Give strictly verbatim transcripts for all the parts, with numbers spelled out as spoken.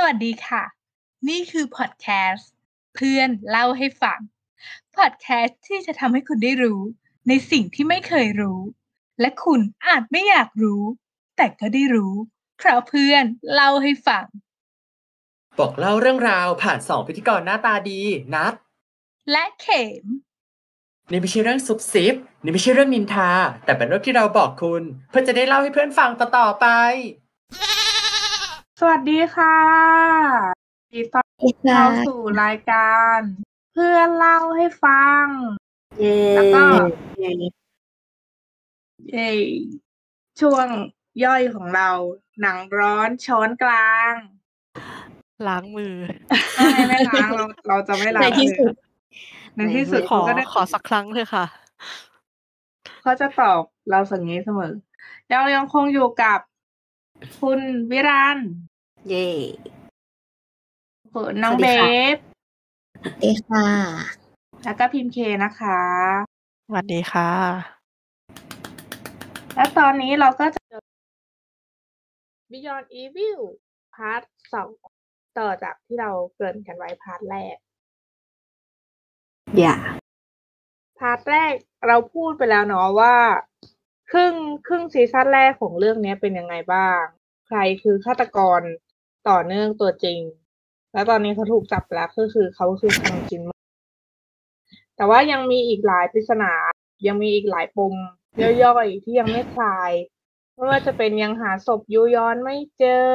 วัสดีค่ะ นี่คือพอดแคสต์เพื่อนเล่าให้ฟัง พอดแคสต์ที่จะทำให้คุณได้รู้ในสิ่งที่ไม่เคยรู้ และคุณอาจไม่อยากรู้ แต่ก็ได้รู้ เพราะเพื่อนเล่าให้ฟังบอกเล่าเรื่องราวผ่านสองพิธีกรหน้าตาดีนัดและเข็มนี่ไม่ใช่เรื่องซุบซิบนี่ไม่ใช่เรื่องนินทา แต่เป็นเรื่องที่เราบอกคุณเพื่อจะได้เล่าให้เพื่อนฟังต่อๆไปสวัสดีค่ะยินดีต้อนรับเข้าสู่รายการ เพื่อนเล่าให้ฟังเย้แล้วก็เย้ช่วงย่อยของเราหนังร้อนช้อนกลางล้างมือไม่ไม่ล้างเราเราจะไม่ล้างในที่สุดในที่สุดขอก็ได้ขอสักครั้งเลยค่ะเขาจะตอบเราสิ่งนี้เสมอเรายังคงอยู่กับคุณวิรันเย้คุณน้องสวัสเบดีค่ะฟสวัสดีค่ะแล้วก็พิมพ์เคนะคะสวัสดีค่ะและตอนนี้เราก็จะ Beyond Evil พาร์ทสองต่อจากที่เราเกริ่นกันไว้พาร์ทแรกอย่าพาร์ทแรกเราพูดไปแล้วเนาะว่า ครึ่งครึ่งซีซั่นแรกของเรื่องนี้เป็นยังไงบ้าง ใครคือฆาตกรต่อเนื่องตัวจริง แล้วตอนนี้เขาถูกจับแล้วก็คือเขาคือคังจิน แต่ว่ายังมีอีกหลายปริศนายังมีอีกหลายปมย่อยๆที่ยังไม่คลายไม่ว่าจะเป็นยังหาศพยูยอนไม่เจอ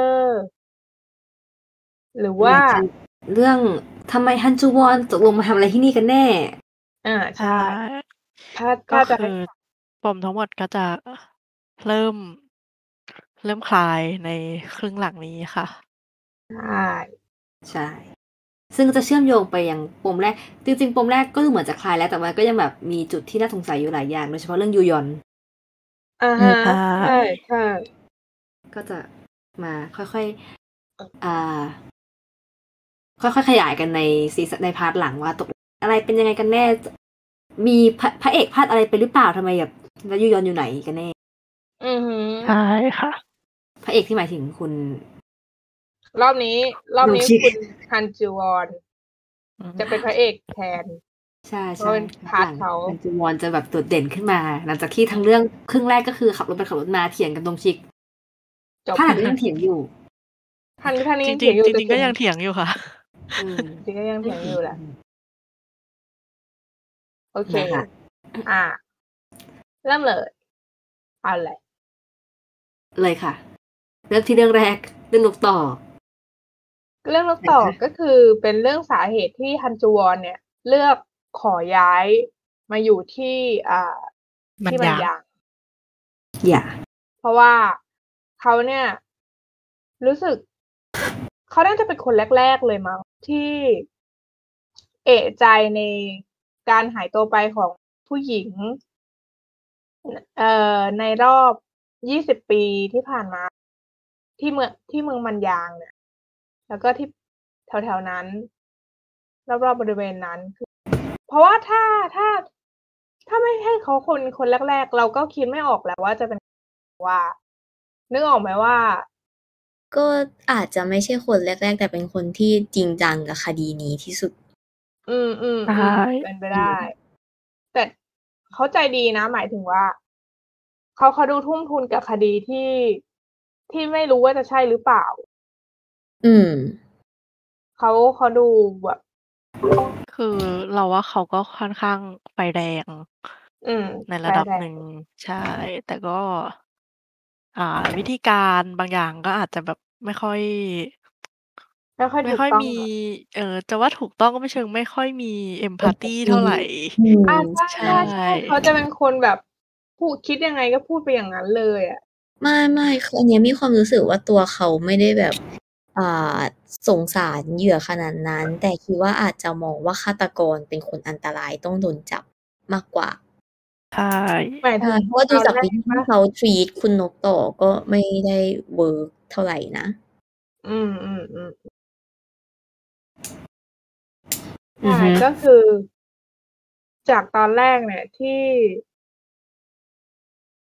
หรือว่าเรื่องทำไมฮันจูวอนตกลงมาทำอะไรที่นี่กันแน่อ่าใช่ใช่ถ้าก็ถ้าจะคือปมทั้งหมดก็จะเริ่ม เริ่มคลายในครึ่งหลังนี้ค่ะใช่ใช่ ซึ่งจะเชื่อมโยงไปยังปมแรก จริงๆ ปมแรกก็ดูเหมือนจะคลายแล้ว แต่มันก็ยังแบบมีจุดที่น่าสงสัยอยู่หลายอย่าง โดยเฉพาะเรื่องยูยอนอ่าฮะใช่ใช่ใช่ก็จะมาค่อยๆ อ่า ค่อยๆ ขยายกันในซีซั่นในพาร์ทหลังว่าตกอะไรเป็นยังไงกันแน่ มีพระพระเอกพลาดอะไรไปหรือเปล่าทำไมแบบแล้วยูยอนอยู่ไหนกันแน่อือหือใช่ค่ะพระเอกที่หมายถึงคุณรอบนี้ รอบนี้โยชิคุณฮันจูวอนอืมจะเป็นพระเอกแทนใช่เพใช่ราะเป็นพาร์ทเขาฮันจูวอนจะแบบโดดเด่นขึ้นมา หลังจากที่ทั้งเรื่องครึ่งแรกก็คือขับรถไปขับรถมาเถียงกันตรงชิกจบภาคหลังก็ยังเถียงอยู่ท่านท่านนี้จยังริเถียงอยู่งๆจแต่ริงๆก็เถียงยังเถียงอยู่ค่ะอืมจริงๆก็ยังเถียงอยู่แหละ โอเคนะคะอ่า เริ่มเลย เอาเลยเลยค่ะ เริ่มที่เรื่องแรก เรื่องนกต่อเรื่องนกต่อก็คือเป็นเรื่องสาเหตุที่ฮันจูวอนเนี่ย เลือกขอย้ายมาอยู่ที่ อ่า ที่มันมันยางยางอย่าเพราะว่าเขาเนี่ย รู้สึก เขาน่าจะเป็นคนแรก ๆ เลยมั้งที่เอะใจในการหายตัวไปของผู้หญิง เอ่อ ในรอบ ยี่สิบ ปีที่ผ่านมา ที่เมือง ที่เมืองมันยางเนี่ย แล้วก็ที่แถว ๆ นั้น รอบ ๆ บริเวณนั้น เพราะว่าถ้า ถ้า ถ้าไม่ให้เขาคน คนแรก ๆ เราก็คิดไม่ออกแล้วว่าจะเป็น ว่า นึกออกไหมว่าก็อาจจะไม่ใช่คนแรก ๆ แต่เป็นคนที่จริงจังกับคดีนี้ที่สุดอืมใช่ๆ ๆ เป็นไปได้ แต่เขาใจดีนะ หมายถึงว่า เขา เขาดูทุ่มทุนกับคดีที่ ที่ไม่รู้ว่าจะใช่หรือเปล่าอืมเขา เขาดูแบบคือเราว่าเขาก็ค่อนข้างไฟแรงอืมในระดับไฟแรงหนึ่ง ใช่ แต่ก็ อ่า วิธีการบางอย่างก็อาจจะแบบไม่ค่อยไม่ค่อยไม่ถูกค่อยต้องมีอะเอ่อ จะว่าถูกต้องก็ไม่เชิง ไม่ค่อยมี empathy เท่าไรอืมอาใชใช่่ๆ ๆ เขาจะเป็นคนแบบ พูด คิดยังไงก็พูดไปอย่างนั้นเลยอะไม่ ๆ คืออันเนี้ยมีความรู้สึกว่าตัวเขาไม่ได้แบบ อ่า สงสารเหยื่อขนาดนั้น แต่คิดว่าอาจจะมองว่าฆาตกรเป็นคนอันตรายต้องโดนจับมากกว่าใช่หมายใชถึงเพราะว่าดูตอนจากแรวิกธีเปล่า? ที่เขา treat คุณนกต่อก็ไม่ได้เวิร์กเท่าไรนะอืม ๆ ๆอือใช่ฮึก็คือ จากตอนแรกเนี่ยที่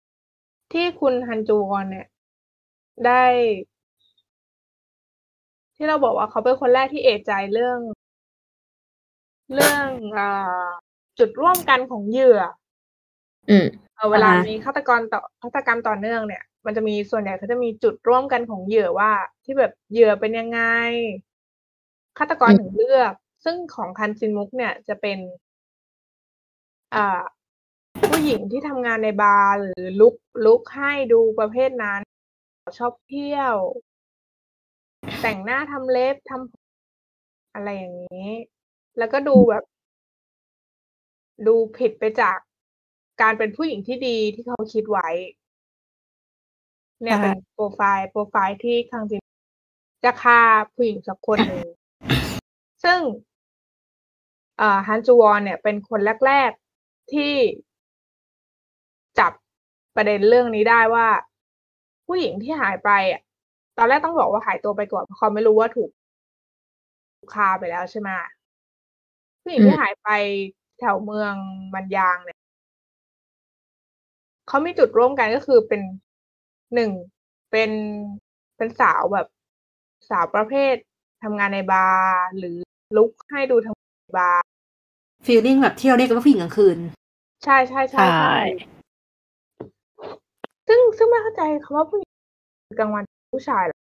ที่คุณฮันจูวอนเนี่ย ได้ที่เราบอกว่าเขาเป็นคนแรกที่เอะใจเรื่อง เรื่องอ่าจุดร่วมกันของเหยื่ออืมเออเวอ่าลาฮะมีฆาตกรต่อฆาตกรรมต่อเนื่องเนี่ย มันจะมีส่วนใหญ่เขาจะมีจุดร่วมกันของเหยื่อว่า ที่แบบเหยื่อเป็นยังไง ฆาตกรอืมถึงเลือก ซึ่งของคันซินมุกเนี่ยจะเป็น อ่า ผู้หญิงที่ทำงานในบาร์ หรือลุก ลุกให้ดูประเภทนั้น ชอบเที่ยว แต่งหน้าทำเล็บ ทำ อะไรอย่างงี้ แล้วก็ดูแบบ ดูผิดไปจากการเป็นผู้หญิงที่ดีที่เขาคิดไว้ เนี่ใชยเป็น่ โพรไฟล์ โพรไฟล์ที่คังซิน จะฆ่าผู้หญิงสักคน หนึ่ง ซึ่ง อ่า ฮันจูวอนเนี่ยเป็นคนแรก ๆ ที่ จับประเด็นเรื่องนี้ได้ว่า ผู้หญิงที่หายไปอะ ตอนแรกต้องบอกว่าหายตัวไปก่อน เพราะเขาไม่รู้ว่าถูก ฆ่าไปแล้วใช่ไหม ผู้หญิอืงที่มหายไปแถวเมืองมันยางเนี่ย เขามีจุดร่วมกันก็คือเป็น หนึ่ง เป็น เป็นสาวแบบ สาวประเภททำงานในบาร์ หรือลุกให้ดูทำ ในบาร์ฟีลลิงแบบที่เราเรียกกันว่าผู้หญิงกลางคืนใช่ใช่ๆ ๆ ๆ ซึ่ง ซึ่งไม่เข้าใจคำว่าผู้หญิง กลางวันผู้ชายเหรอ?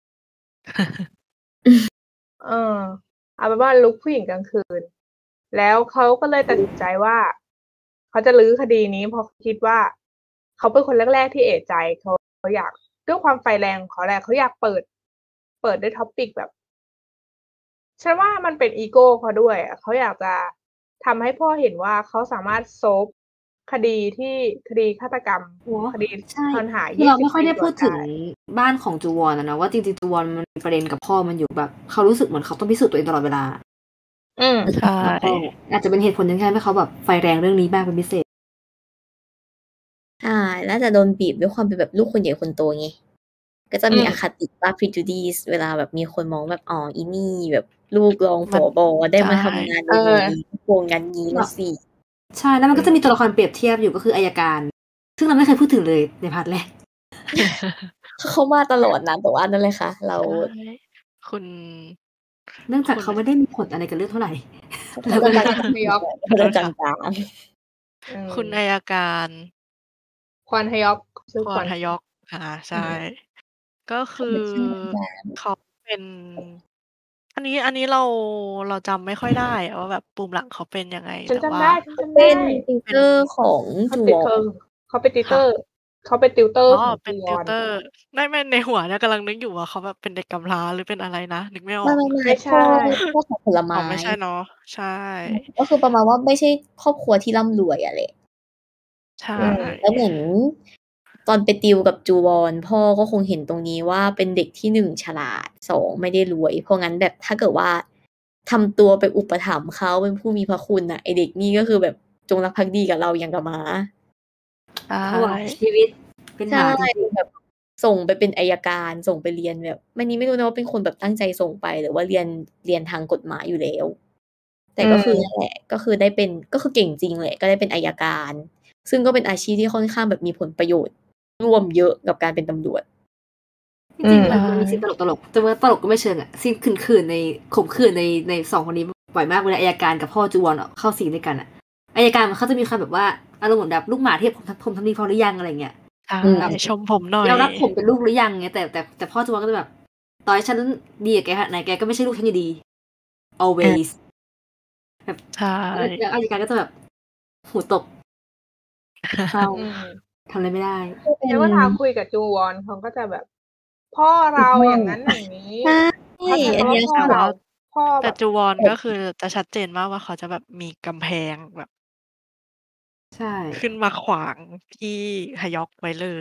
เออ เอาเป็นว่าลุกผู้หญิงกลางคืน แล้วเขาก็เลยตัดสินใจว่า เขาจะรื้อคดีนี้ เพราะคิดว่า เขาเป็นคนแรก ๆ ที่เอะใจ เขา เขาอยาก ด้วยความไฟแรงของเขาแหละ เขาอยากเปิด เปิดด้วย topic แบบ ฉันว่ามันเป็นอีโกเขาด้วยอะ เขาอยากจะทำให้พ่อเห็นว่า เขาสามารถ solve คดีที่ คดีฆาตกรรมโอ้โฮคดีใช่ซ่อนหายคือยี่เราไสิบม่ค่อยปีได้ก่พูอนดไถึด้งบ้านของจูวอนอะนะว่า จริง ๆ จูวอนมันมีประเด็นกับพ่อมันอยู่ แบบเขารู้สึกเหมือนเขาต้องพิสูจน์ตัวเองตลอดเวลาอืมใช่กับพ่อ อาจจะเป็นเหตุผลหนึ่งที่ทำให้เขาแบบไฟแรงเรื่องนี้มากเป็นพิเศษใช่ น่าจะโดนบีบด้วยความเป็นแบบลูกคนใหญ่คนโตไง ก็จะมีอืมอคติว่า prejudice เวลาแบบมีคนมองแบบ อ๋อ อีนี่แบบลูกรอง ผมันบ. ได้ใช่มาทำงานเออดี ๆ โกงงั้นงี้แบน่ะสิใช่ แล้วมันอืก็จะมีตัวมละครเปรียบเทียบอยู่ ก็คืออัยการ ซึ่งเราไม่เคยพูดถึงเลยในพาร์ต แรกเขามาตลอดนะ แต่ว่านั่นแหละค่ะ เราใช่ คุณเนื่องจาคกุเขาณไม่ได้มีผลอะไรกับเรื่องเท่าไรเขาเราจะก็เลกยลางฮยอกๆ เขาจะ กลขอโทษค่ะาง ๆอืมคุณอัยการควอนฮยอก ชื่อควคอวอนฮยอก อา ใชอื่มก็เคขาือเป็นช่างน้ำเขาเป็น อันนี้ อันนี้เรา เราจำไม่ค่อยได้อะว่าแบบปูมหลังเขาเป็นยังไงฉัแนจต่ว่าำได้ ฉันเขาจำเปได็นเป็น tutor ของเขาจูติวอเทอนเขาเป็นค่ะ tutor เขาเป็น tutor อ๋อของเปจ็ูนวอน tutor ไม่ ไม่ ในหัวเนี่ยกำลังนึกอยู่ว่าเขาแบบเป็นเด็กกำพร้าหรือเป็นอะไรนะ นึกไม่อไมอก่ไม่ๆ ๆใชพ่อ่พ่อขายผลไมอ๋อ้ไม่ใช่เนาะ ใช่อืม ก็คือประมาณว่าไม่ใช่ครอบครัวที่ร่ำรวยอะแหละใช่อืมแล้วเหมือนตอนไปติวกับจูวอน พ่อก็คงเห็นตรงนี้ว่าเป็นเด็กที่ หนึ่ง ฉลาด สอง ไม่ได้รวย เพราะงั้นแบบถ้าเกิดว่าทำตัวไปอุปถัมภ์เขาเป็นผู้มีพระคุณน่ะ ไอ้เด็กนี่ก็คือแบบจงรักภักดีกับเราอย่างกับหมาใช่ถวายชีวิตเป็นหใช่มาจริง ๆแบบส่งไปเป็นอัยการ ส่งไปเรียนแบบ อันนี้ไม่รู้นะว่าเป็นคนแบบตั้งใจส่งไป หรือว่าเรียน เรียนทางกฎหมายอยู่แล้ว แต่อืก็คือมนั่นแหละ ก็คือได้เป็น ก็คือเก่งจริงแหละ ก็ได้เป็นอัยการ ซึ่งก็เป็นอาชีพที่ค่อนข้างแบบมีผลประโยชน์ร่วมเยอะกับการเป็นตำรวจจริงอืมๆ มัน มันมีซีนตลก ๆ แต่ว่าตลกก็ไม่เชิงอะ ซีนขื่น ๆ ใน ขมขื่นใน ใน สอง คนนี้บ่อยมาก เวลาอัยการกับพ่อจูวอนอะเข้าซีนด้วยกันอะ อัยการเขาจะมีความแบบว่า อารมณ์เหมือนแบบลูกหมาที่ผม ผมทำดีพอหรือยัง อะไรอย่างเงี้ยใช่อืมแบบชมผมหน่อยเรารับผมเป็นลูกหรือยัง เงี้ย แต่ แต่ แต่พ่อจูวอนก็จะแบบ ต่อให้ฉันดีกับแกขนาดไหน แกก็ไม่ใช่ลูกฉันอยู่ดีอา always แบบใช่แล้วอัยการก็จะแบบหูตก เศร้าอืมทำอะไรไม่ได้ก็เป็แล้นวเวลาคุยกับจูวอน เขาก็จะแบบ พ่อเรา อย่างงั้นอย่างงี้ใช่เขาใช้อันคำเนวี่้ายพ่อคือเรา พ่อแตแ่บบจูวอนแบก็คือจะชัดเจนมากว่าเขาจะแบบมีกำแพงแบบใช่ขึ้นมาขวางพี่ฮยอกไว้เลย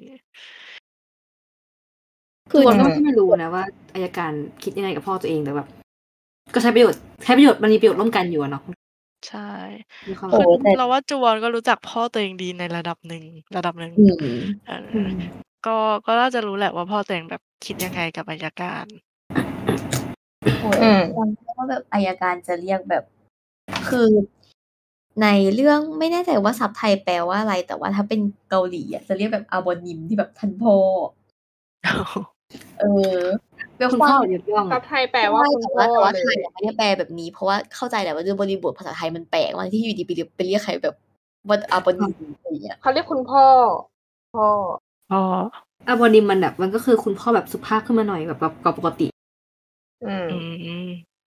คจืูอวอนก็ไม่อค่อยไม่รู้นะว่าอัยการคิดยังไงกับพ่อตัวเอง แต่แบบ ก็ใช้ประโยชน์ ใช้ประโยชน์ มันมีประโยชน์ร่วมกันอยู่อะเนาะใช่มีความโอ้คือแต่เราว่าจูวอนก็รู้จักพ่อตัวเองดีในระดับหนึ่ง ระดับหนึ่งอืมเอออืมก็ ก็น่าจะรู้แหละว่าพ่อตัวเองแบบคิดยังไงกับอัยการโอ้โฮอืมจำได้ว่าแบบอัยการจะเรียกแบบ คือในเรื่องไม่แน่ใจว่าซับไทยแปลว่าอะไร แต่ว่าถ้าเป็นเกาหลีอะจะเรียกแบบอาบอนิม ที่แบบท่านพ่อ เออเอคุณพ่อยกย่องซัอะบไทยแปลว่าใช่คุณแต่พ่ว่าอแต่ว่าเลไทยยอะ ไม่ได้แปลแบบนี้ เพราะว่าเข้าใจแหละว่าด้วยบริบทภาษาไทยมันแปลกมากที่อยู่ดี ๆ ไปเรียก ไปเรียกใครแบบว่า อาบดินทร์ อะไรอย่างเงี้ยเขาเรียกคุณพ่อ พ่อพ่ออาบดินทร์มันแบบ มันก็คือคุณพ่อแบบสุภาพขึ้นมาหน่อยแบบ แบบกว่าปกติอืมอืม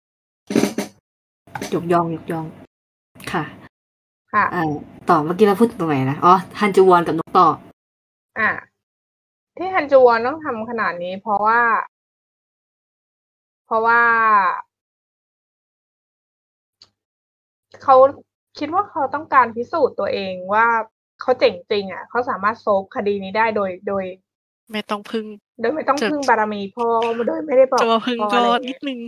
ยกย่อง ยกย่อง ค่ะค่ะอ่า ต่อ เมื่อกี้เราพูดถึงตรงไหนนะ? อ๋อ ฮันจูวอนกับนกต่ออา ที่ฮันจูวอนต้องทำขนาดนี้ เพราะว่า เพราะว่า เขาคิดว่า เขาต้องการพิสูจน์ตัวเองว่า เขาเจ๋งจริงอะ เขาสามารถ solve คดีนี้ได้โดย โดยไม่ต้องพึ่งโดยไม่ต้องจะพึ่งบารมีพ่อ โดยไม่ได้บอจะกมาพึ่งพ่อกอะ็ไรอย่างนเงิี้ยดหนึ่ง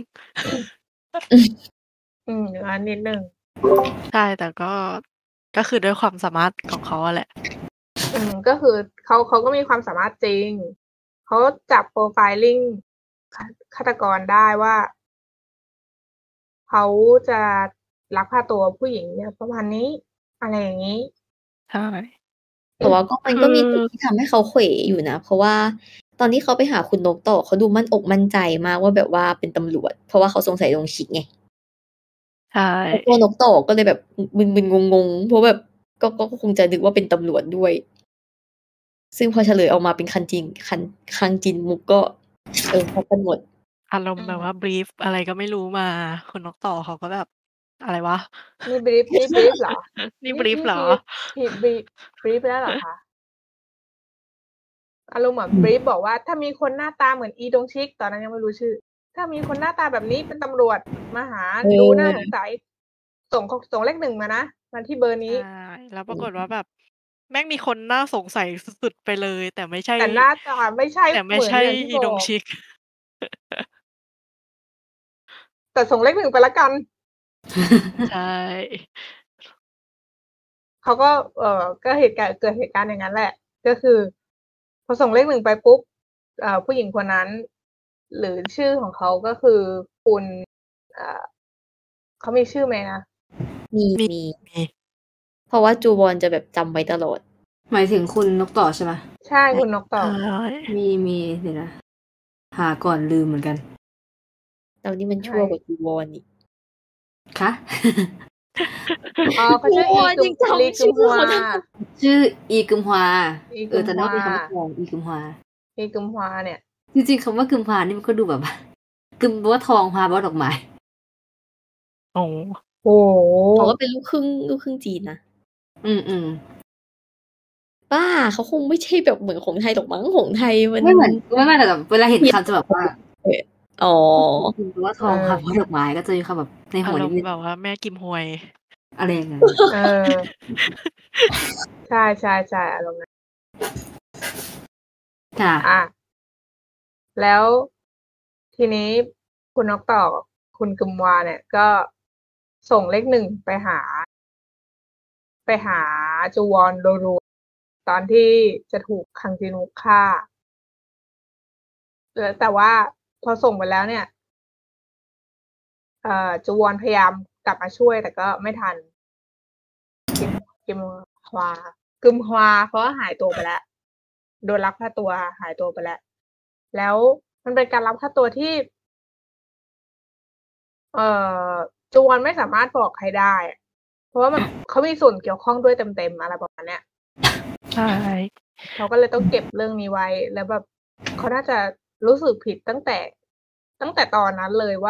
อืม อย่างงั้นนิดหนึ่งใช่ แต่ก็ ก็คือด้วยความสามารถของเขาอะแหละอืม ก็คือเขา เขาก็มีความสามารถจริง เขาจับ profiling ฆา ฆาตกรได้ว่า เขาจะลักพาตัวผู้หญิงเนี่ยประมาณนี้ อะไรอย่างงี้ใช่แต่ว่าก็คมันืก็มีจุดอที่ทำให้เขาเขวอยู่นะ เพราะว่าตอนที่เขาไปหาคุณนกต่อ เขาดูมั่นอกมั่นใจมากว่าแบบว่าเป็นตำรวจ เพราะว่าเขาสงสัยดงชิกไงใช่แล้วตัวนกต่อก็เลยแบบ อ มึน ๆ งง ๆ เพราะแบบ ก็ ก็ ก็คงจะนึกว่าเป็นตำรวจด้วย ซึ่งพอเฉลยออกมาเป็นคันจิน คัน คังจินมุกก็ เออ ช็อกกันหมดอารมณ์แบบว่า บรีฟ อะไรก็ไม่รู้มา คุณนกต่อเขาก็แบบ อะไรวะนี่บรีฟ นี่บรีฟเหรอ? นี่นี่บรีฟนี่เหรอ? พี พี บรี บรีฟแล้วเหรอคะ? อารมณ์เหมือนอืบรีฟมบอกว่า ถ้ามีคนหน้าตาเหมือนอีดงชิก ตอนนั้นยังไม่รู้ชื่อ ถ้ามีคนหน้าตาแบบนี้เป็นตำรวจมาหาเอดูน่าสงอสัย ส่ง ค ส่งเลข หนึ่ง มานะ มาที่เบอร์ใชนี้่ แล้วปรากฏว่าแบบ แม่งมีคนน่าสงสัยสุด ๆ ไปเลย แต่ไม่ใช่แต่หน้าตาไม่ใช่แต่ไมเ่ใชหมือน่อย่างที่บออีดงชกิกแต่ส่งเลข หนึ่ง ไปแล้วกันใช่เขาก็ เอ่อ ก็เหตุการณ์ เกิดเหตุการณ์อย่างงั้นแหละ ก็คือพอส่งเลข หนึ่ง ไปปุ๊บ เอ่อ ผู้หญิงคนนั้น หรือชื่อของเขาก็คือคุณ อ่า เขามีชื่อไหมนะ? มีมีมีมีเพราะว่าจูวอนจะแบบจำไว้ตลอดหมายถึงคุณนกต่อใช่ไหม? ใช่ใช่คุณนกต่อใช่มี มี เดี๋ยวนะ หาก่อนลืมเหมือนกันเรานี่มันใชชั่วก่ว่าจูวอนอีกคะอ๋อ เขาจูชื่อวอีอนกึมยังจลีำกชึืม่ฮวอเขาาได้ชื่ออีกึมฮวาอีเกอึอ แต่มฮวนอกามีคำว่าทอง อีกึมฮวาอีกึมฮวาเนี่ยจริง ๆ คำว่ากึมฮวานี่มันก็ดูแบบ กึมแปลว่าทอง ฮวาแปลว่าดอกไม้อ๋อโอ้โเขาก็ฮ! เป็นลูกครึ่ง ลูกครึ่งจีนนะอืม ๆบ้า เขาคงไม่ใช่แบบเหมือนของไทยหรอกมั้ง ของไทยมันไม่เหมือน ไม่ ๆ แต่แบบเวลาเห็นคำจะแบบว่าอ๋อกึม แปลว่าทเอง ฮวาออแปลว่าดอกไม้ ก็จะมีคำแบบในอหัาวนริมณ์ดแบบว่าแม่กิมฮวยอะไรอย่างงั้นเออ ใช่ ๆ ๆ อารมณ์นั้นค่ะอา แล้วทีนี้คุณนกต่อ คุณกึมวาเนี่ย ก็ส่งเลข หนึ่ง ไปหา ไปหาจูวอนรัว ๆ ตอนที่จะถูกคังจีนุกฆ่า เออ แต่ว่าพอส่งไปแล้วเนี่ย เอ่อ จูวอนพยายามกลับมาช่วย แต่ก็ไม่ทัน กิม กิมฮวา กึมฮวาเขาก็หายตัวไปแล้ว โดนลักพาตัว หายตัวไปแล้ว แล้วมันเป็นการลักพาตัวที่ เอ่อ จูวอนไม่สามารถบอกใครได้อะ เพราะว่ามัน เขามีส่วนเกี่ยวข้องด้วยเต็ม ๆ อะไรประมาณเนี้ยใช่เขาก็เลยต้องเก็บเรื่องนี้ไว้ แล้วแบบเขาน่าจะรู้สึกผิดตั้งแต่ ตั้งแต่ตอนนั้นเลยว่า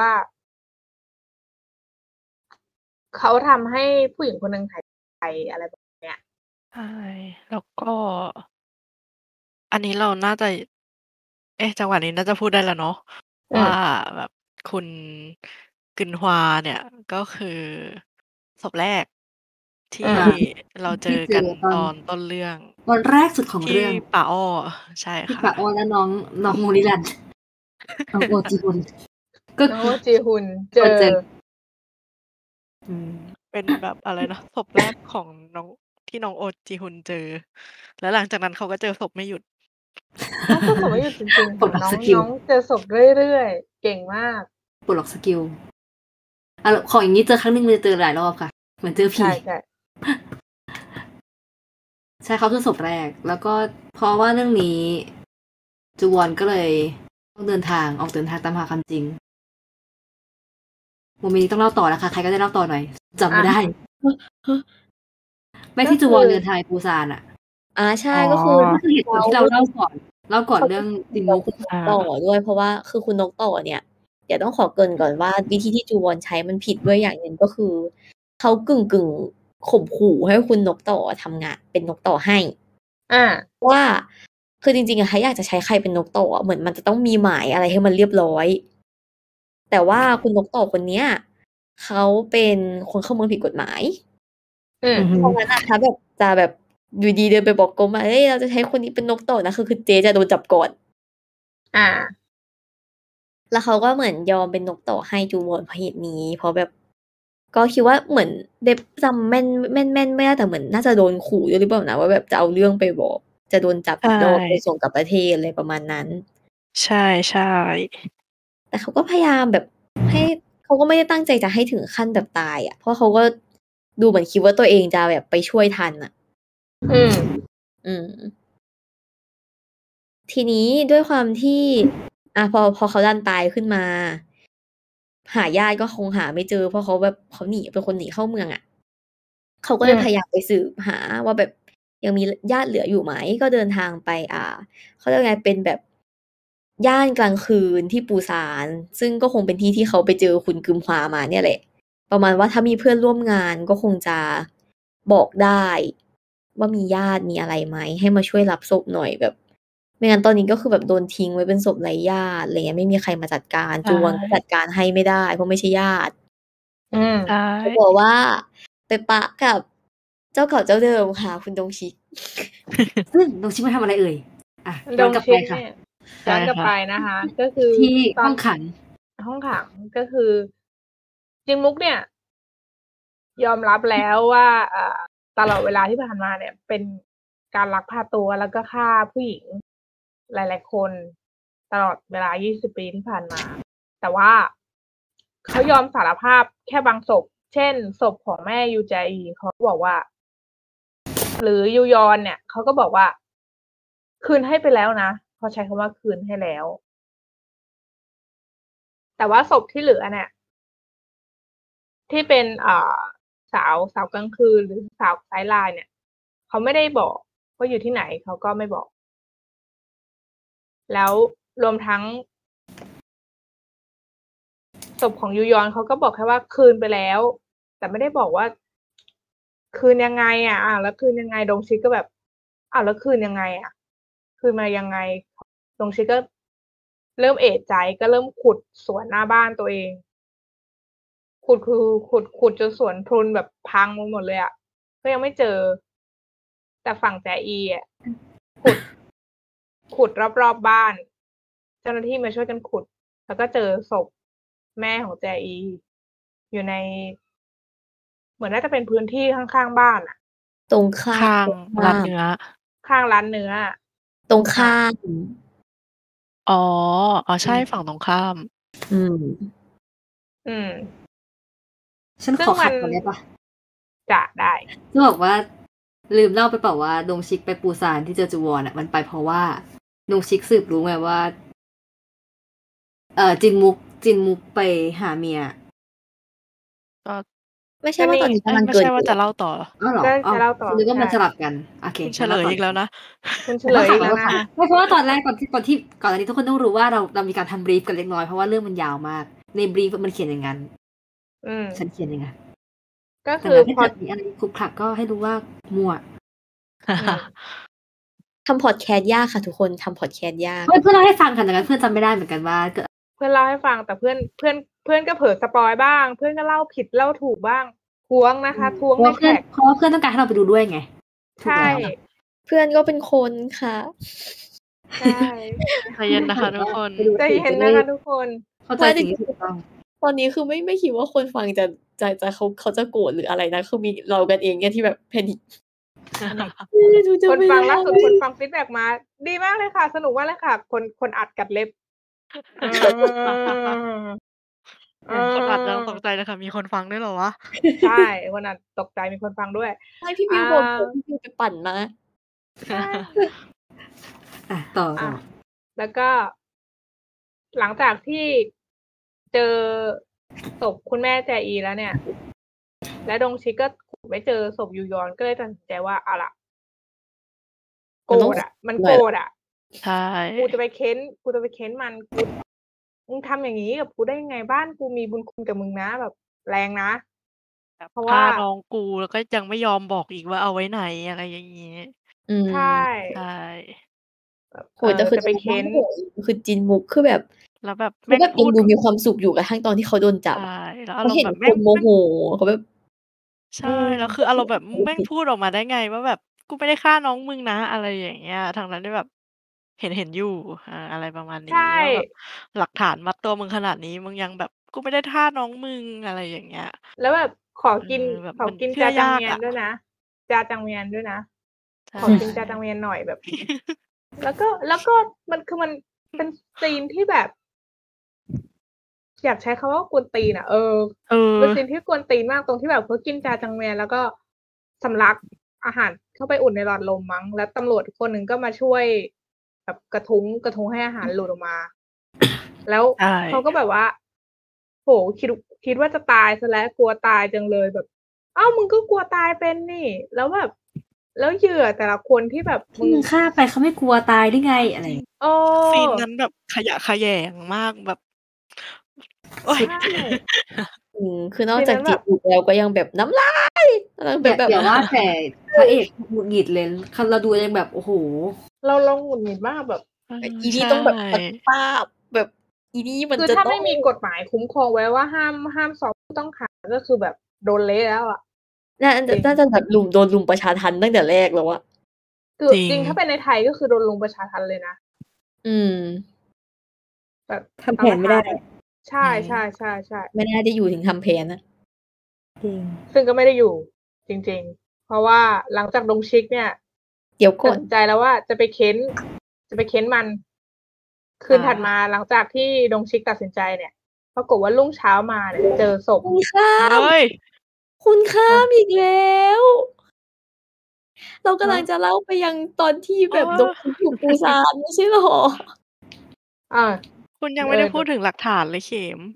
เขาทำให้ผู้หญิงคนหนึ่งหายไป อะไรแบบเนี้ยใช่ แล้วก็ อันนี้เราน่าจะ เอ๊ะ จังหวะนี้น่าจะพูดได้แล้วเนาะอืว่ามแบบคุณกึนฮวาเนี่ย ก็คือศพแรกที่อือาเราเจที่อกันเจอตอนตอนต้นเรื่องตอนแรกสุดของที่เรื่องป่าอ้อ ใช่ที่ค่ป่าะอ้อและน้อง น้องโมริรัน น้องโอจีฮุน ก็น้องคืโออจีฮุน เจอคนเจอ อืมเป็นแบบอะไรนะ ศพแรกของน้อง ที่น้องโอจีฮุนเจอ แล้วหลังจากนั้นเขาก็เจอศพไม่หยุดเขาเจอศพไม่หยุดจริง ๆปลค่ะดล็อกน้องสกิลน้องเจอศพเรื่อย ๆ เก่งมากปลดล็อกสกิล อ่า ของอย่างงี้เจอครั้งหนึ่งมันจะเจอหลายรอบค่ะ เหมือนเจอใผชี่ ๆใช่ เขาคือศพแรก แล้วก็เพราะว่าเรื่องนี้ จูวอนก็เลยต้องเดินทางออกเดินทางตามหาความจริงโมเมนต์นี้ต้องเล่าต่อนะคะใครก็ได้เล่าต่อหน่อยจำไม่ได้ไม่ที่จูวอนเดินทางไปปูซานอ่ะอ่าใช่ก็คือก็คือเหตุผลที่เราเล่าก่อนเล่าก่อนเรื่องจินมุกคุณนกต่อด้วยเพราะว่าคือคุณนกต่อเนี่ยเดี๋ยวต้องขอเกริ่นก่อนว่าวิธีที่จูวอนใช้มันผิดด้วยอย่างหนึ่งก็คือเขากึ่งกึ่งข่มขู่ให้คุณนกต่อทำงานเป็นนกต่อให้อ่าว่าคือจริงๆอะถ้าอยากจะใช้ใครเป็นนกต่อเหมือนมันจะต้องมีหมายอะไรให้มันเรียบร้อยแต่ว่าคุณนกต่อคนเนี้ยเขาเป็นคนเข้าเมืองผิดกฎหมายอืมเพราะงั้นอะถ้าแบบจะแบบอยู่ดีเดินไปบอกกรมว่าเอ้ยเราจะใช้คนนี้เป็นนกต่อนะคือคือเจ๊จะโดนจับก่อนอ่าแล้วเขาก็เหมือนยอมเป็นนกต่อให้จูวอนเพราะเหตุนี้เพราะแบบก็คิดว่าเหมือนเด็บจำแม่นแม่นแม่นไม่ได้แต่เหมือนน่าจะโดนขู่ด้วยหรือเปล่านะว่าแบบจะเอาเรื่องไปบอกจะโดนจับอีกรอบไปส่งกลับประเทศอะไรประมาณนั้นใช่ใช่แต่เขาก็พยายามแบบให้เขาก็ไม่ได้ตั้งใจจะให้ถึงขั้นแบบตายอ่ะเพราะเขาก็ดูเหมือนคิดว่าตัวเองจะแบบไปช่วยทันอ่ะอืมอืมทีนี้ด้วยความที่อ่ะพอพอเขาดันตายขึ้นมาหาญาติก็คงหาไม่เจอเพราะเขาแบบเขาหนีเป็นคนหนีเข้าเมืองอ่ะเขาก็เลยพยายามไปสืบหาว่าแบบยังมีญาติเหลืออยู่ไหมก็เดินทางไปอ่าเขาเรียกไงเป็นแบบย่านกลางคืนที่ปูซานซึ่งก็คงเป็นที่ที่เขาไปเจอคุณกึมฮวามาเนี่ยแหละประมาณว่าถ้ามีเพื่อนร่วมงานก็คงจะบอกได้ว่ามีญาติมีอะไรไหมให้มาช่วยรับศพหน่อยแบบไม่งั้นตอนนี้ก็คือแบบโดนทิ้งไว้เป็นศพไร้ญาติอะไรเงี้ยไม่มีใครมาจัดการจูวอนก็จัดการให้ไม่ได้เพราะไม่ใช่ญาติอืมเขาบอกว่าไปปะกับเจ้าเก่าเจ้าเดิมค่ะคุณดงชิกซึ่งดงชิกมาทำอะไรเอ่ยอ่ะย้อนกลับไปค่ะย้อนกลับไปนะคะ ก็คือที่ห้องขังห้องขังก็คือจินมุกเนี่ย ยอมรับแล้วว่าอ่าตลอดเวลาที่ผ่านมาเนี่ย เป็นการลักพาตัวแล้วก็ฆ่าผู้หญิงหลายๆคนตลอดเวลายี่สิบปีที่ผ่านมา แต่ว่าเขายอมสารภาพแค่บางศพเช่นศพของแม่ยูแจอีเขาบอกว่า หรือยูยอนเนี่ยเขาก็บอกว่า คืนให้ไปแล้วนะเขาใช้คำว่าคืนให้แล้ว แต่ว่าศพที่เหลือเนี่ยที่เป็นอ่าสาวสาวกลางคืนหรือสาวไซด์ไลน์เนี่ยเขาไม่ได้บอกว่าอยู่ที่ไหนเขาก็ไม่บอก แล้วรวมทั้งศพของยูยอนเขาก็บอกแค่ว่าคืนไปแล้ว แต่ไม่ได้บอกว่า คืนยังไงอ่ะอ่ะแล้วคืนยังไงดงชิก็แบบอ้าวแล้วคืนยังไงอ่ะคืนมายังไงดงชิก็เริ่มเอะใจก็เริ่มขุดสวนหน้าบ้านตัวเองขุดคือขุดขุดจนสวนพรุนแบบพังหมดเลยอ่ะก็ยังไม่เจอ แต่ฝั่งแจอีอ่ะขุด ขุดรอบๆบ้าน เจ้าหน้าที่มาช่วยกันขุด แล้วก็เจอศพแม่ของแจอี อยู่ใน เหมือนน่าจะเป็นพื้นที่ข้างๆบ้านอ่ะตรงข้าข้างร้านเนื้อข้างร้านเนื้อตรงข้ามอ๋ออ๋อใช่ฝั่งตรงข้ามอืมอืมฉันขอขัดก่อนได้ปะจะได้จะบอกว่า ลืมเล่าไปเปล่าว่าดงชิกไปปูซานที่เจอจูวอนอ่ะมันไปเพราะว่าดงชิกสืบรู้ไงว่า เอ่อจินมุกจินมุกไปหาเมียก็ไม่ใช่ว่าตอนนี้กำลังไม่เกิดใช่ว่าจะเล่าต่ออ๋อเหรอก็อ๋อจะเล่าต่อนึกว่ามันใช่สลับกันโอเคคุณเฉลยอีกแล้วนะคุณเฉลยอีกแล้วนะไม่เพราะว่าตอนแรกก่อนที่ก่อนที่ก่อนอันนี้ทุกคนต้องรู้ว่าเราเรามีการทำบรีฟกันเล็กน้อยเพราะว่าเรื่องมันยาวมาก ในบรีฟมันเขียนอย่างนั้นอืมฉันเขียนอย่างนั้นก็แต่คือถ้าพอเกิดมีอะไรคลุกคลักก็ให้รู้ว่ามั่วอืมทำพอดแคสต์ยากค่ะทุกคนทำพอดแคสต์ยากเพื่อนเพื่อนเล่าให้ฟังค่ะแต่งั้นเพื่อนจำไม่ได้เหมือนกันว่าเกิดเพื่อนเล่าให้ฟังแต่เพื่อนเพื่อนเพื่อนก็เผลอสปอยบ้าง เพื่อนก็เล่าผิดเล่าถูกบ้างทวงนะคะทวงเพราะในว่าเพื่แท็อนกเพราะว่าเพื่อนต้องการให้เราไปดูด้วยไงถูกใช่แล้วเพื่อนก็เป็นคนค่ะใช่ใจเย็นนะคะทุกคนไปดูใจสิเย็นจะได้นะคะทุกคนเข้าใจสิ่งที่ถูกต้องตอนนี้คือไม่ไม่คิดว่าคนฟังจะจะจะเขาเขาจะโกรธหรืออะไรนะคือมีเรากันเองเนี่ยที่แบบแพนิคคนฟังล่าสุดคนฟังฟีดแบ็กมา ดีมากเลยค่ะ สนุกมากเลยค่ะ คนคนอัดกัดเล็บ อืม อืคนอัดยังตมกใจเลยค่ะ มีคนฟังด้วยเหรอวะใช่ คนอัดตกใจมีคนฟังด้วยใช่พี่มิวอ่าบอกเดี๋ยวพี่มิวไปปั่นมาใช่อ่ะต่อต่อ่ะอแล้วก็หลังจากที่เจอศพคุณแม่แจอีแล้วเนี่ย และดงชิก็ไม่เจอศพยูยอนก็เลยตัดสินใจว่าเอาล่ะโกรธอ่ะ มันโกรธอ่ะใช่กูจะไปเค้นกูจะไปเค้นมันกูมึงทำอย่างนี้กับกูได้ยังไงบ้านกูมีบุญคุณกับมึงนะแบบแรงนะแบบเพราะฆ่าว่าน้องกูแล้วก็ยังไม่ยอมบอกอีกว่าเอาไว้ไหนอะไรอย่างงี้อืมใช่ใช่แบบโอ้ยแต่เออคือจะไปเค้นโอ้โหคือจินมุกคือแบบแล้วแบบเขาแม่งแบบพูยังดดูมีความสุขอยู่กระทั่งตอนที่เขาโดนจับใช่อะแล้วอาเขารมเห็ณ์นแบบคแม่งนโมแม่งโห เขาแบบใชอื่มแล้วคืออารมณ์แบบ มึงแม่งผิดพูดออกมาได้ไงว่าแบบ "กูไม่ได้ฆ่าน้องมึงนะ" อะไรอย่างเงี้ย ทั้งนั้นที่แบบ เห็น ๆ อยู่ อา อะไรประมาณนี้ใช่ว่าแบบหลักฐานมัดตัวมึงขนาดนี้ มึงยังแบบ "กูไม่ได้ฆ่าน้องมึง" อะไรอย่างเงี้ยแล้วแบบขอเออกินแบบขอมันกินเชื่อจาจัยาง กเมียนอะด้วยนะ จาจังเมียนด้วยนะใช่ขอกินจาจังเมียนหน่อยแบบ แล้วก็ แล้วก็มัน คือมันเป็นซีนที่แบบ อยากใช้คำว่ากวนตีนอะ เออเออเป็นซีนที่กวนตีนมากตรงที่แบบเขากินจาจังเมียน แล้วก็สำลักอาหารเข้าไปอุ่นในหลอดลมมั้ง แล้วตำรวจอีกคนหนึ่งก็มาช่วยแบบกระทุ้ง กระทุ้งให้อาหารหลุดออกมา แล้วใช่เขาก็แบบว่า โอ้โฮ คิด คิดว่าจะตายเสียแล้ว กลัวตายจังเลยแบบ อ้าว มึงก็กลัวตายเป็นนี่ แล้วแบบ แล้วเหยื่อแต่ละคนที่แบบทีมึ่งมึงฆ่าไปเขาไม่กลัวตายหรือไง อะไรจริงเออซีนนั้นแบบขยะแขยงมากแบบ โอ๊ยใช่อืม คือนอกซีนจานั้กนจิแบบก แล้วก็ยังแบบน้ำลาย กำลังอแบอย่าบ แบบอย่าว่าแต่พระเอกหงุดหงิดเลย คันเราดูยังแบบ โอ้โฮเรา เราหงุดหงิดมากแบบเออไอ้ อีใชนี่ต้องแบบมันป้าบ แบบ อีนี่มันคือจะถ้าต้ไอม่งมีกฎหมายคุ้มครองไว้ว่าห้าม ห้ามซ้อมผู้ต้องขัง ก็คือแบบโดนเละแล้วอะน่าจริงน่าจะแบบรุม โดนรุมประชาทัณฑ์ตั้งแต่แรกแล้วอะคือจริงจริง ถ้าเป็นในไทยก็คือโดนรุมประชาทัณฑ์เลยนะอืมแบบทำแผนไม่ได้ใช่ ๆ ๆ ๆไม่น่าจะอยู่ถึงทำแผนอะจริงซึ่งก็ไม่ได้อยู่จริง ๆ เพราะว่าหลังจากดงชิกเนี่ยเดี๋ยว ก่ตัดอนสินใจแล้วว่าจะไปเค้น จะไปเค้นมัน คืนอาถัดมาหลังจากที่ดงชิกตัดสินใจเนี่ย ปรากฏว่ารุ่งเช้ามาเนี่ยเจอศพคุณข้าเฮม้ยคุณข้ามอีกแล้ว เรากำลังฮะจะเล่าไปยังตอนที่เอแบบดงอชิก อยู่ปูซาน ไม่ใช่เหรอ? อาคุณยังเอไม่ได้ดพูดถึงหลักฐานเลยเข็ม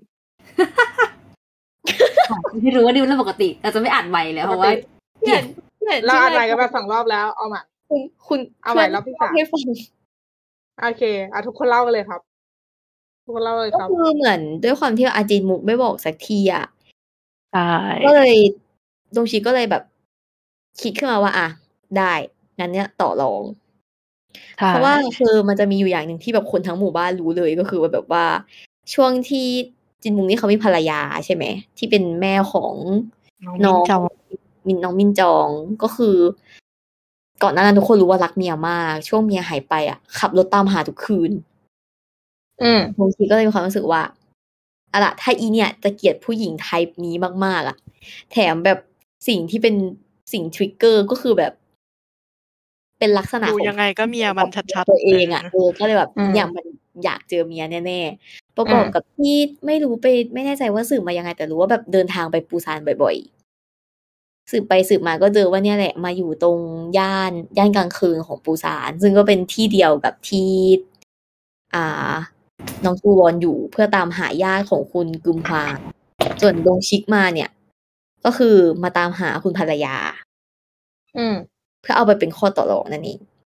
ค่ะ ให้รู้ว่านี่เป็นเรื่องปกติ เราจะไม่อ่านใหม่แล้วปเพกราะว่าติเกลียดเนี่ยเราอ่านใหม่ที่กันมา สอง รอบแล้ว เอาใหม่คุณ คุณเอาใหเพื่อนม่รอบที่เล่าสามให้ฟังโอเค อ่า ทุกคนเล่ากันเลยครับ ทุกคนเล่าเลยก็ครับคือเหมือนด้วยความที่อาจินมุกไม่บอกสักทีอะใช่ก็เลย ดงชิก็เลยแบบคิดขึ้นมาว่า อะ ได้ งั้นเนี่ยต่อรองใช่เพราะว่าคือมันจะมีอยู่อย่างหนึ่งที่แบบคนทั้งหมู่บ้านรู้เลย ก็คือว่าแบบว่าช่วงที่จินมุกนี่เขามีภรรยา ใช่ไหม ที่เป็นแม่ของน้องน้องมินจองมิน น้องมินจอง ก็คือ ก่อนหน้านั้นทุกคนรู้ว่ารักเมียมาก ช่วงเมียหายไปอะขับรถตามหาทุกคืนอืมดงชิก็เลยมีความรู้สึกว่า เอาล่ะ ถ้าอีเนี่ยจะเกลียดผู้หญิง type นี้มาก ๆ อะ แถมแบบสิ่งที่เป็นสิ่ง trigger ก็คือแบบ เป็นลักษณะดูของยังไงก็เมียมันชัดตัวๆเอเองอะอเออ ก็เลยแบบอืมเนี่ยมันอยากเจอเมียแน่ ๆ ประกอบอืมกับที่ไม่รู้ไป ไม่แน่ใจว่าสืบมายังไง แต่รู้ว่าแบบเดินทางไปปูซานบ่อย ๆ สืบไปสืบมาก็เจอว่าเนี่ยแหละมาอยู่ตรงย่าน ย่านกลางคืนของปูซาน ซึ่งก็เป็นที่เดียวกับที่ อ่า น้องจูวอนอยู่ เพื่อตามหาญาติของคุณกึมฮวา ส่วนดงชิกมาเนี่ย ก็คือมาตามหาคุณภรรยาอืมเพื่อเอาไปเป็นข้อต่อรองนั่นเอง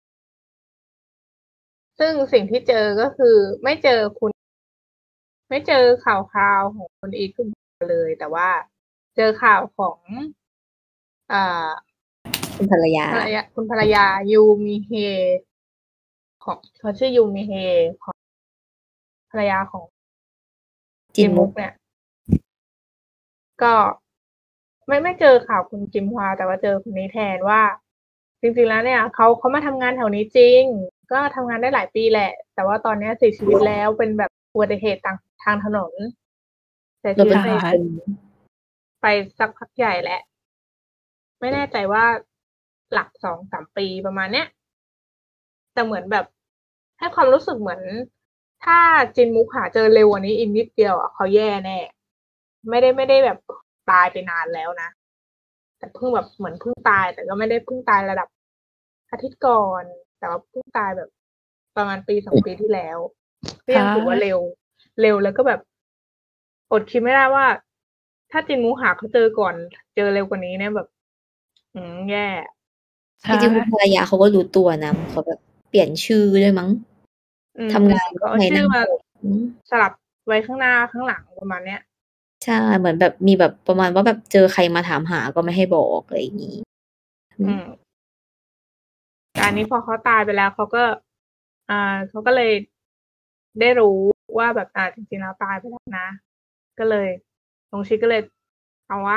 ซึ่งสิ่งที่เจอก็คือไม่เจอคุณ ไม่เจอข่าวคราวของคุณอีก กึมฮวาเลย แต่ว่าเจอข่าวของ อ่าคุณภรรยาภรรยา คุณภรรยายูมิเฮ ของ เขาชื่อยูมิเฮ ของ ภรรยาของจิจินนมุมุกกเนี่ย ก็ ไม่ ไม่เจอข่าวคุณกิมฮวา แต่ว่าเจอคนนี้แทนว่า จริง ๆ แล้วเนี่ยเขา เขามาทำงานแถวนี้จริง ก็ทำงานได้หลายปีแหละ แต่ว่าตอนเนี้ยเสียชีวิตแล้ว เป็นแบบอุบัติเหตุทาง ทางถนน เสียเราชีเปวิ็ตนไปคนไปสักพักใหญ่แล้ว ไม่แน่ใจว่าหลัก สองสาม ปีประมาณเนี้ย แต่เหมือนแบบให้ความรู้สึกเหมือน ถ้าจินมุกหาเจอเร็วกว่านี้อีกนิดเดียวอะเขาแย่แน่ ไม่ได้ ไม่ได้แบบตายไปนานแล้วนะ แต่เพิ่งแบบเหมือนเพิ่งตาย แต่ก็ไม่ได้เพิ่งตายระดับอาทิตย์ก่อน แต่ว่าเพิ่งตายแบบประมาณ ปีสอง ปีที่แล้ว ก็ใชยังถือว่าเร็วเร็วแล้วก็แบบ อดคิดไม่ได้ว่า ถ้าจินมุกหาเขาเจอก่อน เจอเร็วกว่านี้เนี่ยแบบ อืม แย่ใช่จริงๆคุณภรรยาเขาก็รู้ตัวนะ เขาแบบเปลี่ยนชื่อด้วยมั้งอืมทำงานก็เอาในชื่หอ มาน้าปก อืมสลับไว้ข้างหน้าข้างหลัง ประมาณเนี้ยใช่ เหมือนแบบมีแบบประมาณว่าแบบเจอใครมาถามหาก็ไม่ให้บอก อะไรอย่างงี้ อือืมม แต่อันนี้พอเขาตายไปแล้ว เขาก็ อ่า เขาก็เลยได้รู้ว่าแบบ อ่า จริง ๆ แล้วตายไปแล้วนะ ก็เลย ดงชิก็เลย เอาวะ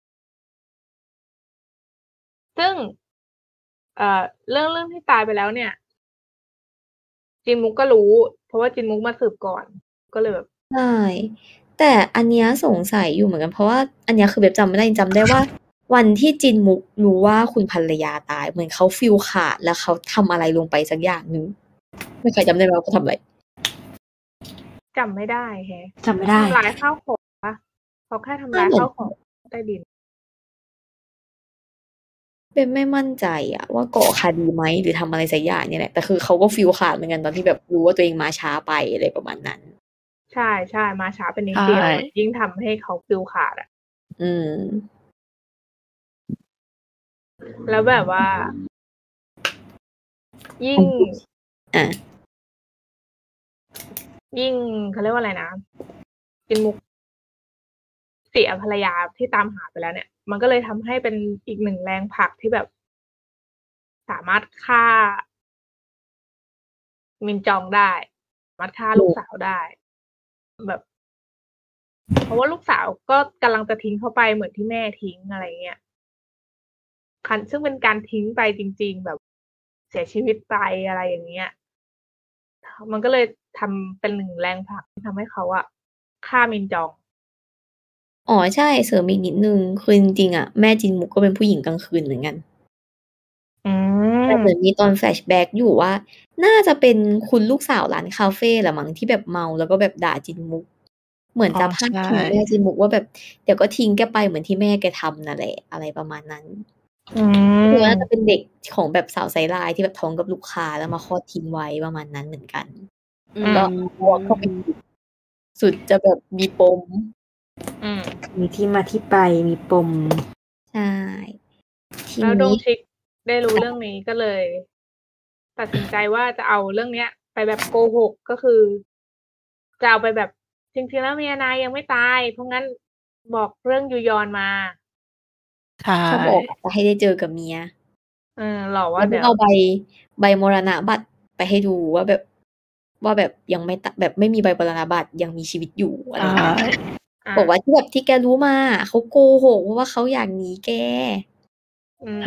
ซึ่ง เอ่อ เรื่อง เรื่องที่ตายไปแล้วเนี่ย จินมุกก็รู้ เพราะว่าจินมุกมาสืบก่อน ก็เลยแบบใช่ แต่อันเนี้ยสงสัยอยู่เหมือนกัน เพราะว่าอันเนี้ยคือแบบจำไม่ได้ จำได้ว่า วันที่จินมุกรู้ว่าคุณภรรยาตาย เหมือนเขาฟีลขาด แล้วเขาทำอะไรลงไปสักอย่างหนึ่ง มีใครจำได้ไหมว่าเขาทำอะไร? จำไม่ได้แฮะจำไม่ได้ทำลายข้าวของเปล่า? เขาแค่ทำไม่ลายเหมือข้าน วของใต้ดินเป๊ไม่มั่นใจอะว่าก่อคดีไหม หรือทำอะไรสักอย่างเนี่ยแหละ แต่คือเขาก็ฟีลขาดเหมือนกัน ตอนที่แบบรู้ว่าตัวเองมาช้าไป อะไรประมาณนั้นใช่ ๆ มาช้าไปนิใชดเดียว่ยิ่งทำให้เขาฟีลขาดอะอืมแล้วแบบว่า ยิ่อังนที่ อายิ่ง เขาเรียกว่าอะไรนะ จินมุก เสียภรรยาที่ตามหาไปแล้วเนี่ย มันก็เลยทำให้เป็นอีกหนึ่งแรงผลักที่แบบ สามารถฆ่า มินจองได้ สามารถฆ่าถลููกกสาวได้ แบบ เพราะว่าลูกสาวก็กำลังจะทิ้งเขาไปเหมือนที่แม่ทิ้ง อะไรอย่างเงี้ย คัน ซึ่งเป็นการทิ้งไปจริง ๆ แบบเสียชีวิตไป อะไรอย่างเงี้ย มันก็เลยทำเป็นหนึ่งแรงผลักที่ทำให้เขาอะฆ่ามินจองอ๋อ ใช่ เสริมอีกนิดหนึ่ง คือจริง ๆ อะ แม่จินมุกก็เป็นผู้หญิงกลางคืนเหมือนกันอืแต่เหมือมนมีตอนแฟลชแบ็กอยู่ว่า น่าจะเป็นคุณลูกสาวร้านคาเฟแหละมั้ง ที่แบบเมาแล้วก็แบบด่าจินมุก เหมือนอ๋อจะพาใชดพิงแม่่จินมุกว่าแบบ "เดี๋ยวก็ทิ้งแกไปเหมือนที่แม่แกทำนั่นแหละ" อะไรประมาณนั้นอืก็คือน่าจะมเป็นเด็กของแบบสาวไซร้ายที่แบบท้องกับลูกค้า แล้วมาคลอดทิ้งไว้ ประมาณนั้นเหมือนกันอือืก็มตัวก็ไม่ผิด สุดจะแบบมีปมอืมมีที่มาที่ไป มีปมใช่ ทีแล้วดนี้งชิกได้รู้ค่เรื่อะงนี้ก็เลย ตัดสินใจว่าจะเอาเรื่องเนี้ยไปแบบโกหก ก็คือ จะเอาไปแบบ "จริง ๆ แล้วเมียนายยังไม่ตาย เพราะงั้นบอกเรื่องยูยอนมา" ใช่เขาบอกจะให้ได้เจอกับเมียเออ หลอกวแล่้าวเกด็ี๋ยเอวาใบ ใบมรณบัตรไปให้ดูว่าแบบ ว่าแบบยังไม่ ต แบบไม่มีใบมรณบัตร ยังมีชีวิตอยู่ อะใชไรอย่างเงี้ย่อาบอกว่าที่แบบที่แกรู้มาอะ เขาโกหก เพราะว่าเขาอยากหนีแกอืมใช่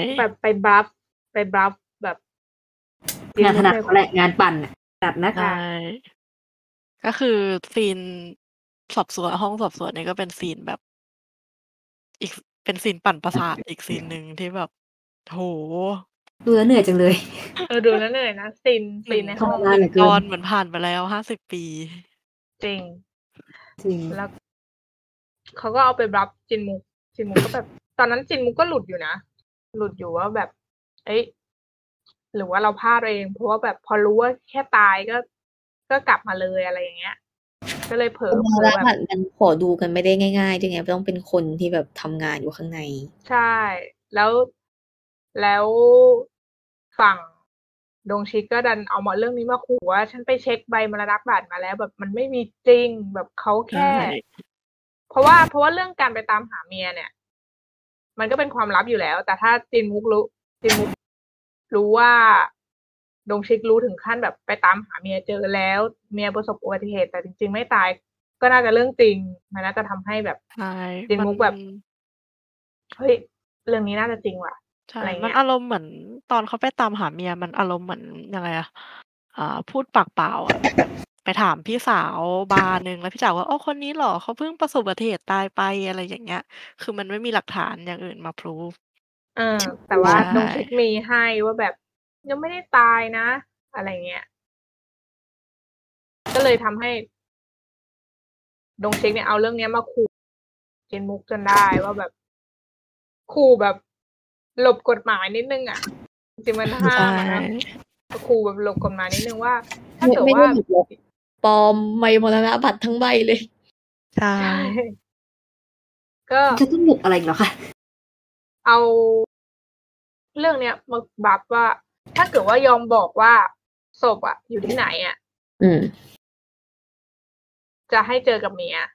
แบบไป bluff ไป bluff แบบ จิงานถนัดมุกเขาแหละ งานปั่นน่ะ ถนัดนักใช่ ก็คือซีนสอบสวน ห้องสอบสวนเนี่ยก็เป็นซีนแบบ อีก ส เป็นซีนปั่นประสาทอีกซีนหนึ่งที่แบบ โอ้โฮดูแล้วเหนื่อยจังเลยเออ ดูแล้วเหนื่อยนะ ซีนหนซึี่งนในทห้องรมานเหลือเกติินอนเหมือนผ่านไปแล้ว ห้าสิบ ปีจริงจริงแล้ว เขาก็เอาไป bluff จินมุก จินมุกก็แบบ ตอนนั้นจินมุกก็หลุดอยู่นะ หลุดอยู่ว่าแบบ เฮ้ย หรือว่าเราพลาดเอง เพราะว่าแบบพอรู้ว่าแค่ตายก็ ก็กลับมาเลย อะไรอย่างเงี้ย ก็เลยเผลใบอมเผลอแบบรณบัตรมันขอดูกันไม่ได้ง่าย ๆ ด้วยไง ต้องเป็นคนที่แบบทำงานอยู่ข้างในใช่ แล้ว แล้วฝั่งดงชิกก็ดันเอามา เรื่องนี้มาขู่ว่า "ฉันไปเช็กใบมรณบัตรมาแล้ว แบบมันไม่มีจริง" แบบเขาใแชค่่เพราะว่า เพราะว่าเรื่องการไปตามหาเมียเนี่ย มันก็เป็นความลับอยู่แล้ว แต่ถ้าจินมุกรู้ จินมุก รู้ว่า ดงชิกรู้ถึงขั้นแบบไปตามหาเมียเจอแล้ว เมียประสบอุบัติเหตุ แต่จริง ๆ ไม่ตาย ก็น่าจะเรื่องจริง มันน่าจะทำให้แบบใช่จินมันมุกแบบ เฮ้ย เรื่องนี้น่าจะจริงว่ะใช่อะไรอย่างมเังนี้ยอารมณ์เหมือนตอนเขาไปตามหาเมีย มันอารมณ์เหมือน ยังไงอะ อ่า พูดปากเปล่าอะ ไปถามพี่สาวบาร์หนึ่ง แล้วพี่สาวว่า "อ้อ คนนี้เหรอ เขาเพิ่งประสบอุบัติเหตุตายไป" อะไรอย่างเงี้ย คือมันไม่มีหลักฐานอย่างอื่นมา พรูฟเออ แต่ว่าใช่ดงชิกมีให้ว่าแบบ "ยังไม่ได้ตายนะ" อะไรอย่างเงี้ย ก็เลยทำให้ ดงชิกเนี่ยเอาเรื่องเนี้ยมาขู่ จินมุกจนได้ว่าแบบ ขู่แบบหลบกฎหมายนิดหนึ่งอะ จริง ๆ มันห้ใชา่มอะนะ ขู่แบบหลบกฎหมายนิดหนึ่งว่า ถ้าไม่เกิดวไม่ไ่ด้าหลุดหรอกปลอมใบมรณบัตรทั้งใบเลยใช่ใช่ ก็จะต้องบุกอะไรอีกเหรอคะเอาเรื่องเนี้ยมาบัฟว่า ถ้าเกิดว่ายอมบอกว่าศพอะอยู่ที่ไหนอะอืมจะให้เจอกับเมีย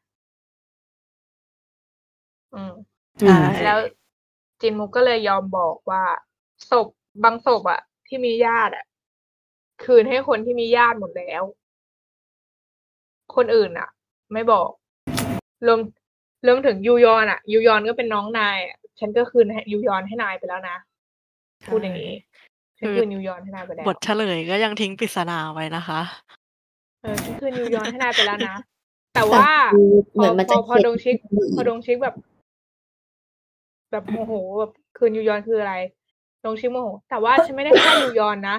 อืมใช่แล้วจินมุกก็เลยยอมบอกว่าศพบางศพอะที่มีญาติอะคืนให้คนที่มีญาติหมดแล้ว คนอื่นอะไม่บอก รวมรวมถึงยูยอนอะยูยอนก็เป็นน้องนายอะฉันก็คืนให้ยูยอนให้นายไปแล้วนะพูดอย่างนี้ฉันคืนยูยอนให้นายไปแล้วบทเฉลยก็ยังทิ้งปริศนาไว้นะคะเออฉันคืนยูยอนให้นายไปแล้วนะ แต่แต่ว่าคือพเหมืออนมันพจะอพอเขียนดงชิกให้คนอื่นพอดงชิกแบบ แบบโมโหแบบคืนยูยอนคืออะไรดงชิกโมโหแต่ว่าฉันไม่ได้ฆ่ายูยอนนะ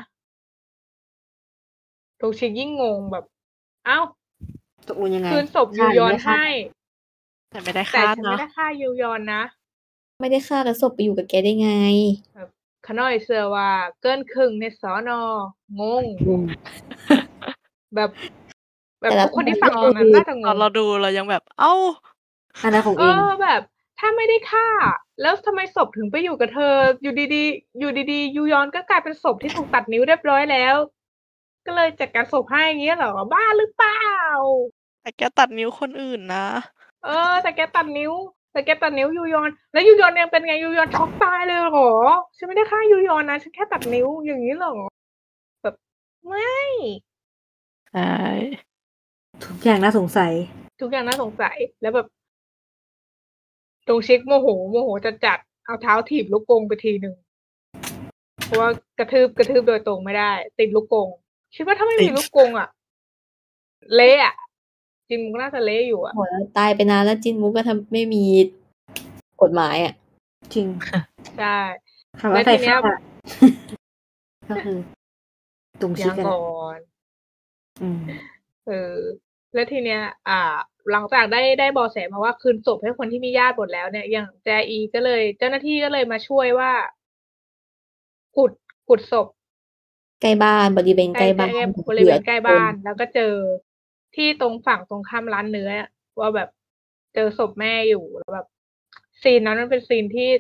ดงชิกยิ่งงงแบบ เอ้าตกลงยังไงคืนศพยูฆ่าย หรืออน ไม่ฆ่าให้แต่ไม่ได้แต่ฆ่าฉันนะไม่ได้ฆ่ายูยอนนะไม่ได้ฆ่าแล้วศพไปอยู่กับแกได้ไงแบบขน้อยเสือว่า เกินครึ่งในสอนงงงงแบบ แบบแต่ละทุกคนที่คฟันงก็ตรงนั้นคือน่าจะงตอนงเราดูเรายังแบบ เอ้าอะไรของเอเองอ แบบ ถ้าไม่ได้ฆ่า แล้วทำไมศพถึงไปอยู่กับเธอ อยู่ดี ๆ อยู่ดี ๆ ยูยอนก็กลายเป็นศพที่ถูกตัดนิ้วเรียบร้อยแล้ว ก็เลยจัดการศพให้ อย่างเงี้ยเหรอ บ้าหรือเปล่า? แต่แกตัดนิ้วคนอื่นนะเออ แต่แกตัดนิ้ว แต่แกตัดนิ้วยูยอน แล้วยูยอนยังเป็นไง ยูยอนช็อกตายเลยเหรอ ฉันไม่ได้ฆ่ายูยอนนะ ฉันแค่ตัดนิ้ว อย่างงี้เหรอ แบบ ไม่ใช่ทุกอย่างน่าสงสัยทุกอย่างน่าสงสัย แล้วแบบ ดงชิกโมโห โมโหจัด ๆ เอาเท้าถีบลูกกรงไปทีหนึ่ง เพราะว่ากระทืบ กระทืบโดยตรงไม่ได้ ติดลูกกรง คิดว่าถ้าไม่ติมีดลูกกรงอะ เละอะ จินมุกน่าจะเละอยู่อะโอ้โฮ ตายไปนานแล้วจินมุกก็ทำ ไม่มีกฎหมายอะจริงใช่คำแล้ว่าว ใครทีเนี้ฆ่ายก็คือ ดงชิยักงอะแหก่ละอนอืมเออ แล้วทีเนี้ย อ่า หลังจากได้ ได้เบาะแสมาว่าคืนศพให้คนที่มีญาติหมดแล้วเนี่ย อย่างแจอีก็เลย เจ้าหน้าที่ก็เลยมาช่วยว่า ขุด ขุดศพใกล้บ้าน บริเวณใกใกล้ล้บ้านๆ บริเหเวลือณใกล้คบ้านนแล้วก็เจอที่ตรงฝั่งตรงข้ามร้านเนื้ออะว่าแบบเจอศพแม่อยู่ แล้วแบบ ซีนนั้นมันเป็นซีนที่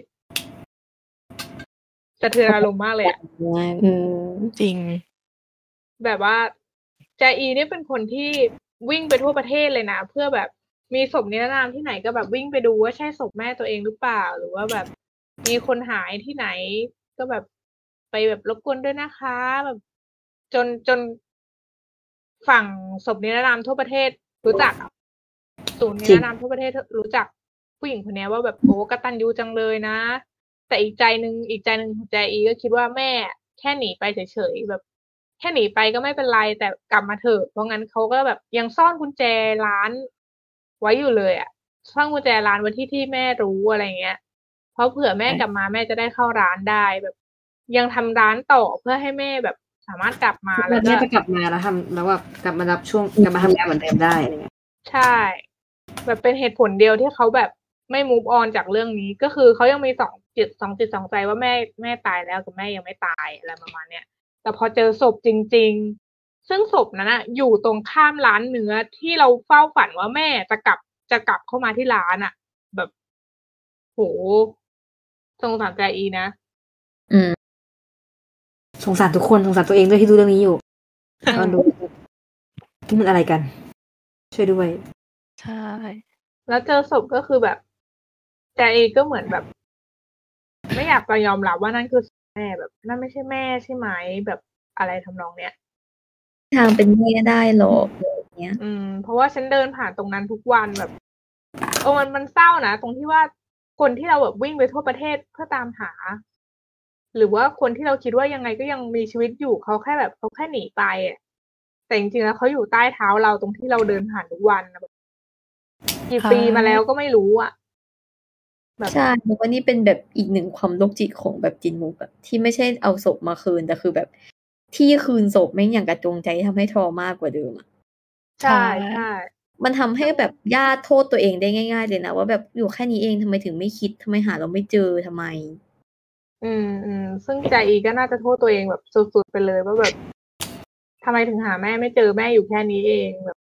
สะเทือนอารมณ์มากเลยอะอืมจริงแบบว่า แจอีเนี่ยเป็นคนที่วิ่งไปทั่วประเทศเลยนะ เพื่อแบบมีศพนิรนามที่ไหนก็แบบวิ่งไปดูว่าใช่ศพแม่ตัวเองหรือเปล่า หรือว่าแบบมีคนหายที่ไหน ก็แบบไปแบบรบกวนด้วยนะคะ แบบ จน จน ฝั่งศพนิรนามทั่วประเทศรู้จักอะ ศูนย์นิจริรง นามทั่วประเทศ ท รู้จักผู้หญิงคนเนี้ยว่าแบบ โอ้ กตัญญูจังเลยนะ แต่อีกใจหนึ่ง อีกใจหนึ่งของแจอีก็คิดว่าแม่อะแค่หนีไปเฉย ๆ แบบแค่หนีไปก็ไม่เป็นไร แต่กลับมาเถอะ เพราะงั้นเขาก็แบบยังซ่อนกุญแจร้านไว้อยู่เลยอะ ซ่อนกุญแจร้านไว้ที่ที่แม่รู้ อะไรอย่างเงี้ย เพราะเผื่อแม่ใช่กลับมาแม่จะได้เข้าร้านได้ แบบยังทำร้านต่อเพื่อให้แม่แบบสามารถกลับมาเพื่อแล้วแม่ก็จะกลับมาแล้วทำ แล้วแบบกลับมารับช่วง กลับมาทำงานเหมือนเดิมได้ อะไรเงี้ยใช่ แบบเป็นเหตุผลเดียวที่เขาแบบไม่ move on จากเรื่องนี้ ก็คือเขายังมี สอง จิต สอง จิต สอง ใจว่าแม่ แม่ตายแล้วกับแม่ยังไม่ตาย อะไรประมาณเนี้ย แต่พอเจอศพจริง ๆ ซึ่งศพนั้นน่ะอยู่ตรงข้ามร้านเนื้อที่เราเฝ้าฝันว่าแม่จะกลับ จะกลับเข้ามาที่ร้านอะ แบบ โอ้โฮ สงสารแจอีนะอืมสงสารทุกคน สงสารตัวเองด้วยที่ดูเรื่องนี้อยู่อืตอนมดู นี่มันอะไรกัน ช่วยด้วยใช่แล้วเจอศพก็คือแบบ แจอีก็เหมือนแบบ ไม่อยากจะยอมรับว่านั่นคือศพแม่ แบบนั่นไม่ใช่แม่ใช่ไหม แบบอะไรทำนองเนี้ยทางเป็นแม่ได้หรอก อะไรอย่างเงี้ยอืม เพราะว่าฉันเดินผ่านตรงนั้นทุกวันแบบ เออ มัน มันเศร้านะ ตรงที่ว่าคนที่เราแบบวิ่งไปทั่วประเทศเพื่อตามหา หรือว่าคนที่เราคิดว่ายังไงก็ยังมีชีวิตอยู่ เขาแค่แบบเขาแค่หนีไปอะ แต่จริง ๆ แล้วเขาอยู่ใต้เท้าเราตรงที่เราเดินผ่านทุกวันน่ะ แบบ กี่ใช่ปีมาแล้วก็ไม่รู้อะ แบบใช่ มุกว่านี่เป็นแบบอีกหนึ่งความโรคจิตของแบบจินมุกอะ ที่ไม่ใช่เอาศพมาคืน แต่คือแบบที่คืนศพแม่งอย่างกระจงใจทำให้ trauma กว่าเดิมอะใชใช่่ ๆมันทำให้ซึ่งแบบญาติโทษตัวเองได้ง่าย ๆ เลยนะว่าแบบอยู่แค่นี้เองทำไมถึงไม่คิด ทำไมหาเราไม่เจอ ทำไมอืม ๆ ซึ่งแจอีก็น่าจะโทษตัวเองแบบสุด ๆ ไปเลยว่าแบบ ทำไมถึงหาแม่ไม่เจอ แม่อยู่แค่นี้เอง แบบ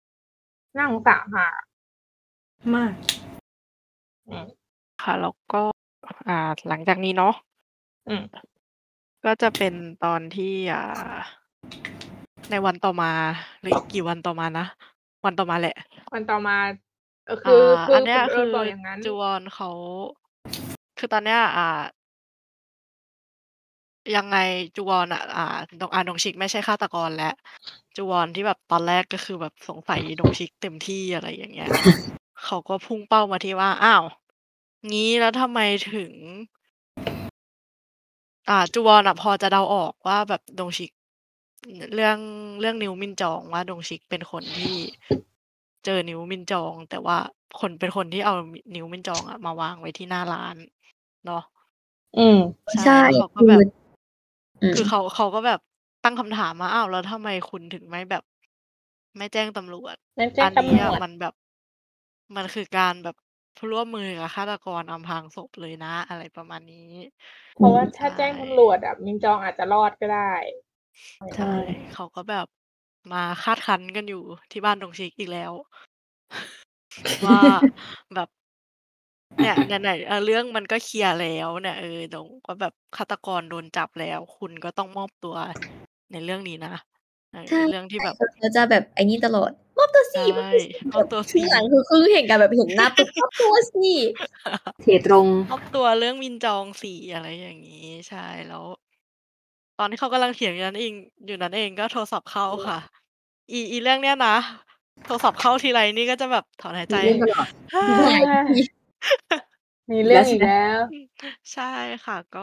น่าสงสารค่ะมากอืมค่ะ แล้วก็ อ่า หลังจากนี้เนาะอืมก็จะเป็นตอนที่ อ่า ในวันต่อมา หรืออีกกี่วันต่อมานะ วันต่อมาแหละวันต่อมา เอออ่คาือ คือัอนเนี้คุยณคเอิืร์ธอบอกอย่างงั้นจูวอนเขา คือตอนเนี้ย อ่า ยังไงจูวอนอะ อ่า ดง อ่า ดงชิกไม่ใช่ฆาตกรแล้ว จูวอนที่แบบตอนแรกก็คือแบบสงสัยดงชิกเต็มที่ อะไรอย่างเงี้ย เขาก็พุ่งเป้ามาที่ว่า อ้าว งี้แล้วทำไมถึง อ่า จูวอนอะพอจะเดาออกว่าแบบดงชิก น เรื่อง เรื่องนิ้วมินจองว่าดงชิกเป็นคนที่เจอนิ้วมินจอง แต่ว่าคน เป็นคนที่เอา มิ นิ้วมินจองอะมาวางไว้ที่หน้าร้านเนาะอืมใช่ใช่แล้วเขาก็คือแบบอืมคือเขา เขาก็แบบตั้งคำถามว่า อ้าว แล้วทำไมคุณถึงไม่แบบ ไม่แจ้งตำรวจไม่แจ้อังนตนี้ำรอะวจมันแบบ มันคือการแบบร่วมมือกับฆาตกรอำพรางศพเลยนะ อะไรประมาณนี้เพราะว่าอืมถ้าใช่แจ้งตำรวจอะ มินจองอาจจะรอดก็ได้ใช่ เขาก็แบบมาคาดคั้นกันอยู่ที่บ้านดงชิกอีกแล้ว ว่าแบบ เนี่ย ไหน ๆ เออ เรื่องมันก็เคลียร์แล้วเนี่ย เออ ดง ก็แบบฆาตกรโดนจับแล้ว คุณก็ต้องมอบตัวในเรื่องนี้นะ เออใช่เรื่องที่แบบคือเขาจะแบบไอ้นี่ตลอด "มอบตัวใสชิ่มอบตัวสิ" มอบตัวคสครึ่งหลังิคือครึ่งเหตุการณ์แบบเห็นหน้าปุ๊บ "มอบตัวสิ" เถตรงมอบตัวเรื่องมินจองสิ อะไรอย่างงี้ ใช่ แล้ว ตอนที่เขากำลังเถียงอยู่นั้นเอง อยู่นั้นเองก็โทรศัพท์เข้าค่ะ อี อีเรื่องเนี้ยนะ โทรศัพท์เข้าทีไรนี่ก็จะแบบถอนหายใจมีเรื่องตลอดบ่ายทีมีอีกเรื่แลอ้งวใชอ่ีกไหม? แล้วอืม ใช่ค่ะ ก็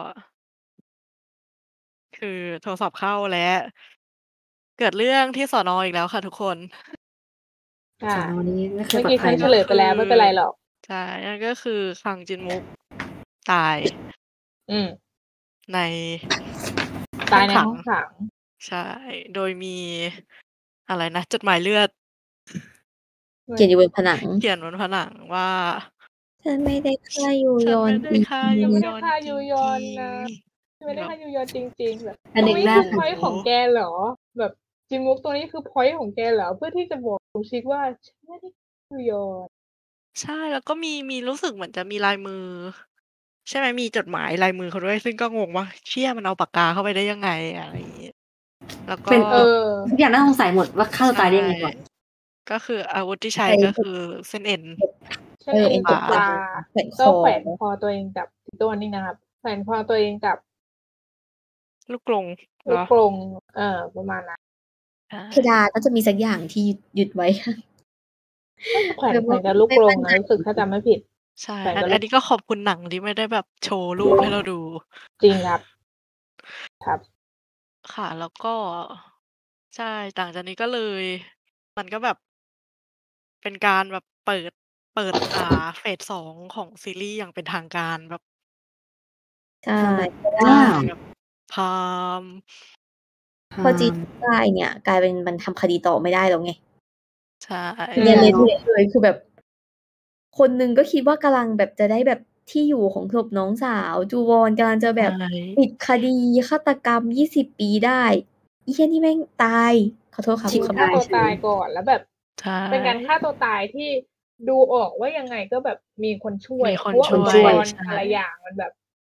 คือโทรศัพท์เข้า และ เกิดเรื่องที่ สน. อีกแล้วค่ะทุกคนค่สะน. นี้ไม่เคเมื่อกียปลอด้ภฉัันยเฉนะลยไปแล้ว ไม่เป็นไรหรอกใช่ นั่นก็คือคังจินมุก ตายอืมในตห้าองขยในหั้งองขังใช่ โดยมี อะไรนะ จดหมายเลือดเขียนอยู่บนผนังเขียนบนผนังว่าฉันไม่ได้ฆ่ายูฉันไม่ยอนได้จริงฆ่าฉัยนู ไม่ไยด้อนฆ่าจยูยรอินงนะ ฉันไม่ๆไดแ้บบฆ่ายูยอนจริง ๆ แบบประตรเด็งนนี้แรคือกพ็อยนต์ ของแกเหรอ? แบบจินมุก ตรงนี้คือ พ็อยนต์ ของแกเหรอ? เพื่อที่จะบอกดงชิกว่า ฉันไม่ได้ฆ่ายูยอนใช่ แล้วก็มี มี รู้สึกเหมือนจะมีลายมือ ใช่ไหม มีจดหมายลายมือเขาด้วย ซึ่งก็งงว่า เชี่ย มันเอาปากกาเข้าไปได้ยังไง อะไรอย่างงี้ แล้วก็เป็นเออทุกอย่างน่าสงสัยหมดว่าฆ่าตัวตายได้ยังไงก่อนก็คืออาวุธที่ใช้ใช้ก็แบคือเส้นเอ็นเส้เอน อเอ็เนอ็นตตกปปลาลาแขวนคก็อแขวนคอตัวเองกับ ตัวนี้นะครับ แขวนคอตัวเองกับลูกกรง เหลรูกอ? กรง เออ ประมาณนั้นใช่เพดานน่าจะมีสักอย่างที่ยึด ยึดไว้น่าจะแขวนแบบวแขว่านกับลูกไม่มกรงั่นนใจะ รู้สึก ถ้าจำไม่ผิดใช่แขวนอันกับอลัูนกนี้ก็ขอบคุณหนังที่ไม่ได้แบบโชว์รูปให้เราดูจริงครับ ครับค่ะ แล้วก็ ใช่ หลังจากนี้ก็เลย มันก็แบบ เป็นการแบบเปิด เปิด อ่า เฟส สอง ของซีรีส์อย่างเป็นทางการแบบใช่ เพราะวใช่่าแบบพราหมณ์พอจีนได้เนี่ย กลายเป็นมันทำคดีต่อไม่ได้แล้วไงใช่อืเนี่ยมเละเทะเลย คือแบบ คนหนึ่งก็คิดว่ากำลังแบบจะได้แบบที่อยู่ของศพน้องสาว จูวอนกำลังจะใชแบบ่ปิดคดีฆาตกรรม ยี่สิบ ปีได้ อีเหี้ยนี่แม่งตาย ขอโทษครับชิงคำฆ่าตัวใช่ตายก่อน แล้วแบบใช่เป็นการฆ่าตัวตายที่ดูออกว่ายังไงก็แบบมีคนช่วยมีอะคเพนราะว่าช่อุปวยกรณ์ใช่แต่ละอย่างมันแบบ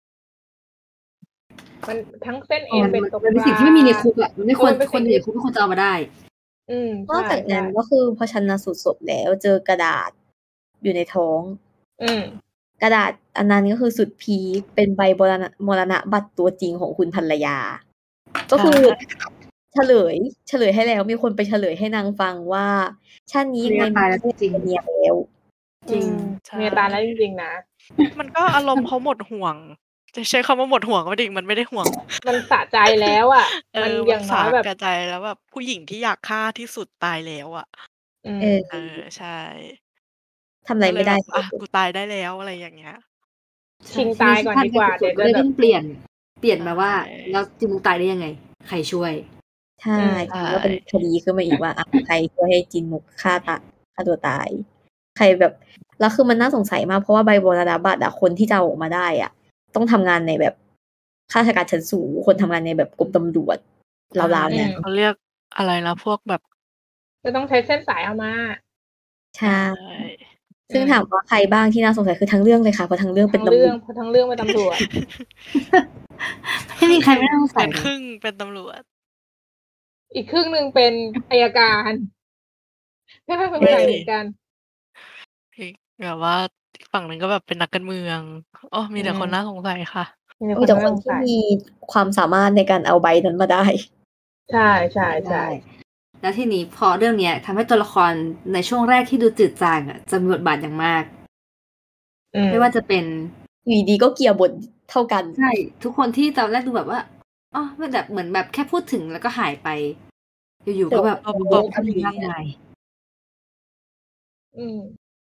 มันทั้งเส้นเอเอ็นมันเบ็ดมันตกมันเป็ปนลสิ่งาที่ไม่มีในคุกอะ มันไม่เออควรมันเป็นคสิ่งทนอยู่ี่ในคุกไม่ควรจะเอามาได้อืมนอกจากใชนั้่นๆก็คือพอชันสูตรศพแล้วเจอกระดาษอยู่ในท้องอืมกระดาษอันนั้นก็คือสุดพีก เป็นใบบรณะ มรณบัตรตัวจริงของคุณภรรยาใก็ช่คือ เฉลย เฉลยให้แล้ว มีคนไปเฉลยให้นางฟังว่า ชาตินี้เมียตายแล้วจริงเมียแล้วจริงอืมใช่เมียตายแล้วจริง ๆ นะมันก็อารมณ์เขาหมดห่วง จะใช้คำว่าหมดห่วงก็ไม่ดี มันไม่ได้ห่วงมันสะใจแล้วอะเออมันอมยั่าน งสน้าอยแบบแก่ใจแล้วแบบผู้หญิงที่อยากฆ่าที่สุดตายแล้วอะอืเอมอเออ ใช่ทำอะไรก็เลไม่ได้ยแบบ อะเลยกูตายได้แล้ว อะไรอย่างเงี้ยใชชิ่งทีตานี้ยซีก่อนซั่นดีเนกี้ยว่าบทเดี๋ยวก็จะแบบเลยต้องเปลี่ยน เปลี่ยนใช่มาว่า แล้วจินมุกตายได้ยังไง ใครช่วย? ใช่อืมใชก็เป็น่คดีขึ้นมาอีกว่า อ้าว ใครช่วยให้จินมุกฆ่าตะ ฆ่าตัวตาย ใครแบบ แล้วคือมันน่าสงสัยมาก เพราะว่าใบมรณบัตรอะ คนที่จะเอาออกมาได้อะ ต้องทำงานในแบบข้าราชการชั้นสูง คนทำงานในแบบกรมตำรวจใช่ราว ๆอืนั้นมเขาเรียกอะไรนะ พวกแบบก็ต้องใช้เส้นสายเอามาใช่ใช่ซึ่งอืมถามว่าใครบ้างที่น่าสงสัยคือทั้งเรื่องเลยค่ะ เพราะทั้งเรื่องเป็ทั้นงตำเรื่รองวจเพราะทั้งเรื่องเป็นตำรวจไม่มีใครไม่น่าสงสัเป็ยนเลคยรึ่งเป็นตำรวจอีกครึ่งหนึ่งเป็นอัยการ ก็น่าสงเฮ้สัยยเหมือนกันอีก แบบว่าอีกฝั่งหนึ่งก็แบบเป็นนักการเมือง อ้อ มีแต่อืมคนน่าสงสัยค่ะมีแต่มคีนแต่น่าคนสงที่สัยมีความสามารถในการเอาใบนั้นมาได้ใช่ใชๆ่ๆแล้วทีนี้พอเรื่องเนี้ยทำให้ตัวละครในช่วงแรกที่ดูจืดจางอะ จะมีบทบาทอย่างมากอืมไม่ว่าจะเป็นอยู่ดี ๆ ก็เกลี่ยบทเท่ากันใช่ ทุกคนที่ตอนแรกดูแบบว่า อ้อ มันแบบ เหมือนแบบแค่พูดถึงแล้วก็หายไป อยู่แต่ๆ ก็ว่าแบบปโอ้โฮปพูดถึงมากมายอืม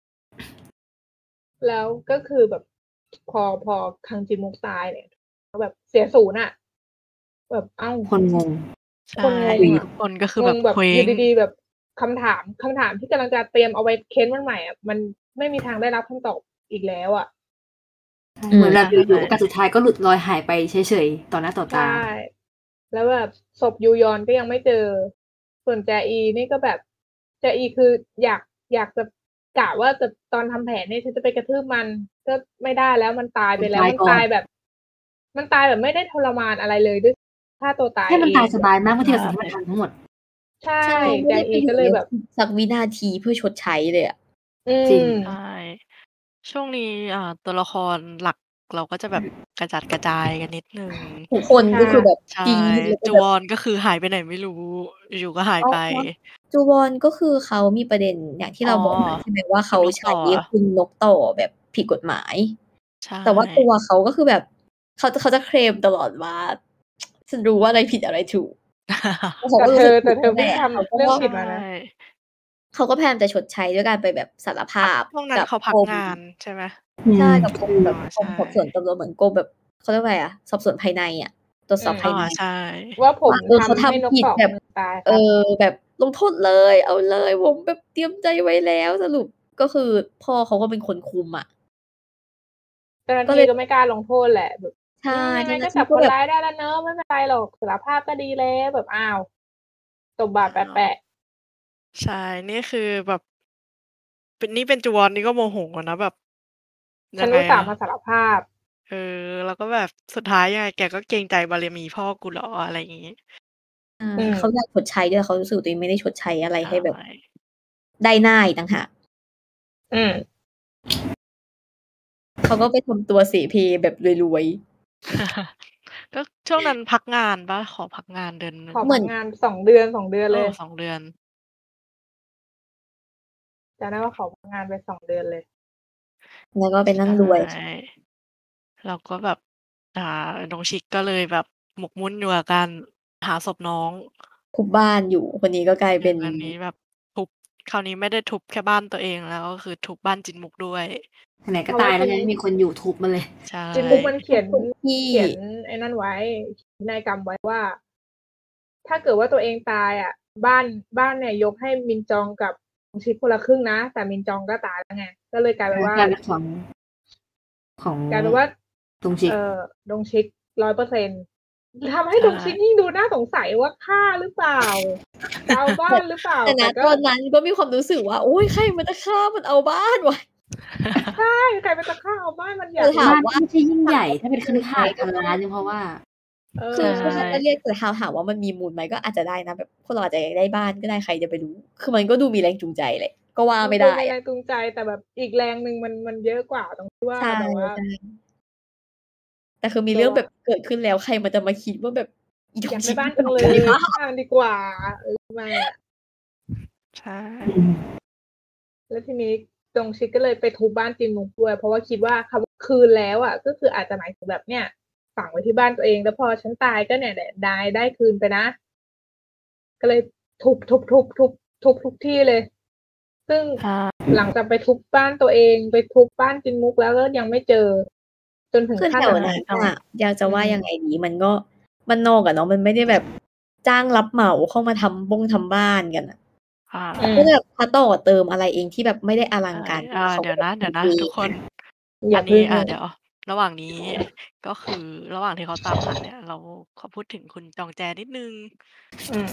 แล้วก็คือแบบ พอ พอคังจิมุกตายเนี่ย ก็แบบเสียศูนย์อะ แบบ อ้าวคนงงใช่คนงงอะทุกคนก็คืงอแบงบแบบเคว้อยู่งดี ๆ แบบคำถาม คำถามที่กำลังจะเตรียมเอาไว้เค้นวันใหม่อะ มันไม่มีทางได้รับคำตอบอีกแล้วอะใช่อืเหมือนมแบบใช่อยู่ ๆ โอกาสสุดท้ายก็หลุดลอยหายไปเฉย ๆ ต่อหน้าต่อใชตา่ แล้วแบบศพยูยอนก็ยังไม่เจอ ส่วนแจอีนี่ก็แบบ แจอีคืออยาก อยากจะ กะว่าจะตอนทำแผนเนี่ยฉันจะไปกระทืบมัน ก็ไม่ได้แล้ว มันตายมัไปนแล้ตาวยมันก่อตายนแบบ มันตายแบบไม่ได้ทรมานอะไรเลยด้วย ฆ่าตัวตาใช่ยมันเอตายงสบายมาก เมื่อใชเทียบกับสิ่งที่มัน่ทำทั้งหมดใช่ใช่ ไมแจ่ได้อไปีถึก็งเลแมย้แบบสักวินาทีเพื่อชดใช้เลยอะอืจริงมใช่ ช่วงนี้ อ่า ตัวละครหลักเราก็จะแบบกระจัดกระจายกันนิดหนึ่งทุกคนใช่ก็คือแบบใช่กรี๊ด แล้วก็จูแบบวอนก็คือหายไปไหนไม่รู้ อยู่ ๆ ก็หายอ๋อไปจูวอนก็คือเขามีประเด็นอย่างที่อ๋อเราบอก ใช่ไหมว่าคเขุาณนกใชต่อคุณนกต่อแบบผิดกฎหมายใช่แต่ว่าตัวเขาก็คือแบบ เขาจะ เขาจะเคลมตลอดว่า ฉันรู้ว่าอะไรผิดอะไรถูก แล้วเขาแต่ก็เธรู้สึกอผแต่ิดเธนั่อนแหเพิ่งละทเขาำก็เรื่องใชผิดมานะเขาก็พยายามจะชดใช้ด้วยการไปแบบสารภพักาพช่วงนั้กัน บเขาพักกรมงานใช่ไหม? อืใช่มกับกรมอแบ๋อบ กใรชมสอบสว่นตำรวจ เหมือนกรมแบบ เขาเรียกว่าอะไรอะ สอบสวนภายในอะ ตรวจอืมสอบภอ๋าอยในใช่ว่าผว่มา เออทเขาำให้นทำกผิดต่อแบบคนหนึ่งตายคเอรับอ แบบลงโทษเลย เอาเลย ผมแบบเตรียมใจไว้แล้ว สรุปก็คือพ่อเขาก็เป็นคนคุมอะเจ้าหน้าก็ทีเล่ ยก็ไม่กล้าลงโทษแหละ แบบใช่อืม ยังเจไง้าหน้ก็าทจีั่บคนก็แบบร้ายได้แล้วเนาะ ไม่เป็นไรหรอก สารภาพก็ดีแล้ว แบบ อ้าว ตบบ่าอ้าวแปะ ๆใช่ นี่คือแบบ เป็น นี่เป็นจูวอนนี่ก็โมโหอะนะ แบบฉยัันงไงออุตส่าหะ์มาสารภาพเออ แล้วก็แบบสุดท้ายยังไงแกก็เกรงใจบารมีพ่อกูเหรอ อะไรงี้อาอืมเขาอยากชดใช้ด้วย เขารู้สึกตัวเองไม่ได้ชดใช้อะไรใชให้แบบ่ได้หน้าอีกต่างหากอืมเขาก็ไปทำตัวเสเพแบบรวย ๆก็ช่วงนั้นพักงานเปล่า? ขอพักงานเดือนหนึข่งอเหมพืัอนกงาน สอง เดือน สอง เดือนเออเลยสอง เดือนจำได้ว่าขอพักงานไป สอง เดือนเลยแล้วก็ไปใชนั่งรวย่ แล้วก็แบบ อ่า ดงชิกก็เลยแบบหมกมุ่นอยู่กับการหาศพน้องทุบบ้านอยู่ คนนี้ก็กลายเออเป็นอันนี้แบบทุบ คราวนี้ไม่ได้ทุบแค่บ้านตัวเองแล้ว ก็คือทุบบ้านจินมุกด้วยไหน ๆเพก็ราะตว่าายแล้จิวไง ไม่มีคนอยู่ ทุบมันเลยใช่จินมุกมันเขียนคนที่เขียนไอ้นั่นไว้ พินัยกรรมไว้ว่า ถ้าเกิดว่าตัวเองตายอะ บ้าน บ้านเนี่ยยกให้มินจองกับดงชิกคนละครึ่งนะ แต่มินจองก็ตายแล้วไง ก็เลยกลายเป็นว่ากลายเป็นของ ของกลายเป็นว่าดงชิกเอ่อ ดงชิก ร้อยเปอร์เซ็นต์ ทำให้ใช่ดงชิกยิ่งดูน่าสงสัยว่าฆ่าหรือเปล่า จะเอาบ้านหรือเปล่าแต่แณต่ก็ตอนนั้นก็มีความรู้สึกว่า โอ๊ย ใครมันจะฆ่ามันเอาบ้านวะใช่ ใครมันจะฆ่าเอาบ้าน มันอคยาืกอถาบ้าม นว่าก็ไม่ใช่ยิ่งใหญ่ ถ้าเป็นถคามฤหาสน์ว่าพันล้าน ยังพอว่าเอคือใชคือฉันก็่เรียก แต่ถาม ถามว่ามันมีมูลไหม ก็อาจจะได้นะ แบบพวกเราอาจจะอยากได้บ้านก็ได้ ใครจะไปรู้ คือมันก็ดูมีแรงจูงใจแหละ ก็ว่ามันไม่ดได้มีแรอะงจูงใจ แต่แบบอีกแรงหนึ่งมัน มันเยอะกว่าตรงที่ว่าใช่แบบว่าใช่ แต่คือมีตัเรื่องวแบบเกิดขึ้นแล้ว ใครมันจะมาคิดว่าแบบ อีดอยาง กชได้ิกบ้านมจัันงเลอยากได้ยบ้านสร้างดีกว่า เออ ไม่อะใช่อืมแล้วทีนี้ดงชิกก็เลยไปทุบบ้านจินมุกด้วย เพราะว่าคิดว่าคำว่าคืนแล้วอะ ก็คืออาจจะหมายถึงแบบเนี่ย ฝังไว้ที่บ้านตัวเอง แล้วพอฉันตายก็เนี่ยแหละ ดาย ได้คืนไปนะ ก็เลยทุบ ๆ ๆ ทุบ ทุบทุกที่เลย ซึ่งใช่หลังจากไปทุบบ้านตัวเอง ไปทุบบ้านจินมุกแล้ว ก็ยังไม่เจอ จนถึงคือขั้แนถแบวบนั้นใช่น่ะ อยากจะอืว่ายัมงไงดี มันก็บ้านนอกอะเนาะ มันไม่ได้แบบจ้างรับเหมาเข้ามาทำบ้งทำบ้านกันน่ะอาอืมก็แบบมาต่อเติมอะไรเองที่แบบไม่ได้อลัใช่งการอาเขาเดี๋ยวก็แบบนะทเดี๋ยวำนเะอทุกงคนอย่อัานเพนี้ิ่งอ่า เดี๋ยว ระหว่างนี้ ก็คือระหว่างที่เขาตามหาเนี่ย เราขอพูดถึงคุณจองแจนิดหนึ่งอืม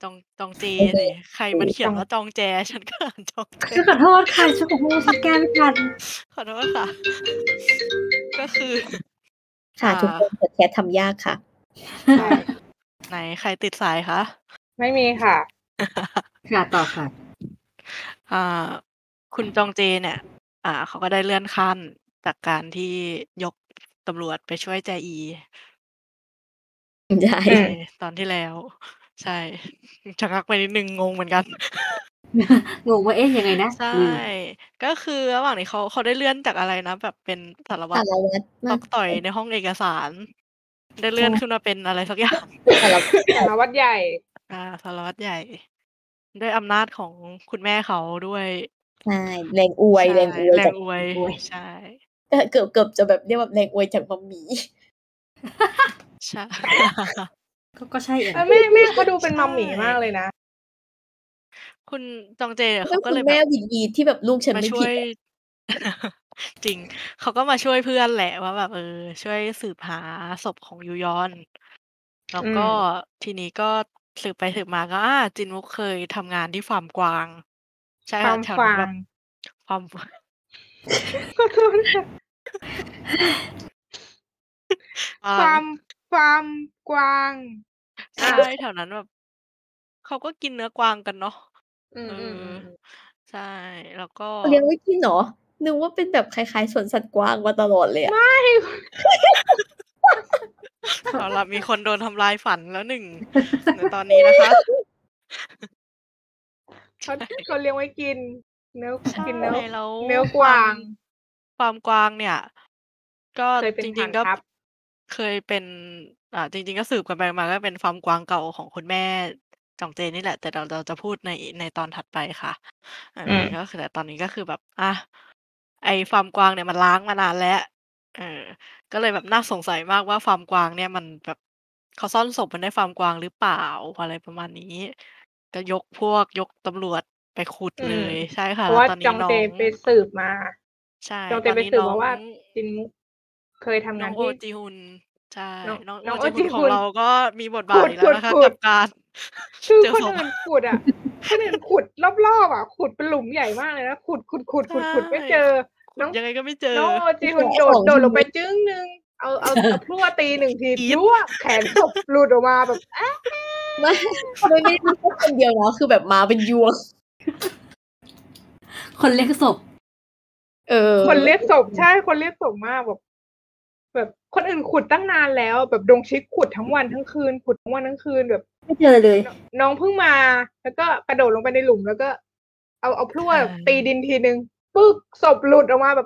จองจองเจจองเจสิ ใครมันเขียนว่าจองแจ ฉันก็อ่านจองแจฉันขอโทษค่ะฉันขอโทษฉันแก้ไม่ทันขอโทษค่ะ ก็คือค่ะอ่าทุกคนพอดแคสต์ทำยากค่ะใช่ไหนใครติดสายคะไม่มีค่ะค่ะต่อค่ะอ่า คุณจองเจเนี่ย อ่า เขาก็ได้เลื่อนขั้นจากการที่ยกตำรวจไปช่วยแจอีใช่อืในมตอนที่แล้ว ใช่ ชะงักไปนิดหนึ่ง งงเหมือนกันงงว่า เอ๊ะ ยังไงนะ? ใช่ลืมก็คือระหว่างนี้เขา เขาได้เลื่อนจากอะไรนะ แบบเป็นสารวัสาตรรวัตรตมาต่อยในห้องเอกสาร ได้เลืใช่่อนขึ้นมาเป็นอะไรสัก อย่างสารสารวัตรใหญ่อา สารวัตรใหญ่ ด้วยอำนาจของคุณแม่เขาด้วยใช่ แรงอวยใช่แรงอวยแรจากงอวยอวยใช่ก็เกือบ เกือบจะแบบเรียกว่าแรงอวยจากมัมหมี่ใช่ก็ ก็ใช่เองเออ แม่ แม่เขาดูเป็นใช่มัมหมี่มากเลยนะคุณจองเจเนี่ยแลเขา้วก็คุเลณยแมแบ่บหวีด ๆ ที่แบบลูกฉันมาไม่ช่ผวิดยอะจริง เขาก็มาช่วยเพื่อนแหละว่าแบบ เออ ช่วยสืบหาศพของยูยอน แล้วอืก็มทีนี้ก็สืบไปสืบมาก็ อา จินวุกเคยทำงานที่ฟาร์มกวาง ใช่ฟาร์มแถวฟนั้นาแบงบ ฟาร์ม ฟขอโทษค่ะฟาฟาร์ร์มม ฟาร์มกวางใชอ่าแถวนั้นแบบ เขาก็กินเนื้อกวางกันเนาะอืเออม ๆ ๆ ๆใช่ แล้วก็เขาเลี้ยงไว้กินเหรอ? นึกว่าเป็นแบบคล้าย ๆ สวนสัตว์กวางมาตลอดเลยอไะม่เอาล่ะ มีคนโดนทำลายฝันแล้ว หนึ่ง ในตอนนี้นะคะเขาใช่เขาเลี้ยงไว้กิน เนื้อใช่กินเนื้อแล้วเนื้อกฟาร์มวางฟาร์มกวางเนี่ย ก็เคยเป็นฐจริาง ๆ ก็นทัพเคยเป็น อ่า จริง ๆ ก็สืบกันไปมาก็เป็นฟาร์มกวางเก่าของคุณแม่จองเจนี่แหละ แต่เรา เราจะพูดใน ในตอนถัดไปค่ะ เอออืมก็คือ แต่ตอนนี้ก็คือแบบ อา ไอ้ฟาร์มกวางเนี่ยมันร้างมานานแล้ว เออ ก็เลยแบบน่าสงสัยมากว่า ฟาร์มกวางเนี่ยมันแบบ เขาซ่อนศพไว้ในฟาร์มกวางหรือเปล่า อะไรประมาณนี้ ก็ยกพวก ยกตำรวจไปขุดอืมเลย ใช่เค่ะพรแาล้ะว่าวตอนนจี้องน้เจองไปสืบมาใช่จองเจตอนไปสืบมานี้น้องว่า จินมุก เคยทำน้งาอน งโอที่จีฮุน ใช่น้องน้องโน้องอโอจีฮจุีนขฮอุงนเราก็มีบทบขาทุอีกแล้วนะคะดกับๆการๆ คือเจอศพคนอื่นขุดอะ คนอื่นขุดรอบ ๆ อะ ขุดเป็นหลุมใหญ่มากเลยนะ ขุด ๆใช่ๆ ๆ ๆ ไม่เจอขุดน้องยังไงก็ไม่เจอน้องโอจีฮุนแค่โดดสองโดชดั่วลงไปโมงจึ๊งหนึ่ง เอา เอา เอาพลั่วตีหนึ่งทีกรี๊พดลั่ว แขนศพหลุดออกมาแบบ อาไม่ ไม่ ไม่ได้มีแค่คนเดียวนะ คือแบบมาเป็นยวงคนเรียกศพเออคนเรียกศพ ใช่ คนเรียกศพมากแบบ แบบคนอื่นขุดตั้งนานแล้ว แบบดงชิคขุดทั้งวันทั้งคืน ขุดทั้งวันทั้งคืนแบบไม่เจอเลยน น้องเพิ่งมา แล้วก็กระโดดลงไปในหลุม แล้วก็เอา เอาพลั่วใช่ตีดินทีหนึ่ง ปึ๊ก ศพหลุดออกมาแบบ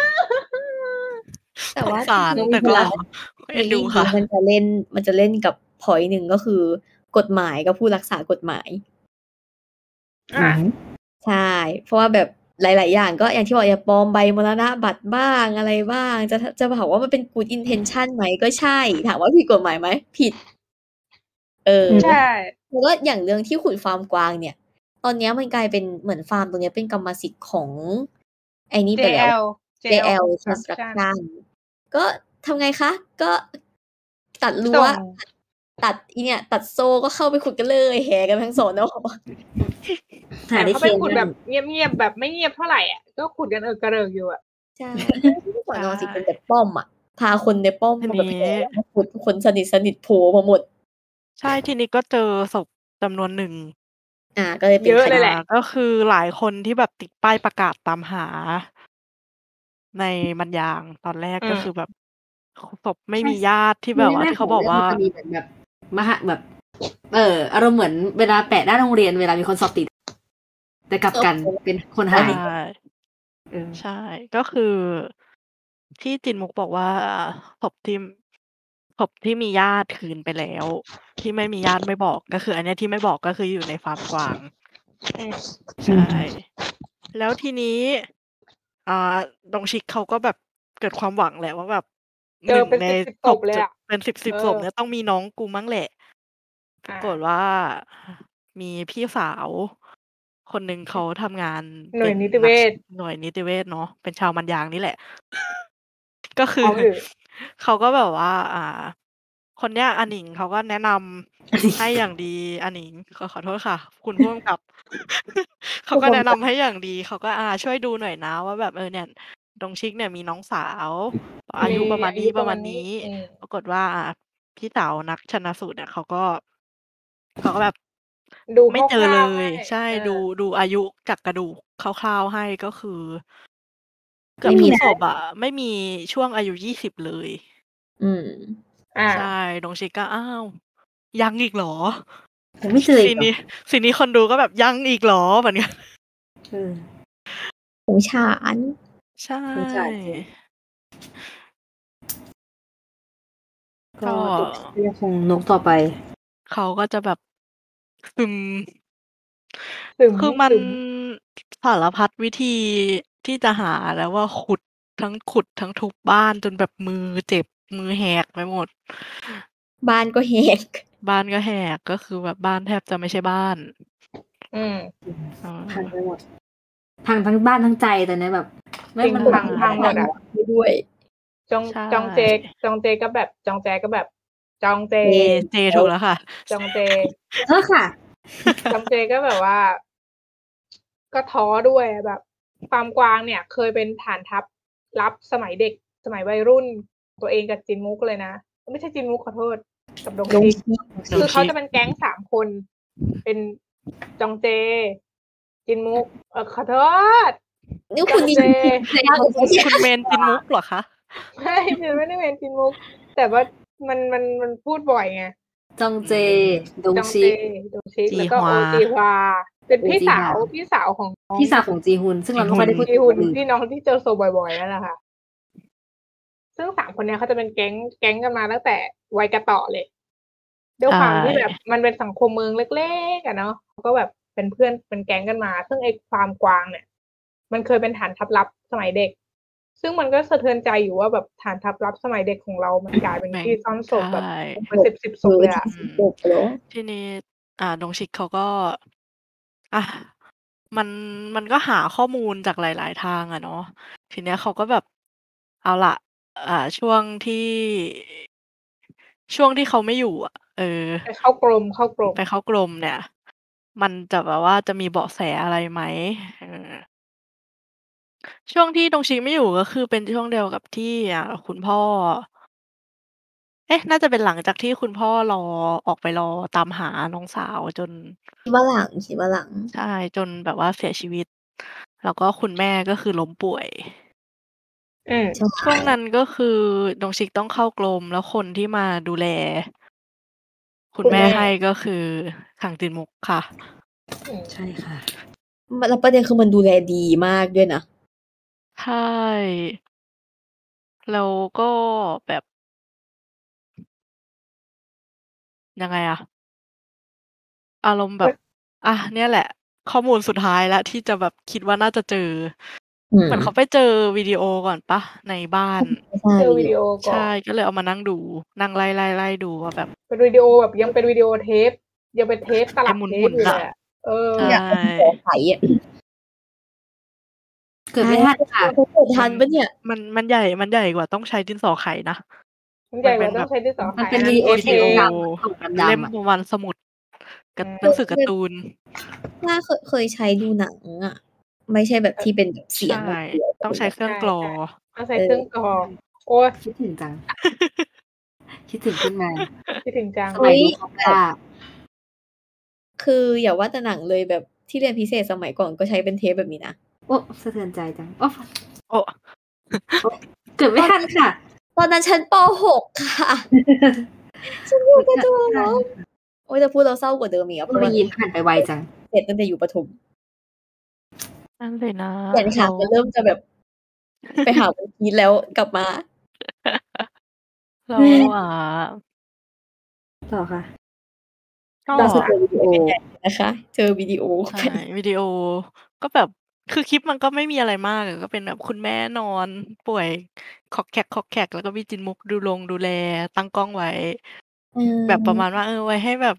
แต่สว่งาสารจริงแต่ๆ เวก็ลาเอ็ซีรนดูีส์ค่นี้ะมันจะเล่น มันจะเล่นกับ พ็อยนต์ หนึ่ง ก็คือกฎหมายกับผู้รักษากฎหมายอาใช่ เพราะว่าแบบหลาย ๆ อย่าง ก็อย่างที่บอก อย่าปลอมใบมรณบัตรบ้าง อะไรบ้าง จะ ท จะถามว่ามันเป็น good intention ไหม ก็ใช่ ถามว่าผิดกฎหมายไหม ผิด เออใช่เพราะว่าอย่างเรื่องที่ขุดฟาร์มกวางเนี่ย ตอนเนี้ยมันกลายเป็นเหมือนฟาร์มตรงเนี้ยเป็นกรรมสิทธิ์ของไอ้นี่ไปแล้ว JL JL Construction Construction ก็ทำไงคะ ก็ตัดรั้ส่วงตัดอีเนี่ย ตัดโซ่ ก็เข้าไปขุดกันเลย แห่กันไปทั้ง สน. หาแต่ได้เขาเคไปนขุดด้วแบยบเงียบ ๆ แบบไม่เงียบเท่าไรอะ ก็ขุดกันเอิกกระเริกอยู่อะใช่ สใชน. สิ เป็นแบ่บป้อมอะ พาคนในป้อมทีนมาแบบีแห่้มาขุด คนสนิท ๆ โผล่มาหมดใช่ ทีนี้ก็เจอศพจำนวนหนึ่งอา ก็เลยเป็เยอะนคดเลยีแหละก็คือหลายคนที่แบบติดป้ายประกาศตามหา ในมันยาง ตอนแรกอืมก็คือแบบ ศพไม่ใช่มีญาติที่คือแบบว่าแรทีก่เๆขขาองเรืบอก่องว่ามันจะมีเหมือนแบบ มห แบบ เอ่อ อารมณ์เหมือนเวลาแปะหน้าโรงเรียน เวลามีคนสอบติด แต่กลับกันเป็นคนใชหา่ย เออใช่ ก็คือ ที่จินมุกบอกว่า ศพที่ ศพที่มีญาติคืนไปแล้ว ที่ไม่มีญาติไม่บอก ก็คืออันเนี้ยที่ไม่บอก ก็คืออยู่ในฟาร์มกวางอืมใช่ แล้วทีนี้ อ่า ดงชิคเขาก็แบบเกิดความหวังแหละว่าแบบเจหนอึ่งเป็นในสิบ ๆศพจศพเลยะอะเป็น สิบสิเบอศพอเนี่ยต้องมีน้องกูมั่งแหละ ปอรากฏาว่า มีพี่สาวคนหนึ่งเขาทำงานหนเ่ปว็ยนนิติเนวักชหน่วยนิติเวชเนาะ เป็นชาวมันยางนี่แหละ ก็คือท้องอืดเขาก็แบบว่า อ่าคนเนี้ยอาหนิงเขาก็แนะนำให้อย่างดีอาหนิงขอขอโทษค่ะ คุณผู้กำกับ เขาก็แนะนำให้อย่างดี เขาก็อาช่วยดูหน่อยนะว่าแบบเออเนี่ยดงชิกเนี่ยมีน้องสาว อามียุประมาณอานี้ยุปประ ระมมาาณณนี้อืมปรากฏว่า อ่า พี่สาวนักชันสูตรเนี่ยเขาก็ เขาก็แบบดูไม่เจอคร่าเลว ๆ ให้ย ใช่เอดูอดูอายุจากกระดูกคร่าว ๆ ให้ ก็คือ เกืไมอบ่ทมีุกนะศพอะ ไม่มีช่วงอายุ ยี่สิบ เลยอืมอาใช่ ดงชิกก็ อ้าว ยังอีกเหรอ? ยังไม่เจอซอีซีกเหรอ? นี้ ซีนนี้คนดูก็แบบยังอีกเหรอ? เหมือน กันเออสงสารใช่สงสารจริงก็ก็ดงชิกก็ยังคงนุกต่อไปเขาก็จะแบบ ซึมซึมคือมันซึมสารพัดวิธีที่จะหาแล้วว่าขุด ทั้งขุดทั้งทุบบ้านจนแบบมือเจ็บ มือแหกไปหมดบ้านก็ แหกบ้านก็แหก ก็คือแบบบ้านแทบจะไม่ใช่บ้านอืมจริงเออพังไปหมด พังทั้งบ้านทั้งใจตอนเนี้ยแบบ ไม่จริงมันพัง พังหมดอะไปด้วยจองใช่จองเจ จองเจก็แบบ จองแจก็แบบ จองเจเจ เจถูกแล้วค่ะจองเจขอโทษค่ะจองเจก็แบบว่า ก็ท้อด้วยอะแบบ ฟาร์มกวางเนี่ยเคยเป็นฐานทัพลับสมัยเด็ก สมัยวัยรุ่น ตัวเองกับจินมุกเลยนะ ไม่ใช่จินมุก ขอโทษ กับดงดงชิกชิกดคืงอชเขาิกจะเป็นแก๊ง สาม คน เป็นจองเจ จินมุก เอ่อ ขอโทษนี่จคุอณงนี่เจคุณเมนจินมุกเหรอคะ? ไม่ ฉันไม่ได้เป็นจินมุก แต่ว่ามัน มัน มันพูดบ่อยไงจองเจอืมดงจองชิเจกดงชิกจีแล้วก็ฮวาโอ จีฮวา เป็นโอพี่จีสาฮวาว พี่สาวของน้องพี่สาวของจีฮุน ซึ่งจีเราไม่ฮุค่อยนได้พูดจีถึงฮุคน นอื่นพี่น้องที่เจอโซบ่อย ๆ นั่นแหละค่ะ ซึ่ง สาม คนเนี้ยเขาจะเป็นแก๊ง แก๊งกันมาตั้งแต่วัยกะเตาะเลย ด้วใชยความที่แบบ่มันเป็นสังคมเมืองเล็ก ๆ อะเนาะ เขาก็แบบเป็นเพื่อน เป็นแก๊งกันมา ซึ่งไอ้ฟาร์มกวางเนี่ย มันเคยเป็นฐานทัพลับสมัยเด็ก ซึ่งมันก็สะเทือนใจอยู่ว่าแบบฐานทัพลับสมัยเด็กของเรา มันกลายเป็นแม่งที่ซ่อนศใชพแบบศเป็นพสิบ ๆ ศเออพเลยทอะี่อืมศพเหรอ? ทีนี้ อ่า ดงชิกเขาก็ อะ มัน มันก็หาข้อมูลจากหลาย ๆ ทางอะเนาะ ทีเนี้ยเขาก็แบบ เอาล่ะ อ่า ช่วงที่ ช่วงที่เขาไม่อยู่อะ เออไปเข้ากรม เข้ากรมไปเข้ากรมเนี่ย มันจะแบบว่าจะมีเบาะแสอะไรไหม? เออ ช่วงที่ดงชิกไม่อยู่ ก็คือเป็นช่วงเดียวกับที่ อ่า คุณพ่อ เอ๊ะ น่าจะเป็นหลังจากที่คุณพ่อรอ ออกไปรอตามหาน้องสาวจนคิดว่าหลัง คิดว่าหลังใช่ จนแบบว่าเสียชีวิต แล้วก็คุณแม่ก็คือล้มป่วยอืมใช่ช่วงนั้นก็คือดงชิกต้องเข้ากรม แล้วคนที่มาดูแล คุคุณ ณแม่แม่ให้ก็คือคังจินมุกค่ะอืมใช่ค่ะม แล้วประเด็นคือมันดูแลดีมากด้วยนะใช่ แล้วก็แบบ ยังไงอะ? อารมณ์แบเฮบ้ยอะ เนี่ยแหละ ข้อมูลสุดท้ายแล้วที่จะแบบคิดว่าน่าจะเจออืเหมือนเขามไปเจอวิดีโอก่อนเปล่า? ในบ้านใช่เจอวิดีโอใกช่่อนก็เลยเอามานั่งดู นั่งไล่ ๆ ๆ ดูว่าแบบเป็นวิดีโอแบบ ยังเป็นวิดีโอเทป ยังเป็นเทปตไอล้ับหเทมุน ๆปอยู่เนล่ะยอะ เออใชอยากให้มันขอไขอะ่เกิดไม่ทันค่ะเขาเกิดทมัันนเปล่าเนี่ย? มัน มันใหญ่ มันใหญ่กว่าต้องใช้ดินสอไขนะมันใหญมัน่เกปว็่นาตแ้บบองใช้ดินสอมัไขนเป็อันนนั้วินดีโอเทปเทเอปงดำ ปกดเล่มำ ๆ อะประมาณสมุด กอืมหนังสือการ์ตูนถ้าเคย เคยใช้ดูหนังอะ ไม่ใช่แบบที่เป็นแบบเสใีชยง่อย่างเดียว แต่ต้อเงป็นใช้แบบเครื่ใชอง่กรอๆ ต้องใช้เออเครื่องกรอง โอ๊ยคิดถึงจัง คิดถึงขึ้นมาคิดถึงจังสเฮมั้ยยดู Cobra คืออย่าว่าแต่หนังเลย แบบที่เรียนพิเศษสมัยก่อนก็ใช้เป็นเทปแบบนี้นะโอ้ สะเทือนใจจัง โอ้โอ้โอ้ เกิดไม่ทันค่ะตอนนั้นชั้น ป. หก ค่ะ ฉันอยู่ประถม โอ๊ย จะพูดแล้วเศร้ากว่าเดิมอีกอะเทเพคโนราะว่าโลยีผ่านไปไวจังเสร็จตั้งแต่อยู่ประถมนั่นสินะเปลี่ยนแฉล้ากวจะเริ่มจะแบบ ไปหา One Piece แล้วกลับมาแล้วอะต่อค่ะก็ล่าสุดเจอวิดีโอนะคะ เจอวิดีโอใช่ วิดีโอก็แบบ คือคลิปมันก็ไม่มีอะไรมากอะ ก็เป็นแบบคุณแม่นอนป่วยขอกแขก ๆ แล้วก็มีจินมุกดูลงดูแล ตั้งกล้องไว้อืแบบประมาณมว่า เออ ไว้ให้แบบ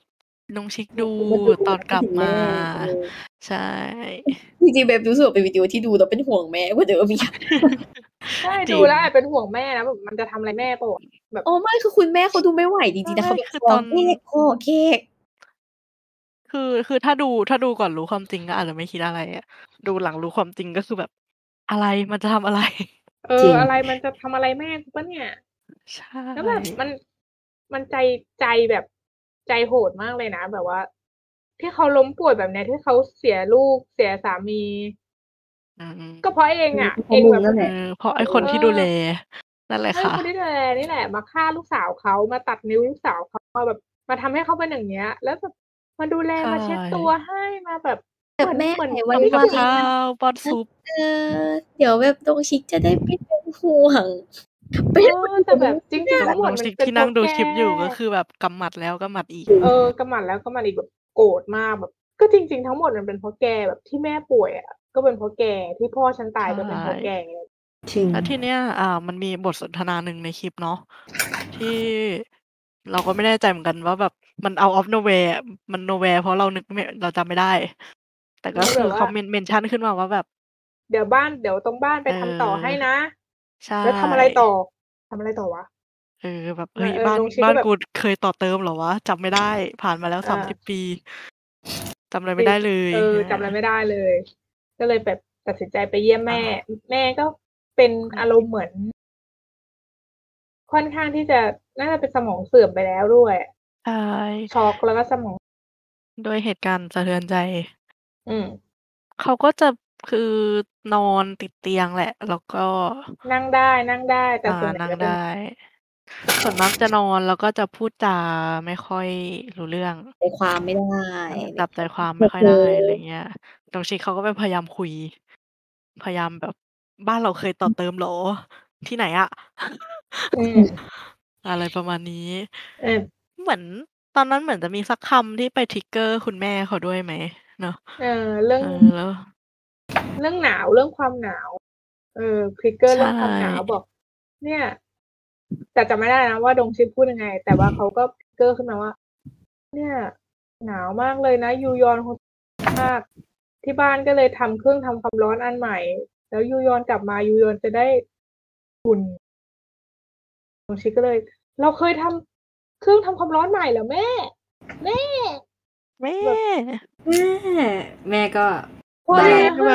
น้องชิคดูมันดูตอนกลับถึงมาแม่เออใช่จริงๆแบบรู้สึกว่าเป็นวิดีโอที่ดูแล้วเป็นห่วงแม่กว่าเดิมอีกใช่จริดูงแล้วแอบเป็นห่วงแม่นะแบบมันจะทำอะไรแม่เปล่าวะแบบอ๋อไม่คือคุณแม่เขาดูไม่ไหวจริงๆนะไม่เขาแบบคือขอตอนเค้กขอเค้กคือคือถ้าดูถ้าดูก่อนรู้ความจริงก็อาจจะไม่คิดอะไรอะดูหลังรู้ความจริงก็คือแบบ อะไรมันจะทำอะไรเอจริอง อะไรมันจะทำอะไรแม่กูปะเนี่ยใช่แล้วแบบมันมันใจใจแบบใจโหดมากเลยนะ แบบว่า ที่เขาล้มป่วยแบบเนี้ยที่เขาเสียลูกเสียสามีอืมก็เพราะเองอ่ะเพเอราะงมึงแบบนั่นแหเอละอเพราะไอ้คนเอที่ดูแลอนั่นแหละให้ค่ะคนที่ดูแลนี่แหละ มาฆ่าลูกสาวเขามาตัดนิ้วลูกสาวเขามาแบบ มาทำให้เขาเป็นอย่างเงี้ย แล้วแบบมาดูแลใช่มาเช็ดตัวให้มาแบบแบเหมือนบแม่เหมือนหายเหมือนไวนึกทำกับถึงข้าว ป้อนซุปเออ เดี๋ยวแบบดงชิคจะได้ไม่เป็นห่วง ไปเอดูอ แต่แบบจริง ๆแต่ทั้งหมน้ดองมันชิคเป็นที่เพนั่ราะงดูแกคลิปอยู่ก็คือแบบกำหมัดแล้วกำหมัดอีกเออ กำหมัดแล้วกำหมัดอีกแบบโกรธมากแบบ ก็จริง ๆ ทั้งหมดมันเป็นเพราะแกแบบที่แม่ป่วยอะ ก็เป็นเพราะแก ที่พ่อฉันตายใช่ก็เป็นเพราะแกจริงแล้วทีเนี้ย อ่า มันมีบทสนทนาหนึ่งในคลิปเนาะ ที่เราก็ไม่แน่ใจเหมือนกันว่าแบบมัน out of nowhere อะ มัน nowhere เพราะเรานึกไม่ เราจำไม่ได้ แต่ก็มันคืแบอบว่าเขาเมน เมนชั่นขึ้นมาว่าแบบเดี๋ยวบ้าน เดี๋ยวตรงบ้านไปเออทำต่อให้นะใช่แล้วทำอะไรต่อ ทำอะไรต่อวะ? เออ แบบเอเฮ้ยเออบ้านน้องชิคบ้าก็นแบบกูเคยต่อเติมเหรอวะ จำไม่ได้ ผ่านมาแล้วเออสามสิบ ปี จำอะไรจไม่ได้เลยเออ จำอะไรไม่ได้เลย ก็เลยแบบตัดสินใจไปเยี่ยมอแม่าแม่ก็เป็นอารมณ์เหมือน ค่อนข้างที่จะ น่าจะเป็นสมองเสื่อมไปแล้วด้วยใช่ช็อกแล้วก็สมองด้วยเหตุการณ์สะเทือนใจอืมเขาก็จะ คือนอนติดเตียงแหละ แล้วก็นั่งได้ นั่งได้ แต่อ่าส่วนใหญ่นั่งจะไเป็ดน้ ส่วนมากจะนอนแล้วก็จะพูดจาไม่ค่อยรู้เรื่องใจความไม่ได้เอออะไรจับใจความโไม่ค่อยได้ อะไรมโหเงี้ย น้องชิคเขาก็ไปพยายามคุย พยายามแบบ "บ้านเราเคยต่อเติมเหรอ? ที่ไหนอะ?" อืมอะไรประมาณนี้เออเหมือน ตอนนั้นเหมือนจะมีสักคำที่ไป trigger คุณแม่เขาด้วยไหมเนาะ? เออ เรื่อเงออ แล้วเรื่องหนาว เรื่องความหนาว เออ trigger ใชเรื่องความหนาว่บอก เนี่ย แต่จำไม่ได้นะว่าดงชิคพูดยังไง แต่ว่าเขาก็ trigger ขึ้นมาว่า "เนี่ย หนาวมากเลยนะ ยูยอนคง มาก ที่บ้านก็เลยทำเครื่องทำความร้อนอันใหม่ แล้วยูยอนกลับมา ยูยอนจะได้อุ่น" ดงชิคก็เลย "เราเคยทำเครื่องทำความร้อนใหม่เหรอแม่ แม่" แม่แบบแม่ แม่ก็พอได้แล้วแบบ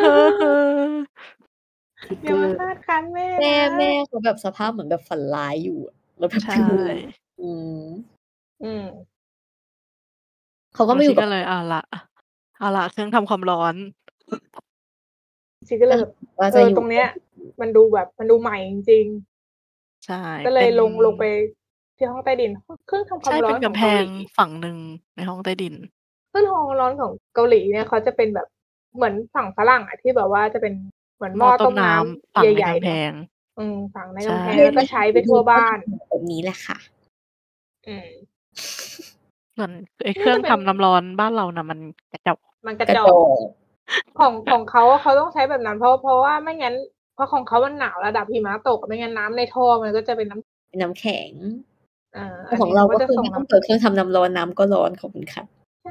อย่ามา trigger คาดคั้นแม่แม่นะแม่เขาแบบสภาพเหมือนแบบฝันร้ายอยู่อะ แล้วแบบใช่อืมอืมเขาก็น้องมาอชยู่กกั็บเลย เอาล่ะ เอาล่ะ เครื่องทำความร้อนชิคก็เลยแบบว่าเออจะอยู่ตรงเนี้ย มันดูแบบ มันดูใหม่จริงใช่ๆ ก็เลเป็ยนลง ลงไปที่ห้องใต้ดิน ค เครื่องทำคใวชา่มรเ้ปอ็นนกของำแพเกาหลงีฝั่งหนึ่งในห้องใต้ดินเครื่องทำความร้อนของเกาหลีเนี่ยเขาจะเป็นแบบ เหมือนฝั่งฝรั่งอะที่แบบว่าจะเป็นเหมือนหหหม้อต้มน้น้ำำฝังในใหญ่กำๆแพเนาะงอืม ฝังในใชกำแพงเพื่อแล้วก็ใช้ไปทั่วบ้านแบบนี้แหละค่ะอืมส่วนไอ้เคนี่รื่อจงเป็ทนำน้ำร้อนบ้านเราน่ะมันกระจอกมันกระกระจอจอก กของ ของเขาอะเขาต้องใช้แบบนั้น เพราะ เพราะว่าไม่งั้น เพราะของเขามันหนาวระดับหิมะตก ไม่งั้นน้ำในท่อมันก็จะเป็นน้ำเป็นน้ำแข็งอาแตอั่นนของี้เรเขาาก็ก็จะคือส่งไม่นต้้องเปิดเครื่องทำน้ำร้อน น้ำก็ร้อน ขอบคุณค่ะำ ใช่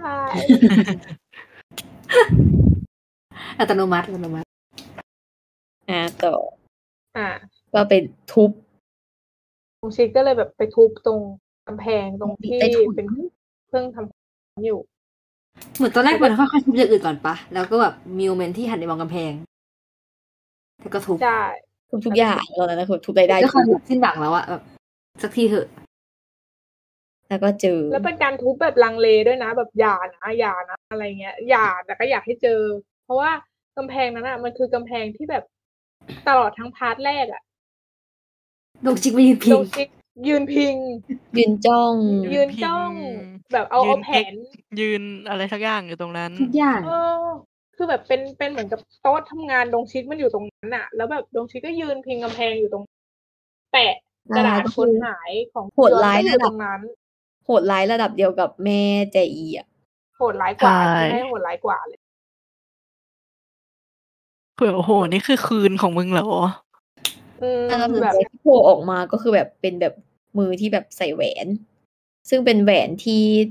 อัตโนมัติ อัตโนมัติอา ต่ออาก็ไปทุบดงชิคก็เลยแบบไปทุบตรงกำแพงตรงที่ใต้ถุนเป็นเครื่องทำ อยู่เหมือนตอนแรแกล้วเหมืก็อนค่อย ๆ ทุบอย่างอื่นก่อนเปล่า? แล้วก็แบบมีโมเมนต์ที่หันไปมองกำแพง แล้วก็ทุบใช่ทุบทุกอย่าง ตอนนั้นน่ะคือทุบอะไรได้ด้วยทความุบแบบสิ้นหวังแล้วอะ แบบ สักทีเถอะแล้วก็เจอแล้วเป็นการทุบแบบลังเลด้วยนะ แบบอย่านะ อย่านะ อะไรเงี้ย อย่า แต่ก็อยากให้เจอ เพราะว่ากำแพงนั้นน่ะ มันคือกำแพงที่แบบ ตลอดทั้งพาร์ตแรกอะดงชิคมายืนพิดงงชิคยืนพิงยืนจ้องยืยืนนพิจ้องงแบบเอายืเอานแผเก๊กนยืนอะไรสักอย่างอยู่ตรงนั้นทุกอย่างเออ คือแบบเป็น เป็นเหมือนกับโต๊ะทำงานดงชิคมันอยู่ตรงนั้นน่ะ แล้วแบบดงชิคก็ยืนพิงกำแพงอยู่ตรง แปะกระดาษก็คคืนอหายของโหดยอนร้ายก็อรยู่ดัตบรงนั้นโหดร้ายระดับเดียวกับแม่แจอีอะโหดร้ายใกชว่า่ที่ให้โหดร้ายกว่าเลยคือแบบ โอ้โฮ นี่คือคืนของมึงเหรอ? อืมแต่แบบที่โผล่ออกมา ก็คือแบบเป็นแบบมือที่แบบใส่แหวน ซึ่งเป็นแหวนที่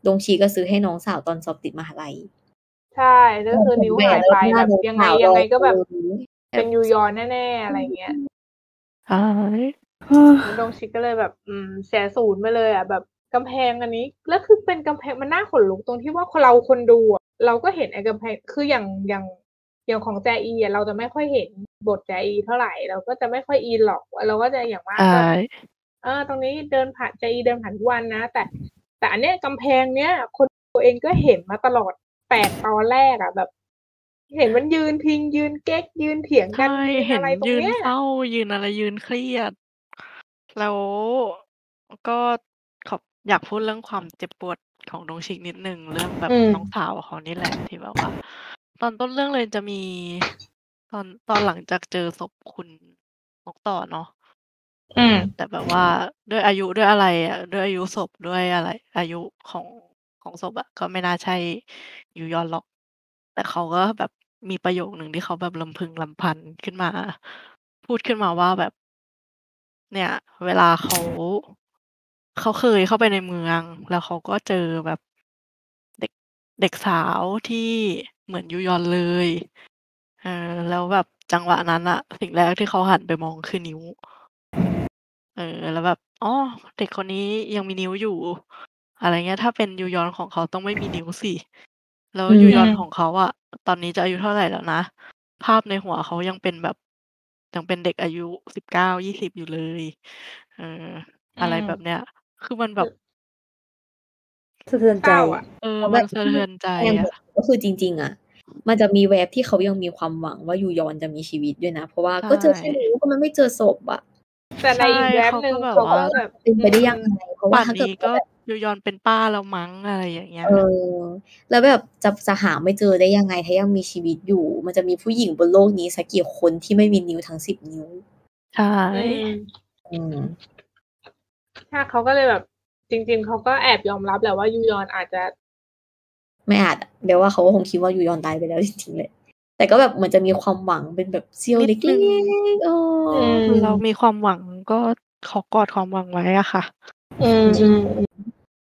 ดงชีก็ซื้อให้น้องสาวตอนสอบติดมหาลัยใช่ก็คือนิ้วหายไปแบบยังไงยังไงก็แบบเป็นยูยอนแน่ๆอะไรเงี้ยใช่ดงชิก็เลยแบบ อืมเสียศูนย์ไปเลยอ่ะแบบกำแพงอันนี้แล้วคือเป็นกำแพงมันน่าขนลุกตรงที่ว่าเราคนดูอ่ะเราก็เห็นไอ้กำแพงคืออย่างอย่างอย่างของแจอีอ่ะเราจะไม่ค่อยเห็นบทแจอีเท่าไหร่เราก็จะไม่ค่อยอินหรอกเราก็จะอย่างมากใช่ก็เออตรงนี้เดินผ่านแจอีเดินผ่านทุกวันนะแต่แต่อันเนี้ยกำแพงเนี้ยคนตัวเองก็เห็นมาตลอดแปดตอนแรกอ่ะแบบ เห็นมันยืนพิงยืนเก๊กยืนเถียงกันใช่ยืนเห็นอะไรตรงยืนเนี้ยเศร้า ยืนอะไรยืนเครียด แล้วก็ขอบอยากพูดเรื่องความเจ็บปวดของดงชิกนิดหนึ่งเรื่องแบอืบมน้องสาวเขานี่แหละที่แบบว่า ตอนต้นเรื่องเลยจะมี ตอนตอนหลังจากเจอศพคุณนกต่อเนาะอืมแต่แบบว่าด้วยอายุด้วยอะไรอะด้วยอายุศพด้วยอะไร อายุของของศพอะก็ไม่น่าใช่ยูยอนหรอก แต่เขาก็แบบมีประโยคหนึ่งที่เขาแบบรำพึงรำพันขึ้นมา พูดขึ้นมาว่าแบบ เนี่ย เวลาเขา เขาเคยเข้าไปในเมือง แล้วเขาก็เจอแบบ เด็ก เด็กสาวที่เหมือนยูยอนเลย เออ แล้วแบบจังหวะนั้นน่ะ สิ่งแรกที่เขาหันไปมองคือนิ้ว เออ แล้วแบบ อ๋อ เด็กคนนี้ยังมีนิ้วอยู่ อะไรเงี้ย ถ้าเป็นยูยอนของเขาต้องไม่มีนิ้วสิ แล้วอืมยูยอนของเขาอะตอนนี้จะอายุเท่าไรแล้วนะ ภาพในหัวเขายังเป็นแบบ ยังเป็นเด็กอายุ สิบเก้ายี่สิบ อยู่เลย เอออือะไรมแบบเนี้ย คือมันแบบสะเทือนเศใจร้าอะเออแล้วมแบันบสะเทือนใจแรงอะก็คือจริง ๆ อะ มันจะมีแวบที่เขายังมีความหวังว่ายูยอนจะมีชีวิตด้วยนะ เพราะว่าใช่ก็เจอแค่นิ้ว ก็มันไม่เจอศพอะแต่ในใช่อีกแวบเขาหนึ่ก็งแบบเขาว่าก็แบบเป็นอืไปได้ยังไง เพราะว่าป่านถ้าเกินี้ดก็ว่าแบบยูยอนเป็นป้าแล้วมั้ง อะไรอย่างเงี้ยเออ แล้วแบบจะ จะหาไม่เจอได้ยังไง ถ้ายังมีชีวิตอยู่ มันจะมีผู้หญิงบนโลกนี้สักกี่คนที่ไม่มีนิ้วทั้ง สิบ นิ้วใช่อืมอืมใช่ เขาก็เลยแบบ จริง ๆ เขาก็แอบยอมรับแหละว่ายูยอนอาจจะไม่อาจอะ เบลว่าเขาก็คงคิดว่ายูยอนตายไปแล้ว จริง ๆ แหละ แต่ก็แบบเหมือนจะมีความหวังเป็นแบบเสี้ยวนิเด หนึ่งล็ก ๆ เอออืมเรามีความหวัง ก็ขอกอดความหวังไว้อะค่ะอืมจริงอืม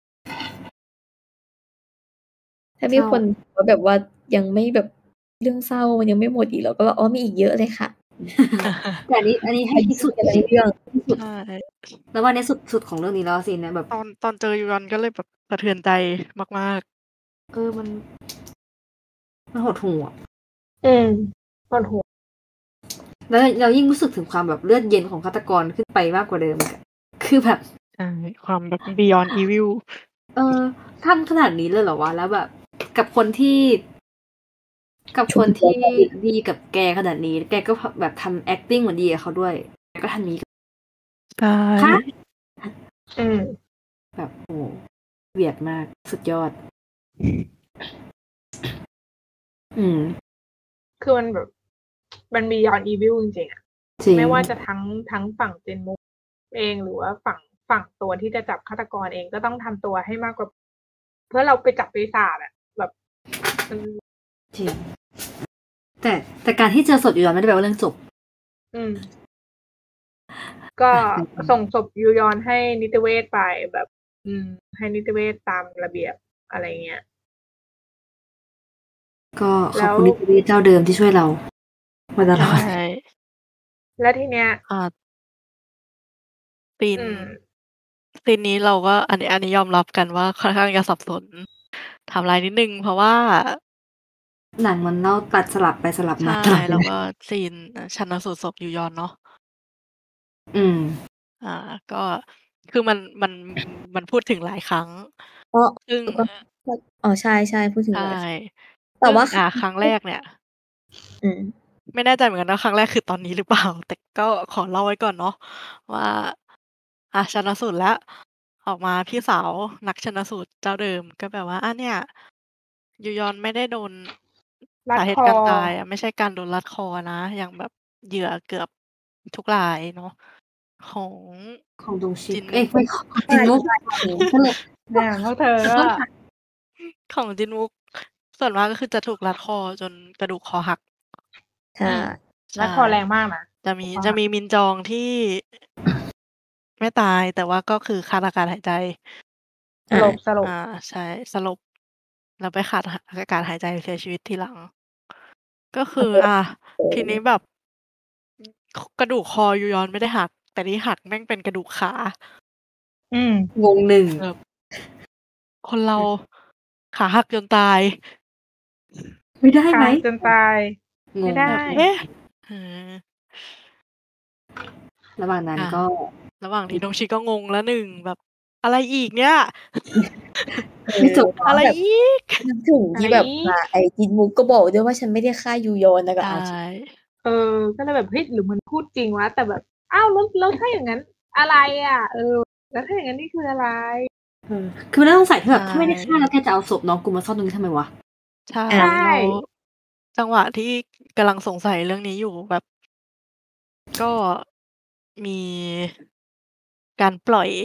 ถ้าเศมีร้าคนว่าแบบว่ายังไม่แบบ เรื่องเศร้ามันยังไม่หมดอีก เราก็แบบ อ๋อ มีอีกเยอะเลยค่ะแต่อันนี้ อันนี้ให้ที่สุดแต่ละจริงเรื่องที่สุดใช่เราว่าอันเนี้ยสุด สุดของเรื่องนี้แล้วซีนเนี้ยแบบตอน ตอนเจอยูยอนก็เลยแบบสะเทือนใจมาก ๆเออ มัน มันหดหู่อะอืม หดหู่แล้วเรายิ่งรู้สึกถึงความแบบเลือดเย็นของฆาตกรขึ้นไปมากกว่าเดิมอีกอะ คือแบบใช่ ความแบบ Beyond Evil เออ ทำขนาดนี้เลยเหรอวะ แล้วแบบกับคนที่ กับคนที่ดีกับแกขนาดนี้ แกก็ พ แบบทำ acting เหมือนดีกับเขาด้วย แกก็ทำนี้ใช่ฮะอืมแบบ โอ้โฮ เวียดมาก สุดยอด อืมคือมันแบบ มัน Beyond Evil จริง ๆ อะจริงไม่ว่าจะทั้ง ทั้งฝั่งเจนมุกเอง หรือว่าฝั่ง ฝั่งตัวที่จะจับฆาตกรเองก็ต้องทำตัวให้มากกว่า เพื่อเราไปจับปีศาจอะ แบบ มันจริง แต่ แต่การที่เจอศพยูยอนไม่ได้แปลว่าเรื่องจบอืม ก็อืมส่งศพยูยอนให้นิติเวชไปแบบ อืม ให้นิติเวชตามระเบียบ อะไรเงี้ยก็ขแลอบ้วคุณนิติเวชเจ้าเดิมที่ช่วยเรา มาตลใชอด่แล้วทีเนี้ยอ่า ซีนอืมซีนนี้เราก็ อันนี้ อันนี้ยอมรับกันว่าค่อนข้างจะสับสนไทม์ไลน์นิดหนึ่ง เพราะว่าหนังมันเล่าตัดสลับไปสลับใชมา่ตลอดเวแล้วลาก็ซีน อ่า ชันสูตรศพยูยอนเนาะอืมอ่า ก็คือมัน มัน มันพูดถึงหลายครั้งก็ซึ่งก็ ก็ อ๋อ ใช่ ๆ พูดถึงใช่หลายครั้งซแต่ึ่งว่าอ่า ครั้งแรกเนี่ยอืมไม่แน่ใจเหมือนกันว่าครั้งแรกคือตอนนี้หรือ เปล่า แต่ก็ขอเล่าไว้ก่อนเนาะว่า อ่า ชันสูตรแล้ว ออกมาพี่สาวนักชันสูตรเจ้าเดิมก็แบบว่า "อา เนี่ย ยูยอนไม่ได้โดนรัสาดคอเหตุการตายอะไม่ใช่การโดนรัดคอนะ ยังแบบเหยื่อเกือบทุกรายเนาะ ของของดงชิจินเอ๊ย ไม่ ของใชจินมุก่ ๆตลกเนี่ยพวกเธอขอก็โทษค่ะของจินวุก ส่วนมากก็คือจะถูกรัดคอจนกระดูกคอหักใช่อืมใชรัดคอแรงมากนะจะมีคอจะหักมีมินจองที่ ไม่ตาย แต่ว่าก็คือขาดอากาศหายใจสลบสลบอ่าใช่สลบแล้วไปขาดอากาศหายใจเสียชีวิตทีหลัง ก็คือ อ่า ทีนี้แบบ กระดูกคอยูยอนไม่ได้หัก แต่นี่หักแม่งเป็นกระดูกขาอืมงงหนึ่งแบบคนเราขาหักจนตายไม่ได้ขาไหมจนตายงไม่งได้เอ๊ะเออระหว่างนั้นอ่าก็ระหว่างนี้น้องชิก็งงแล้วหนึ่งแบบ อะไรอีกเนี่ยเอไม่จอบเนาะอะไรแบบอีกนึกถึงอะที่ไรแบบอีอ่าก ไอ้จินมุกก็บอกด้วยว่าฉันไม่ได้ฆ่ายูยอนนะกับใช่อาชิเออ ก็เลยแบบ เฮ้ย หรือมันพูดจริงวะ แต่แบบ อ้าว แล้ว แล้วถ้าอย่างงั้น อะไรอะ เออ แล้วถ้าอย่างงั้นนี่คืออะไร? เออ คือมันน่าสงสัยที่ใชแบบถ้าไม่ได้ฆ่าแล้วแกจะเอาศพน้องกูมาซ่อนตรงนี้ทำไมวะ? ใช่อาใช่แล้วจังหวะที่กำลังสงสัยเรื่องนี้อยู่แบบ ก็มีการปล่อย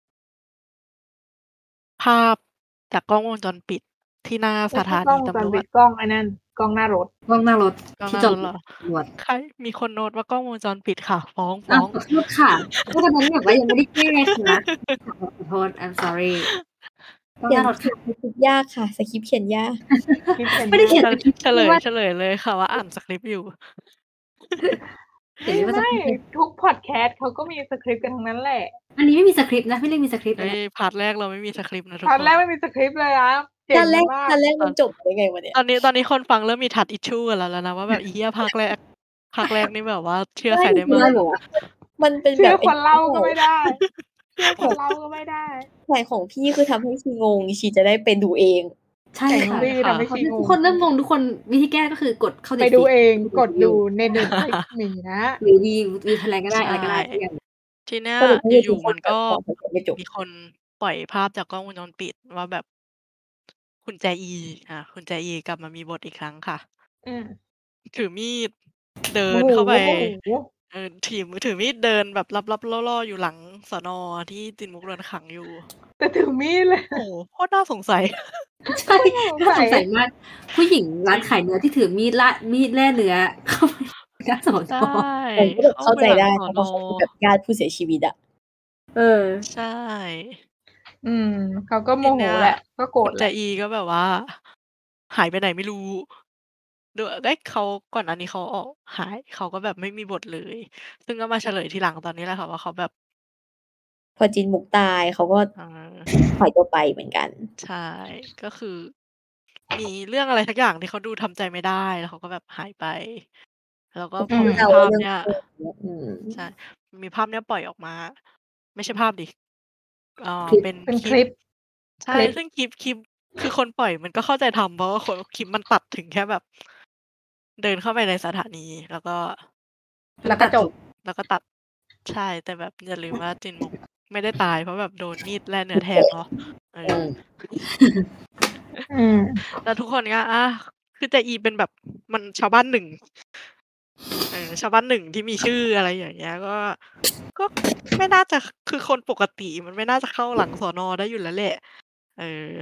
ภาพจากกล้องวงจรปิดที่หน้าไม่สใช่ถากล้อนีงวงตจรำรปวิจด กล้องไอ้นั่น กล้องหน้ารถกล้องหน้ารถกล้องที่หน้าจอดรถเหรอ? ตำรวจใคร มีคนโน้ตว่ากล้องวงจรปิดค่ะ ฟ้อง ฟอ้า้วองขอโทษค่ะ ก็วันนั้นแบบว่ายังไม่ได้แก้ค่ะ ขอ ขอโทษ I'm sorry กล้องเขีหยน้าน รถเขีค่ะยนสคริปต์ยากค่ะ สคริปต์เขียนยากคลิปเขียนไม่ได้ยาเขียนเฉสคริปต์เฉลที่ยว่าเฉลยเลยค่ะว่าอ่านสคริปต์อยู่เขียน ที่ว่าไสม่คริปต์ๆ ทุกพอดแคสต์เขาก็มีสคริปต์กันทั้งนั้นแหละอันนี้ไม่มีสคริปต์นะ ไม่เรียกมีสคริปต์เฮ้อันยเนี้ยพาร์ตแรกเราไม่มีสคริปต์นะทุกพาร์ตคแรกนไม่มีสคริปต์เลยนะ เจ๋พาร์งตแรกมาพาร์ตแรกตมันจบได้ไงวะเนี่ยตอนนี้ ตอนนี้คนฟังเริ่มมี trust issue กันแล้วแล้วนะว่าแบบ อีเหี้ย ภาคแรก ภาคแรกนี่แบบว่าเชื่อไม่ใครได้คืมั่องได้เหรอวะ? มันเป็นเชืแบ่อบไอ้คนเล่าก็แผไม่ได้ เชื่อแผคนเล่าก็ไม่ได้แผนของพี่คือทำให้ชีงง ชีจะได้ไปดูเองใช่แผนขคอง่ พี่ค่ะทำให้พอชีทุงกงคนเริ่มงง ทุกคน วิธีแก้ก็คือกดเข้าไปดู Netflix เองกดกดดูดูใน Netflix มีนะหรือ วี VPlay ก็ได้ใช่อะไรก็ได้สักอย่างทีเนี้ยสรุปก็คืออยู่ ๆ มันก็ของ ไม่จบมีคนปล่อยภาพจากกล้องวงจรปิดว่าแบบ คุณแจอี อ่า คุณแจอีกลับมามีบทอีกครั้งค่ะอืมถือมีด เดิโมโหนเข้าไปโมโหเออ ถีบ ถือมีดเดินแบบลับ ๆ ล่อ ๆ อยู่หลัง สน. ที่จินมุกโดนขังอยู่แต่ถือมีด เลยโอ้โฮ โคตรน่าสงสัยใช่โคตรน่าน่าสงสัยสงสัยมาก ผู้หญิงร้านจริงขายเนื้อที่ถือมีดล่า มีดแล่เนื้อ เข้าไป หน้า สน. ใช่ผมก็แบบเข้าเข้าไปใจหลังได้สนะน. เพราะเขาเป็นแบบญาติผู้เสียชีวิตอะเออใช่อืม เขาก็โมทีโหเนี้ยแหละ ก็โกรคุธณแหแจละอีก็แบบว่า หายไปไหนไม่รู้ ด เอ๊ะ เขา ก่อนหน้านี้เขาออก หาย เขาก็แบบไม่มีบทเลย ซึ่งก็มาเฉลยทีหลังตอนนี้แหละค่ะว่าเขาแบบพอจินมุกตายเขาก็อาหายตัวไปเหมือนกันใช่ ก็คือ มีเรื่องอะไรสักอย่างที่เขาดูทำใจไม่ได้ แล้วเขาก็แบบหายไป แล้วก็ก็พอมีเดาภาว่าพเรื่อเงนี้ยเพื่อน อืมใช่ มีภาพเนี้ยปล่อยออกมา ไม่ใช่ภาพดิ อ่าคลิปเป็นเป็นคคลิลิปปใช่คลิปซึ่งคลิป คลิป คือคนปล่อยมันก็เข้าใจทำ เพราะว่าคน คลิปมันตัดถึงแค่แบบ เดินเข้าไปในสถานี แล้วก็แล้วก็จบแล้วก็ตัด ใช่ แต่แบบอย่าลืมว่าจินมุกไม่ได้ตาย เพราะแบบโดนมีดแล่เนื้อแทงเนาะ เออือมอืมแล้วทุกคนก็ อา คือแจอีเป็นแบบ มันชาวบ้าน หนึ่ง เออ ชาวบ้าน หนึ่ง ที่มีชื่อ อะไรอย่างเงี้ย ก็ ก็ไม่น่าจะ คือคนปกติมันไม่น่าจะเข้าหลัง สน. ได้อยู่แล้วแหละ เออ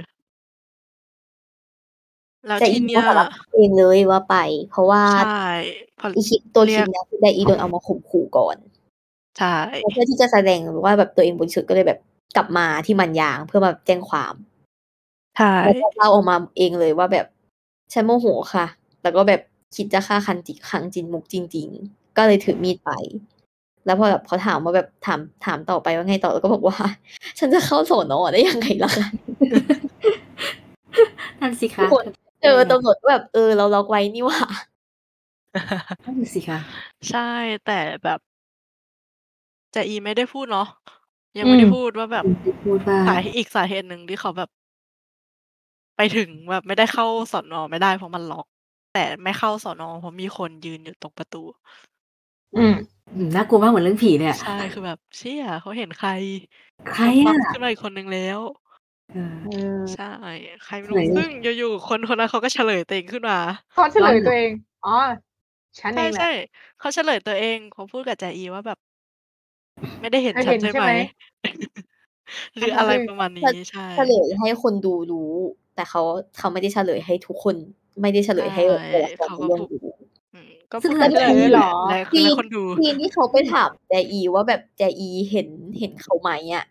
แล้วแจทีอีเนีก็้ยสารภาพเองเลยว่าไป เพราะว่าใช่ พออีคลิป ตัวเรียกคลิปเนี้ยคือแจอีโดนเอามาข่มขู่ก่อนใช่เพื่อที่จะแสดงว่าแบบตัวเองบริสุทธิ์ ก็เลยแบบกลับมาที่มันยางเพื่อมาแจ้งความใช่แล้วก็เล่าออกมาเองเลยว่าแบบ ฉันโมโหค่ะ แล้วก็แบบคิดจะฆ่าคันจิ ขังจินมุกจริง ๆ ก็เลยถือมีดไป แล้วพอแบบเขาถามว่าแบบ ถาม ถามต่อไปว่าไงต่อ แล้วก็บอก ว่า ฉันจะเข้า สน. ได้ยังไงล่ะคะนั่นสิทุคะกคน เจอตำรวจก็แบบ เออ เราล็อกไว้นี่ หว่านั่นสิคะใช่ แต่แบบ แจอีไม่ได้พูดเนาะ ยังอืไม่ได้มพูดว่าแบบอืม ที่พูดว่าสา อีกสาเหตุหนึ่งที่เขาแบบ ไปถึงแบบไม่ได้เข้า สน. ไม่ได้เพราะมันล็อก แต่ไม่เข้า สน. เพราะมีคนยืนอยู่ตรงประตูอืมอืม น่ากลัวมากเหมือนเรื่องผีเลยอะใช่ คือแบบ เชี่ย เขาเห็นใครใครวัอะ? บ ๆ ขึ้นมาอีกคนหนึ่งแล้วเออเออใช่ ใครไม่ไหรู้นซึ่งอยู่ ๆ คนคนนั้นเขาก็เฉลยตัวเองขึ้นมาเขาเฉลว่ายตัวเอง อ๋อ ฉันใเองแหชละ่ ๆ เขาเฉลยตัวเอง เขาพูดกับแจอีว่าแบบ ไม่ได้เห็นเธอฉเัห็นนใช่ใช่ไหมไหม? หรืออะไรประมาณนี้ ใช่เฉลยให้คนดูรู้ แต่เขา เขาไม่ได้เฉลยให้ทุกคน ไม่ได้เฉลใช่ยให้ตัวละคเขราในก็เรื่อพงรู้อืม ก็ซึ่งพูดอักับเฉแจลยอีเลยเหรอ? และซีและคนดูซีนที่เขาไปถามแจอีว่าแบบแจอีเห็น เห็นเขาไหมอะ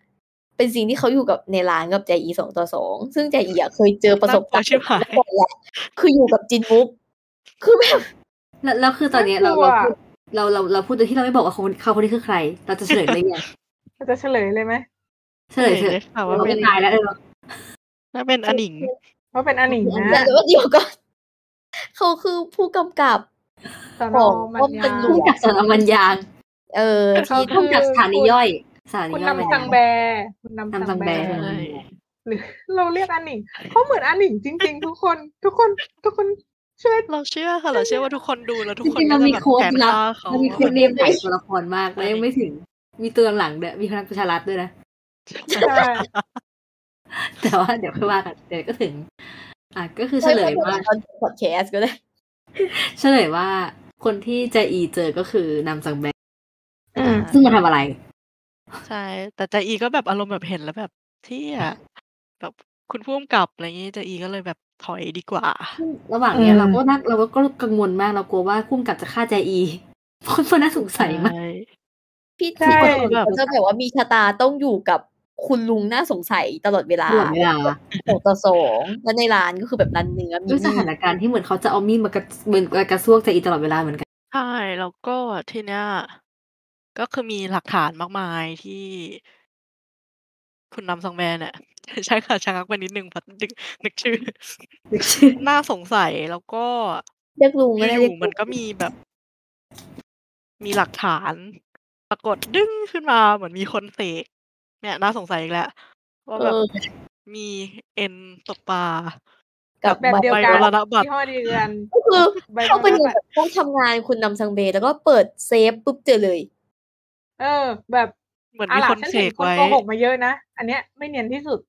เป็นซีนที่เขาอยู่กับในร้านกับแจอีสองต่อสองซึ่งแจอีอะเคยเจอประสบการณ์น่ากลัวชิบหายมาก่อนแหละคืออยู่กับจินมุกคือแบบแล้วแล้วคือตอนเนี้ยเราน่ากลัวเราพูดเราเราเราพูดโดยที่เราไม่บอกว่าเขาเขาคนนี้คือใคร เราจะเฉลยได้ยังเราจะเฉลยเลยไหมเฉลยเถเลอะยค่ะว่าเราเป็ไม่นตายแล้วเออน่าเป็นอนิงว่าเป็นอันหนิงอันนะแต่ว่าเดี๋ยวก่อนเขาคือผู้กำกับสอนขอองมันป้อมยาตำรผู้วจกำกับสอนอมันยางเออเขาที่คืผู้อกำกับสถานีคุณย่อยสถานีคุณย่อยมันนำซัยาง งแบคุณนำนำซัซังงแบแบคือใช่หรือเราเรียกอันหนิงเขาเหมือนอันหนิงจริง ๆ ทุกคน ทุกคน ทุกคนช่วยเราเชื่อค่ะ เราเชื่อว่าทุกคนดูแล้วทุกจคนริงๆก็มันจะมีแบบโค้ดแค้นลับฆ่าเขามันมีว่าโค้เหดมือนเนมหลายตัวละครมากใช่แล้วยังไม่ถึง มีตัวหลังๆด้วยมีพลังประชารัฐด้วยนะใช่แต่ว่าเดี๋ยวค่อยว่ากัน เดี๋ยวก็ถึง อ่ะก็คือเฉใช่ลก็ยเดี๋ยวว่าตอนพอดแคสต์ก็ได้เฉลยว่าคนที่แจอีเจอก็คือนำซังแบอืมซึ่งมาทำอะไรใช่ แต่แจอีก็แบบอารมณ์แบบเห็นแล้วแบบเชี่ยแบบคุณผู้กำกับอะไรงี้ แจอีก็เลยแบบถอยดีกว่าซึ่งระหว่างเนี้ยอืมเราก็นั่งเราก็กังวลมาก เรากลัวว่าผู้กำกับจะฆ่าแจอี เพราะมันน่าสงใชสัยมาก่พี่ใช่ที่คนคือแบบเขาจะแบบว่ามีชะตาต้องอยู่กับคุณลุงน่าสงสัยตลอดเวลาตลอดเวลาสองต่อสองแล้วในร้านก็คือแบบร้านเนื้อมีด้วยสมีถานการณ์ที่เหมือนเขาจะเอามีดมากระเหมือนมากระซวกแจอีตลอดเวลาเหมือนกันใช่ แล้วก็ทีเนี้ย ก็คือมีหลักฐานมากมายที่ คุณนำซังแบเนี่ย ใช่ค่ะ ชะงักไปนิดหนึ่งเพราะนึก นึกชื่อนึกชื่อน่าสงสัย แล้วก็เรียกลุงก็ได้อเรียู่ยกๆ มันก็มีแบบ มีหลักฐาน ปรากฏดึ้งขึ้นมาเหมือนมีคนเสก เนี่ยน่าสงสัยอีกแล้ว ว่าเอแบบอมีเอ็นตกปลากักับบแบบเดียวใบกัมนรณบัตยี่รห้อเดียวกันก็คือใบเข้าม ไปรณในบัตแบรบห้องทำงานคุณนำซังเบ แล้วก็เปิดเซฟปุ๊บเจอเลยเออ แบบเหมือนอามีล่ะคนฉันเสเห็นกคนไว้โกหกมาเยอะนะ อันเนี้ยไม่เนียนที่สุด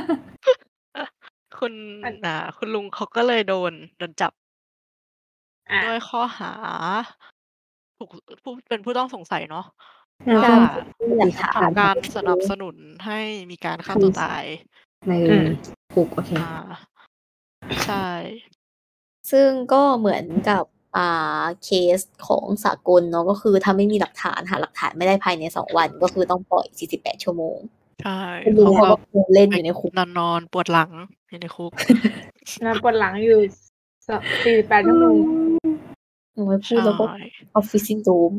คุณอันอ่า คุณลุงเขาก็เลยโดน โดนจับอาด้วยข้อหา ถูก ผู้ เป็นผู้ต้องสงสัยเนาะแล้วว่าก็มีหลักฐาทนำการสนับสนุนให้มีการฆ่าตัวตายในอืมคุก โอเคอา ใช่ซึ่งก็เหมือนกับ อ่า เคสของสากลเนาะ ก็คือถ้าไม่มีหลักฐาน หาหลักฐานไม่ได้ภายใน สอง วัน ก็คือต้องปล่อย สี่สิบแปด ชั่วโมงใช่คุณเพลุงราะเขาว่าก็คงเล่นไปอยู่ในคุกนอน ๆ ปวดหลังอยู่ในคุกนอนปวดหลังอยู่ ส สี่สิบแปด ชั่วโมงโอ้ย พูใชดแล้วก็่ Office Syndrome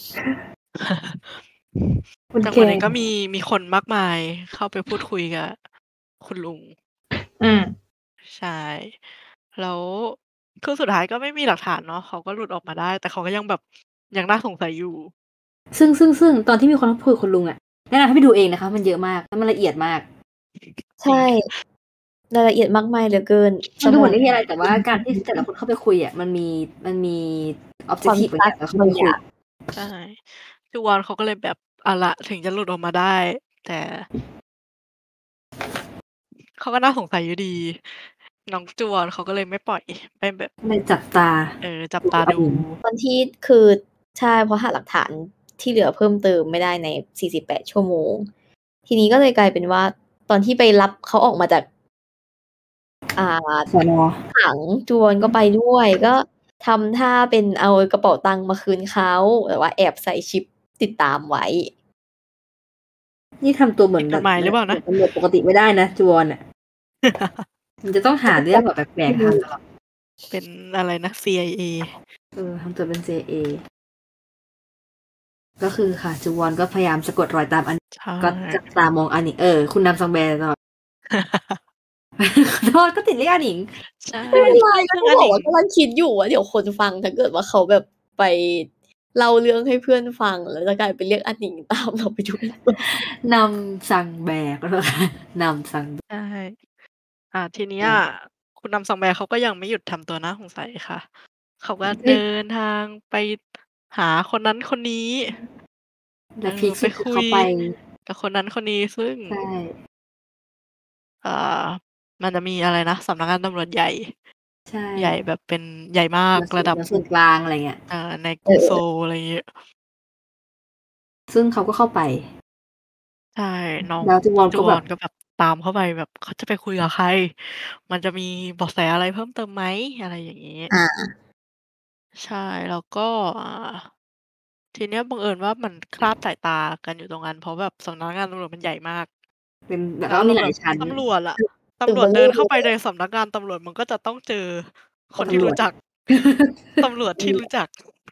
คุณจากแกวันนั้นก็มี มีคนมากมายเข้าไปพูดคุยกับคุณลุงอืมใช่ แล้ว คือสุดท้ายก็ไม่มีหลักฐานเนาะ เขาก็หลุดออกมาได้ แต่เขาก็ยังแบบ ยังน่าสงสัยอยู่ซึ่ง ซึ่ง ซึ่งตอนที่มีคนมาพูดกับคุณลุงอะ แนะนำให้ไปดูเองนะคะ มันเยอะมาก แล้วมันละเอียดมากใช่ รายละเอียดมากมายเหลือเกินมันดูเหมือนไม่มีอะไร แต่ว่าการที่แต่ละคนเข้าไปคุยอะ มันมี มันมี objective บางอย่างแล้วเข้าไปคุยใช่ จูวอนเขาก็เลยแบบ เอาล่ะ ถึงจะหลุดออกมาได้ แต่ เขาก็น่าสงสัยอยู่ดี น้องจูวอนเขาก็เลยไม่ปล่อย ไม่แบบไม่จับตาเออ จับตาดูตอนที่ คือ ใช่ เพราะหาหลักฐานที่เหลือเพิ่มเติมไม่ได้ใน สี่สิบแปด ชั่วโมง ทีนี้ก็เลยกลายเป็นว่า ตอนที่ไปรับเขาออกมาจาก อ่าสน. ขัง จูวอนก็ไปด้วย ก็ทำท่าเป็นเอากระเป๋าตังค์มาคืนเขา แต่ว่าแอบใส่ชิปติดตามไว้นี่ทำตัวเหมือนผิดกฎหมายหรือเปล่านะตำรวจปกติไม่ได้นะ จูวอนอะ มันจะต้องหาเรื่องแบบแปลกๆทำตลอดเป็นอะไรนะ ซี ไอ เอเออ ทำตัวเป็น ซี ไอ เอ ก็คือค่ะ จูวอนก็พยายามสะกดรอยตามอันใช่ก็จับตามองอันหนิง เออ คุณนำซังแบตลอด ขอโทษ ก็ติดเรียกอันหนิงใช่ไม่เป็นไร ก็ซึ่งต้องอันบอกหนิงว่ากำลังคิดอยู่ว่า เดี๋ยวคนฟัง ถ้าเกิดว่าเขาแบบไปเล่าเรื่องให้เพื่อนฟัง แล้วจะกลายเป็นเรียกอันหนิงตามเราไปด้วยนำซังแบก็แล้วกัน นำซังใช่ อ่า ทีเนี้ยอืมคุณนำซังแบเขาก็ยังไม่หยุดทำตัวน่าสงสัยค่ะ เขาก็เฮ้เดิยนทางไปหาคนนั้นคนนี้และเออพีคไปสุดคือคุเขายไปกับคนนั้นคนนี้ ซึ่งใช่อ่า มันจะมีอะไรนะ สำนักงานตำรวจใหญ่ใช่ใหญ่แบบเป็นใหญ่มากเหนือระดับเหนือส่วนกลาง อะไรเงี้ยอ่า ในกเอรุงอโซล อะไรงี้ซึ่งเขาก็เข้าไปใช่ น้องแล้วจูวอนจูก็วแบอบ นก็แบบตามเข้าไปแบบเขาจะไปคุยกับใคร มันจะมีเบาะแสอะไรเพิ่มเติมไหม อะไรอย่างงี้อาใช่ แล้วก็ อ่า ทีเนี้ยบังเอิญว่ามันคลาดสายตากันอยู่ตรงนั้น เพราะแบบสำนักงานตำรวจมันใหญ่มากเป็นแบบแล้วว่าอามีรมหณ์ลาแบย ชั้นตำรวจอะถึตำงรวมัจนเดินเข้าไปเรื่ในอย ๆสำนักงานตำรวจ มันก็จะต้องเจอคนตำที่รรวู้จจัก ตำรวจ ที่รู้จัก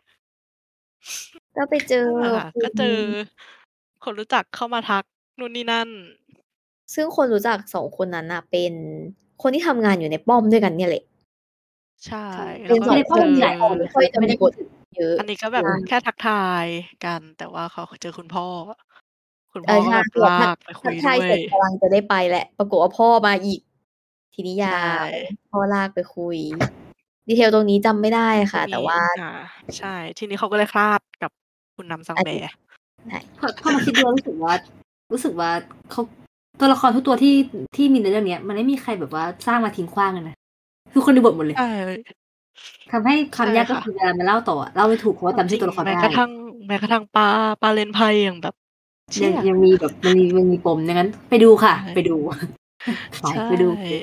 ก็ไปเจอนั่นแหละค่ะคุก็เจอณคนรู้จักเข้ามาทักนู่นนี่นั่นซึ่งคนรู้จัก สอง คนนั้นน่ะ เป็นคนที่ทำงานอยู่ในป้อมด้วยกันเนี่ยแหละใช่เปแล้็วนก็สองในคป้อมเจอมีหลายคนไม่ค่อยจะไม่ได้มีพูบดถึงเยอะอันนี้ก็แบบใช่แค่ทักทายกัน แต่ว่าเขาเจอคุณพ่อ คุณเพอ่ออก็ใช่แบบคือลแบบ ทัากไปคุทักทยด้ายวเสร็จยกำลังจะได้ไปแล้ว ปรากฏว่าพ่อมาอีก ทีนี้ใชยาว่พ่อลากไปคุย detail ตรงนี้จำไม่ได้ตรค่ะงแนตี่่ว่าอ่า ใช่ ทีนี้เขาก็เลยคลาดกับคุณนำซังอาแบจริง ใช่พอ พอมาคิดดู แล้ว รู้สึกว่า รู้สึกว่าเขา ตัวละครทุกตัวที่ ที่มีในเรื่องเนี้ย มันไม่มีใครแบบว่าสร้างมาทิ้งขว้างเลยนะ ทุกคนในบทหมดเลยใช่ทำให้คใวชา่มยาก ก็ค่ะคือ เวลามาเล่าต่ออะ เล่าไม่ถูก เพราะว่าจำจรชื่ิงอตัวละครแม้ไม่กได้ระทั่ง แม้กระทั่งป้า ป้าเลนไพร่ยังแบบ เชียั่งยยังมีแบบ มันมี มันมีปม ดังนั้นไปดูค่ะใช่ไปดู ขายใช่ไปดู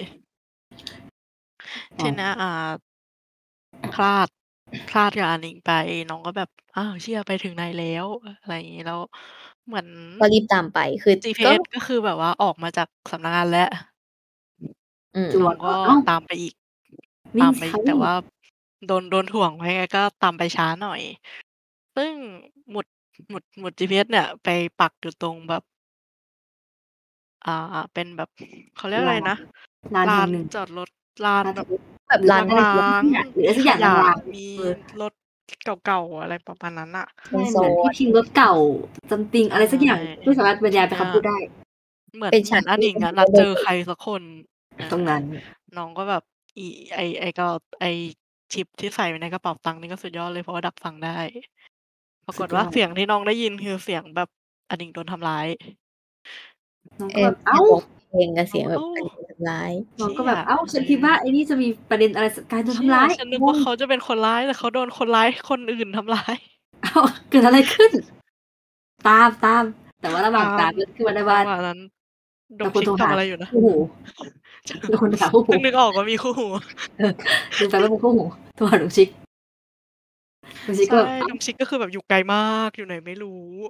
ทอีาเนี้ย อ่า พลาด พลาดกับอาหนิงไป น้องก็แบบ อ้าว เชี่ย ไปถึงไหนแล้ว อะไรอย่างงี้ แล้วเหมือนก็รีบตามไป คือ ก็ GPS ก็คือแบบว่าออกมาจากสำนักงานแล้วอืมจั่วน้องก็อ้าวตามไปอีกวิต่างมไปสิคอีะกวแต่ิ่งว่าโดน โดนถ่วงไว้ไง ก็ตามไปช้าหน่อย ซึ่งหมุด หมุด หมุด GPS เนี่ย ไปปักอยู่ตรงแบบ อ่า เป็นแบบ เขาเรียกอะลไรานนะ ลลานแาห่งนหนึ่งจอดรถ ลานลานแบบจอดรถแบบหรือลานอะไรร้าหรืองหรืออะไรๆ มีสักขอย่างยะรางมีๆ เออรถเก่า ๆ อะไรประมาณนั้นน่ะใช่ เหมือนที่ทิ้งรถเก่า something ใชอะไรสักอย่าง ไม่สามารถบรรยายเป็่นอาคำพูดได้เหมือนเป็นเหฉมืาอนกอาทหนิี่งอะเนัดดินเจอใครสักคน อาตรงนั้นน้องก็แบบ อี ไอ้ ไอ้กระ ไอ้ชิปที่ใส่ไว้ในกระเป๋าตังค์นี่ก็สุดยอดเลย เพราะว่าดักฟังได้ ปรากฏว่าสุดยอดเสียงที่น้องได้ยินคือเสียงแบบอาหนิงโดนทำร้ายน้องเออก็แบบ อ้เสียางร้องเพลงกับเนส้ีองยงแบโอ้บ อาหนิง โดน ทำร้ายน้อเชงีก็่แบยบ อ้าวอะฉันไรคิดว่าไอ้นี่จะมีประเด็นอะไร ส การโดนเชที่ำยร้ายฉันนึกงงว่าเขาจะเป็นคนร้าย แต่เขาโดนคนร้าย คนอื่นทำร้ายอ้าว เกิดอะไรขึ้น ตาม ๆ แต่ว่าระหว่างตาม ก็ขึ้นมาได้จัว่างหวะนั้น ดแต่งชคนิโกททรหาำอะไรอยู่นะคู่หู มีคนหาคู่หเพูิ่งนึกออกว่ามีคู่หูเออ ลืมไปว่าเป็นคู่หู โทรหาดงชิก ดงชิกใชก็่แบบ อ้าดวงชิกก็คือแบบอยู่ไกลมาก อยู่ไหนไม่รู้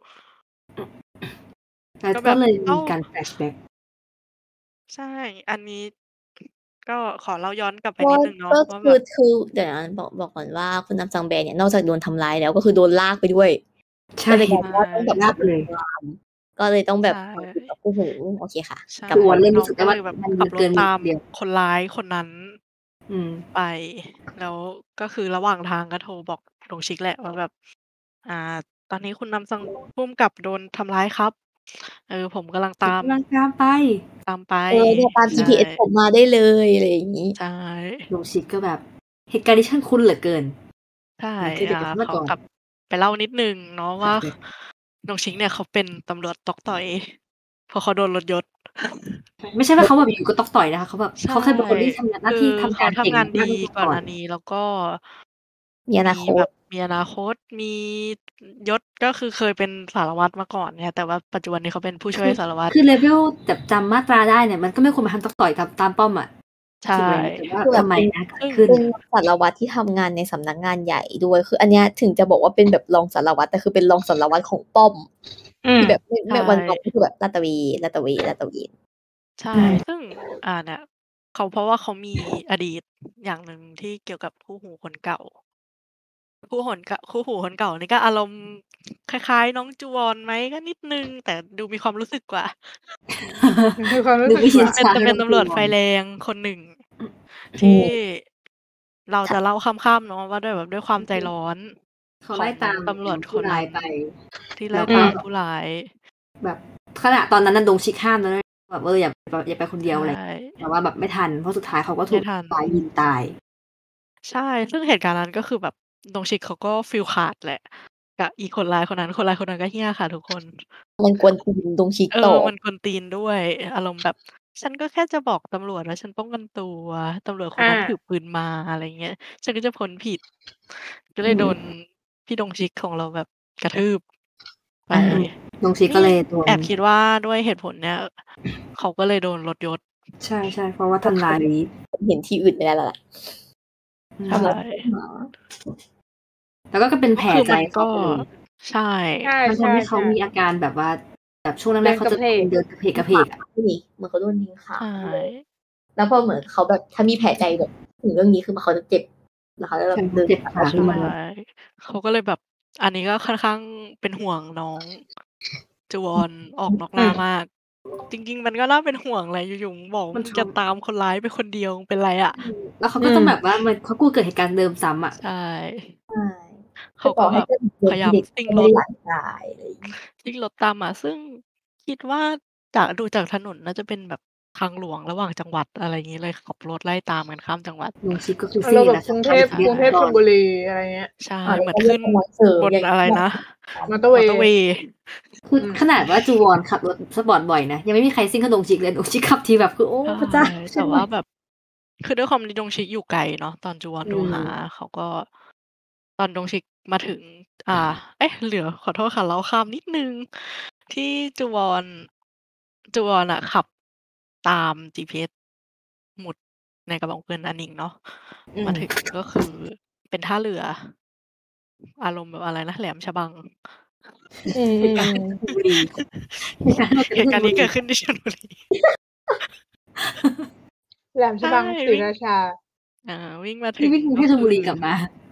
แล้วก็แบบก็เลยอ้มีาวการ flashback ใช่ อันนี้ ก็ขอเล่าย้อนกลับไปก็นิดหนึ่งเนาะก็คว่าแบือบคือ เดี๋ยวนะ บอก บอกก่อนว่าคุณนำซังแบเนี่ย นอกจากโดนทำร้ายแล้ว ก็คือโดนลากไปด้วยใชก็่เลยกลายเป็นว่าต้องแบบลขัาบรถกเลยตาม ก็เลยต้องแบใชบ คอยอยู่กั่บคู่หู โอเคค่ะใช่กลับคือวันเริ่มน้รูอ้งสึกไกด็้เวล่ายแบบมันขับรมันเกินถตามคนเดียวคนร้ายคนนั้นอืมไป แล้วก็คือระหว่างทางก็โทรบอกดงชิกแหละว่าแบบ อ่า ตอนนี้คุณนำซัง ผู้กำกับโดนทำร้ายครับ เออ ผมกำลังตผมามกำลังตามไปตามไปเออ เนี่ยตามใช่ GPS ผมมาได้เลย อะไรอย่างงี้ใช่ดงชิกก็แบบ เหตุการณ์นี้ช่างคุ้นเหลือเกินใช่เหมือนเคยเจอ่อากับ เมื่อก่อนขอกลับไปเล่านิดหนึ่งเนาะว่า flashback ดงชิกเนี่ยเขาเป็นตำรวจต๊อกต่อย เพราะเขาโดนลดยศไม่ใช่ว่าเขาแบบอยู่ ๆ ก็ต๊อกต่อยนะคะ เขาแบบใช่เขาเคยเป็นคนที่ทำงาน หน้าคือที่ทำเขกาารทเก่งำงานดีมาก ๆ มาก่อก่อนนหน้านี้ แล้วก็มีอนามีคตแบบมีอนาคต มียศ ก็คือเคยเป็นสารวัตรมาก่อนไง แต่ว่าปัจจุบันนี้เขาเป็นผู้ชค่วยือสารวัตรคือ level แบบจำมาตราได้เนี่ย มันก็ไม่ควรมาทำต๊อกต่อยตาม ตามป้อมอะใช่ถูกไหม แต่ว่าคือแบทำบไมเป็นนะเกิซึด่งขึ้นเป็นสารวัตรที่ทำงานในสำนักงานใหญ่ด้วย คืออันเนี้ยถึงจะบอกว่าเป็นแบบรองสารวัตร แต่คือเป็นรองสารวัตรของป้อมอืมที่แบบไม่ใชไม่ วัน ๆ ก็่คือแบบลาดตระเวน ลาดตระเวน ลาดตระเวนใช่อืมซึ่ง อ่า เนี่ย เขา เพราะว่าเขามีอดีตอย่างหนึ่งที่เกี่ยวกับคู่หูคนเก่า คู่หน ก คู่หูคนเก่านี่ก็อารมณ์คล้าย ๆ น้องจูวอนไหม ก็นิดหนึ่ง แต่ดูมีความรู้สึกกว่ามีความรู้ดูสึกไม่กชินว่าเป็นชาจะเป็นตำรวจไฟเท่าน้องจูวอนแรงคนหนึ่งอทืี่มเราถจะเล่าค่ำ ๆ เนาะว่าด้วยแบบ ด้วยความใจร้อนเขาไล่ของตามตำรวจผคู้นร้านั้ยนไปที่ไแลล้่วตก็ามผู้ร้ายแบบ ขณะตอนนั้นน่ะ ดงชิกห้ามแล้วนะ แบบ เออ อย่า แบบอย่าไปคนใเดีชยว อะไร่แต่ว่าแบบไม่ทัน เพราะสุดท้ายเขาก็ไถมู่่กทันฝ่ายยิงตายใช่ ซึ่งเหตุการณ์นั้นก็คือแบบดงชิกเขาก็ฟีลขาดแหละ กับอีคนร้ายคนนั้น คนร้ายคนนั้นก็เหี้ยค่ะทุกคนมันกวนตีนดงชิกเออต่อมันกวนตีนด้วย อารมณ์แบบ ฉันก็แค่จะบอกตำรวจว่าฉันป้องกันตัว ตำรวจคอนนั้นถืาอปืนมา อะไรอย่างเงี้ย ฉันก็จะพ้นผิด ก็อเืลยโดนมพี่ดงชิกของเราแบบกระทืบ ไปอาอืม ดงชิกนีก็่เลยโดนแอบคิดว่าด้วยเหตุผลเนี้ย เขาก็เลยโดนลดยศใช่ ๆ เพราะว่าทำร้ายเห็นที่อื่นไม่ได้แล้วล่ะอืใชทำร้าย่หมาแล้วก็ ก็เป็นกแผ็ลคือใจมันเขก็าไปเลยใช่ใช่มันทำให้เขาๆ ๆมีอาการแบบว่าแบบช่วงแรเดิกๆนเขากระจะเพกเดินกระเพกกระเพกอะนี่เหมือนเขาโดนยิงขาใช่แล้วพอเหมือนเขาแบบถ้ามีแผลใจแบบถึงเรื่องนี้คือมันเขาจะเจ็บแล้วเขาจะแบใช่บเดินเจ็บขาใชขึ้นมาเขาก็เลยแบบ อันนี้ก็ค่อนข้างเป็นห่วงน้องจูวอนออกนอกหอืน้าม มาก จริง ๆ มันก็น่าเป็นห่วงแหละ อยู่ ๆ มึงบอกมัมึนงทจะตามคนร้ายไปคนเดียว มึงเป็นไรอะ? อืม แล้วเขาอืก็ต้องมแบบว่ามัน เขากลัวเกิดเหตุการณ์เดิมซ้ำอะใช่ใช่เขคือาต่ก็อแให้บบเป็นพยายามเด็กซิ่งก็ไม่รถได้อยากตาย อะไรอย่างงี้ซิ่งรถตามมา ซึ่งคิดว่า จาก ดูจากถนนน่าจะเป็นแบบทางหลวงระหว่างจังหวัด อะไรงี้เลย ขับรถไล่ตามกันข้ามจังหวัดดงชิคก็คืออาซิ่รง มณ์แบแหละบกรุงเททำพทะเบียกรุงเทพก่ชอนลบุรี อะไรเงี้ยใช่อ่าเหมือนแล้วก็ขึ้นกำลังเสริมบนอย่างอะไรอย่างนะมอเตอร์เวมอย์เตอร์เวย์คืออืมขนาดว่าจูวอนขับรถสปอร์ตบ่อยนะ ยังไม่มีใครซิ่งเท่าดงชิคเลย ดงชิคขับทีแบบ คือ โอ้ใช่พระเจ้าแช่วย หนต่ว่่าอยแบบ คือด้วยความที่ดงชิคอยู่ไกลเนาะ ตอนจูวอนอืโทรหามเขาก็ ตอนดงชิคมาถึง อ่า เอ๊ะ เดี๋ยวขอโทษค่ะ เล่าข้ามนิดหนึ่ง ที่จูวอน จูวอนอะขับตาม จีพีเอส หมุดในกระบอกเงินอาหนิงเนาะอืมมาถึงก็คือเป็นท่าเรือ อารมณ์แบบอะไรนะ แหลมฉบังอืมเหตุการณ์ ชลบุรี เหตุการณ์เหตุการณ์นี้เกิดชขึ้นที่ชลบุรีแหลมใฉช่บัง ศรีวิ่งราชาอ่า วิ่งมาถที่ึงวิ่งกรุงก็เทพ ชคืลบุรีอกลับมา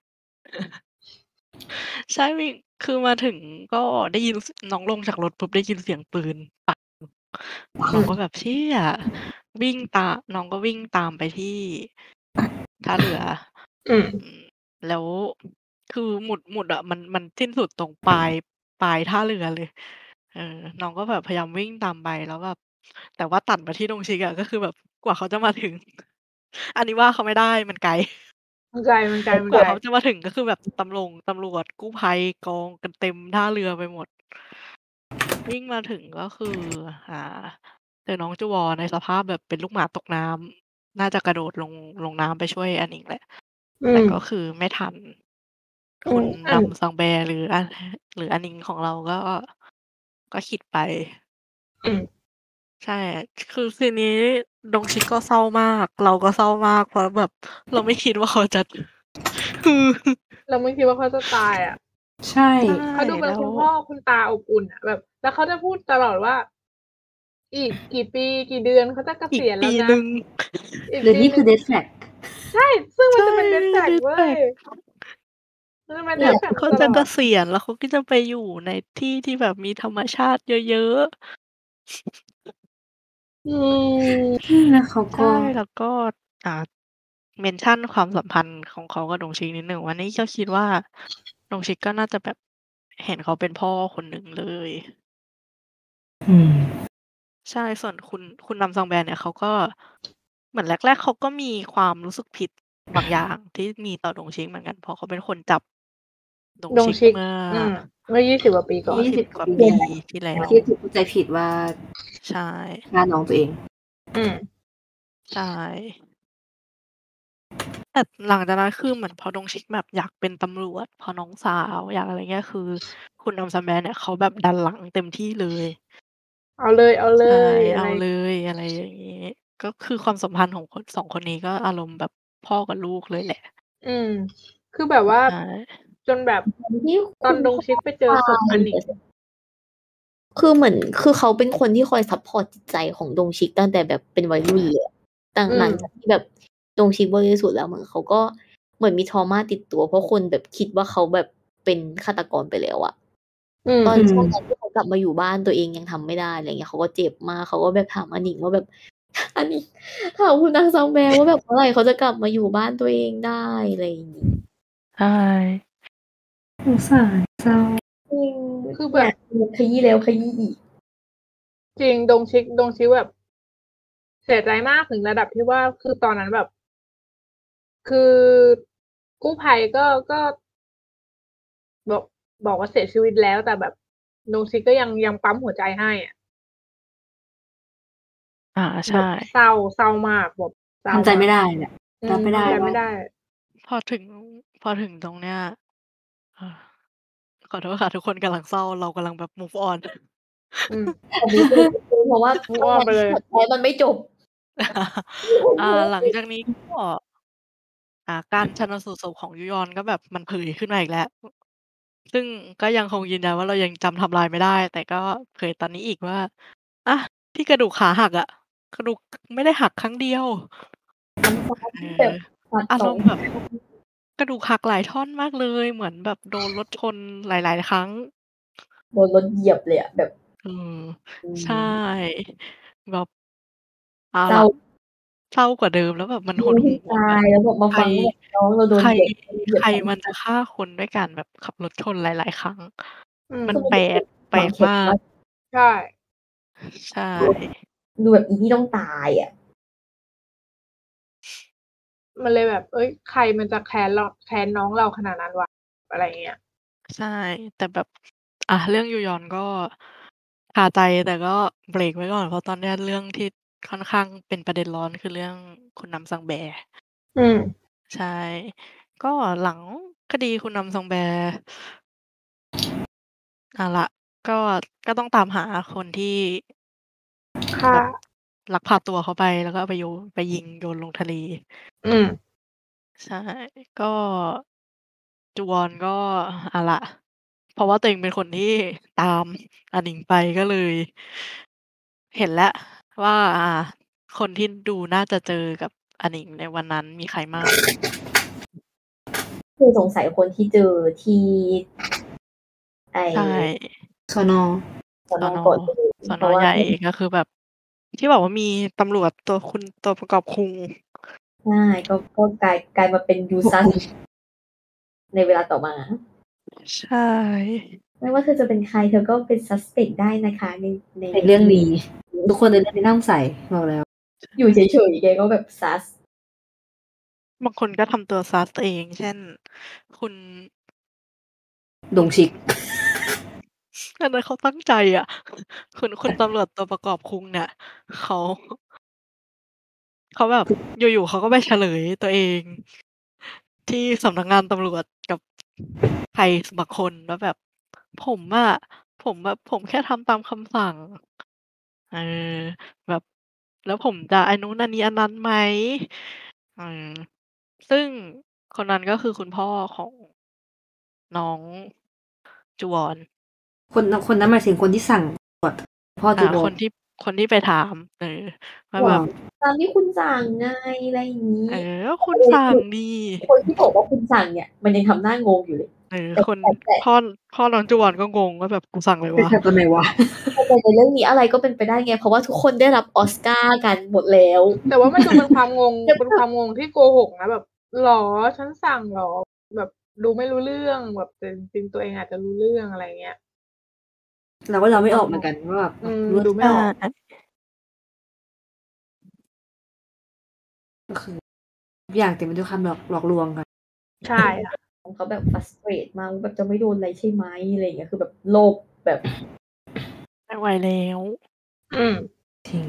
ใช่ วิ่ง คือมาถึงก็ได้ยิน ส น้องลงจากรถปุ๊บได้ยินเสียงปืน ปัง น้องก็แบบ เชี่ย วิ่งตา น้องก็วิ่งตามไปที่ท่าเรืออืมอืม แล้วคือหมุด หมุดอะมัน มันสิ้นสุดตรงปลาย ปลายท่าเรือเลย เออ น้องก็แบบพยายามวิ่งตามไป แล้วแบบ แต่ว่าตัดมาที่ดงชิคอะ ก็คือแบบกว่าเขาจะมาถึง อันนี้ว่าเขาไม่ได้ มันไกลมันไกล มันไกล มันกว่ไกลาเขาจะมาถึง ก็คือแบบตำรง ตำรวจ กู้ภัยกองกันเต็มท่าเรือไปหมด วิ่งมาถึงก็คือ อ่า เจอน้องจูวอนในสภาพแบบเป็นลูกหมาตกน้ำ น่าจะกระโดดลง ลงน้ำไปช่วยอาหนิงแหละอืแต่มก็คือไม่ทันอืมคุณอันันมซังแบ หรือ อา หรืออาหนิงของเราก็ ก็ขิดไปอืมใช่ คือซีนนี้ดงชิคก็เศร้ามาก เราก็เศร้ามาก เพราะแบบเราไม่คิดว่าเขาจะ คือเราไม่คิดว่าเขาจะตายอะใช่ใช่เขาดูเป็แลน้วคุณพ่อคุณตาอบอุ่นอะ แบบ แล้วเขาจะพูดตลอดว่า อีกกี่ปี กี่เดือนเขาจะเกอีษกีียณปแล้วีนะหนึ่งอีกหรือปีนี่หคนืึ่อง Death Flag ใช่ ซึ่งมัใชนจะเป็น Death คือ Flag Death เว้ย Flag มันจะเป็นแบ Death บ Flag เขมาาตจะเกลอดษียณ แล้วเขาก็จะไปอยู่ในที่ที่แบบมีธรรมชาติเยอะ ๆอืมอืม แล้วเขาใชก็่ แล้วก็ อ่า เมนชันความสัมพันธ์ของเขากับดงชิคนิดหนึ่งว่า นี่ก็คิดว่า ดงชิคก็น่าจะแบบเห็นเขาเป็นพ่อคนหนึ่งเลยอืมใช่ ส่วนคุณ คุณนัมซังแบเนี่ย เขาก็ เหมือนแรก ๆ เขาก็มีความรู้สึกผิดบางอย่างที่มีต่อดงชิคเหมือนกัน เพราะเขาเป็นคนจับดงดงชิคชิคเมื่ออืม เมื่อ ยี่สิบ กว่าปีก่อนยี่ยี่สิสิบบกว่าปีปีที่ที่แล้วที่ถูกเข้าใจผิดว่าใช่ฆ่าน้องตัวเองอืมใช่ แต่หลังจากนั้น คือเหมือนพอดงชิคแบบอยากเป็นตำรวจ พอน้องสาวอยากอะไรเงี้ย คือคุณนัมซังแบเนี่ยเขาแบบดันหลังเต็มที่เลยเอาเลย เอาเลใช่ยเอะอาไรเลย อะไรอย่างงี้ ก็คือความสัมพันธ์ของคน สอง คนนี้ก็อารมณ์แบบพ่อกับลูกเลยแหละอืม คือแบบว่าใช่จนแบบตอนที่ตอนดงคุณชิคไปเจอศพพ่ออาหนิงตาย คือเหมือน คือเขาเป็นคนที่คอยซัปพอร์ตจิตใจของดงชิคตั้งแต่แบบเป็นวัยรุ่นเลยอะ ตั้งอืมหลังจากที่แบบดงชิคบริสุทธิ์แล้ว เหมือนเขาก็เหมือนมี trauma ติดตัว เพราะคนแบบคิดว่าเขาแบบเป็นฆาตกรไปแล้วอะอืมตอนอืมช่วงนั้นที่เขากลับมาอยู่บ้านตัวเองยังทำไม่ได้ อะไรเงี้ย เขาก็เจ็บมาก เขาก็แบบถามอาหนิงว่าแบบ อาหนิง ถามคุณนัมซังแบว่าแบบเมื่อไหร่เขาจะกลับมาอยู่บ้านตัวเองได้ อะไรอย่างงี้ใช่สงสาร เศร้าจริงคือแบอยาบก ดู ขยี้แล้วขยี้อีกจริง ดงชิค ดงชิคแบบ เสียใจมากถึงระดับที่ว่า คือตอนนั้นแบบ คือกู้ภัยก็ ก็ บอก บอกว่าเสียชีวิตแล้ว แต่แบบดงชิคก็ยัง ยังปั๊มหัวใจให้อะอา ใชแบ่บเศร้า เศร้ามากแบบเศร้าทำใจมาไม่กได้แหละอืรับมไม่ได้ทำใจว่าไม่ได้พอถึง พอถึงตรงเนี้ย อา ขอโทษค่ะ ทุกคนกำลังเศร้า เรากำลังแบบ move on อืมแต่ move ไปเลย เพราะว่า move on ไปเลยสุดท้ายมันไม่จบอ่า หลังจากนี้ก็ อ่า การชันสูตรศพของยุยอนก็แบบมันเผยขึ้นมาอีกแล้วซึ่งก็ยังคงยืนยันว่าเรายังจำไทม์ไลน์ไม่ได้ แต่ก็เผยตอนนี้อีกว่า อะ ที่กระดูกขาหักอะ กระดูก ไม่ได้หักครั้งเดียวซ้ำซ้อนเออแบบหักอาสองรมณ์แบบ กระดูกหักหลายท่อนมากเลย เหมือนแบบโดนรถชนหลาย ๆ ครั้งโดนรถเหยียบเลยอะ แบบอืมอืใช่มแบบ เอาเศร้ล่าะ เศร้ากว่าเดิม แล้วแบบมันหดหู่ตาอะย แล้วแบบมาใครฟังว่าแบบน้องเราโดใครนเด็กเหยียใครบซ้มันจะำ ๆฆ่าคนด้วยการแบบขับรถชนหลาย ๆ ครั้งอืมมันคือมันแปลก แปฝลังกเข็มมากมากใช่ใช่ดูแบบอีนี่ต้องตายอะมันเลยแบบ เฮ้ย ใครมันจะแค้นเรา แค้นน้องเราขนาดนั้นวะ อะไรอย่างเงี้ยใช่ แต่แบบ อะ เรื่องยูยอนก็คาใจ แต่ก็เบรกไว้ก่อน เพราะตอนเนี้ยเรื่องที่ค่อนข้างเป็นประเด็นร้อน คือเรื่องคุณนัมซังแบอืมใช่ ก็หลังคดีคุณนัมซังแบ เอาล่ะ ก็ ก็ต้องตามหาคนที่ค่แบะบลักพาตัวเขาไป แล้วก็เอาไปโยน ไปยิงโยนลงทะเลอืมใช่ ก็ จูวอนก็ เอาล่ะ เพราะว่าตัวเองเป็นคนที่ตามอาหนิงไป ก็เลย เห็นแล้วว่า อ่า คนที่ดูน่าจะเจอกับอาหนิงในวันนั้นมีใครมั่งคือสงสัยคนที่เจอที่ ไอ้ใช่สน. สน. สน. ก่อนเลยสน. เพราะว่าใหญ่ ก็คือแบบ ที่บอกว่ามีตำรวจตัวคุณ ตัวประกอบคุงใช่ ก็ ก็กลาย กลายมาเป็น ยูซัส ในเวลาต่อมาใช่ไม่ว่าเธอจะเป็นใคร เธอก็เป็น suspect ได้นะคะ ใน ในในเรื่องนี้ ทุกคนในเรื่องนี้น่าสงสัย บอกแล้วอยู่เฉย ๆ แกก็แบบ sus บางคนก็ทำตัว sus เอง เช่น คุณดงชิกอันนั้นเขาตั้งใจอะ คุณ คุณตำรวจตัวประกอบคุงเนี่ย เขา เขาแบบ อยู่ ๆ เขาก็ไปเฉลยตัวเอง ที่สำนักงานตำรวจกับ ใคร ส บางคนว่าแบบ ผมอะ ผมแบบ ผมแค่ทำตามคำสั่ง เออ แบบ แล้วผมจะอันนู้น อันนี้ อันนั้นไหม อืม ซึ่งคนนั้นก็คือคุณพ่อของ น้องจูวอนคน น คนนั้นหมายถึงคนที่สั่ง ตรวจ พ่ออจูาวอนคนที่ คนที่ไปถาม เออ ว่าบแอบบก ตามที่คุณสั่งไง อะไรอย่างงี้เออ ก็แต่คุปณระเด็สนั่คงือนี่คนที่บอกว่าคุณสั่งเนี่ย มันยังทำหน้างงอยู่เลยเออแต่คนแต่ แต่พ่อ พ่อน้องจูวอนก็งงว่าแบบ กูสั่งอะไรไปวะสั่งตอนไหนวะแต่ แต่ในเรื่องนี้อะไรก็เป็นไปได้ไง เพราะว่าทุกคนได้รับออสการ์กันหมดแล้วแต่ว่ามันดูเป็นความงงจะเป็นความงงที่โกหกนะ แบบ เหรอ ฉันสั่งเหรอ แบบดูไม่รู้เรื่อง แบบแต่จริง ๆ ตัวเองอาจจะรู้เรื่อง อะไรอย่างเงี้ยเราก็เดาไม่ออกเหมือนกันว่าแบบอืมรู้ดูไม่ออกใช่ก็คือ ทุกอย่างเต็มไปด้วยคำหลอก หลอกลวงค่ะใช่ค่ะเขาแบบ frustrate มากว่าแบบจะไม่โดนอะไรใช่ไหม อะไรอย่างเงี้ย คือแบบโลภแบบไม่ไหวแล้วอืมจริง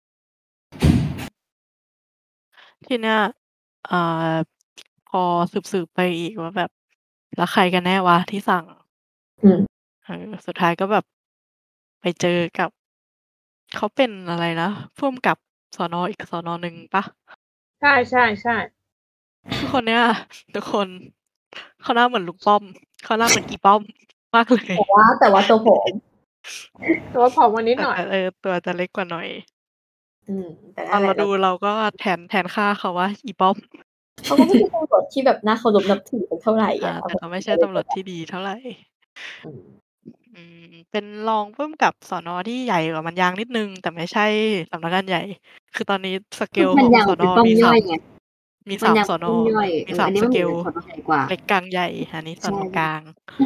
ทีเนี้ย อ่า พอสืบ ๆ ไปอีกว่าแบบ แล้วใครกันแน่วะที่สั่งอืมเออ สุดท้ายก็แบบ ไปเจอกับ เขาเป็นอะไรนะ ผู้กำกับ สน. อีก สน. หนึ่งเปล่า? ใช่ ๆ ๆคือคนเนี้ย ทุกคน เขาหน้าเหมือนลุงป้อม เขาหน้าเหมือนอีป้อม มาก เลแต่ยว่า แต่ว่าตัวผอมตัวผอมกว่านิดแต่หน่อแยต่ เออ ตัวจะเล็กกว่าหน่อยอืม แต่นตั่อนนแหเลราะ เรดาูเราก็แทน แทนค่าเขาว่าอีป้อมเขาก็ไม่ใช่ตำรวจที่แบบน่าเคารพนับถือสักเท่าไรอาอะ เอาแต่แบบก็ไม่ใช่ตำรวจที่ดีเท่าไรอืมอืม เป็นรองผู้กำกับสน. ที่ใหญ่กว่ามันยางนิดหนึ่ง แต่ไม่ใช่สำนักงานใหญ่ คือตอนนี้สเกลมัของนยังสน. เป็นป้อมมี สามย่อยไงมีมัสามยังสน. ป้อมย่อยมีเออสาอัมนนี้มันสเเหมกือนลเป็นสน. ใหญ่กว่าเล็ก กลาง ใหญ่ อันนี้สใช่น. กลาง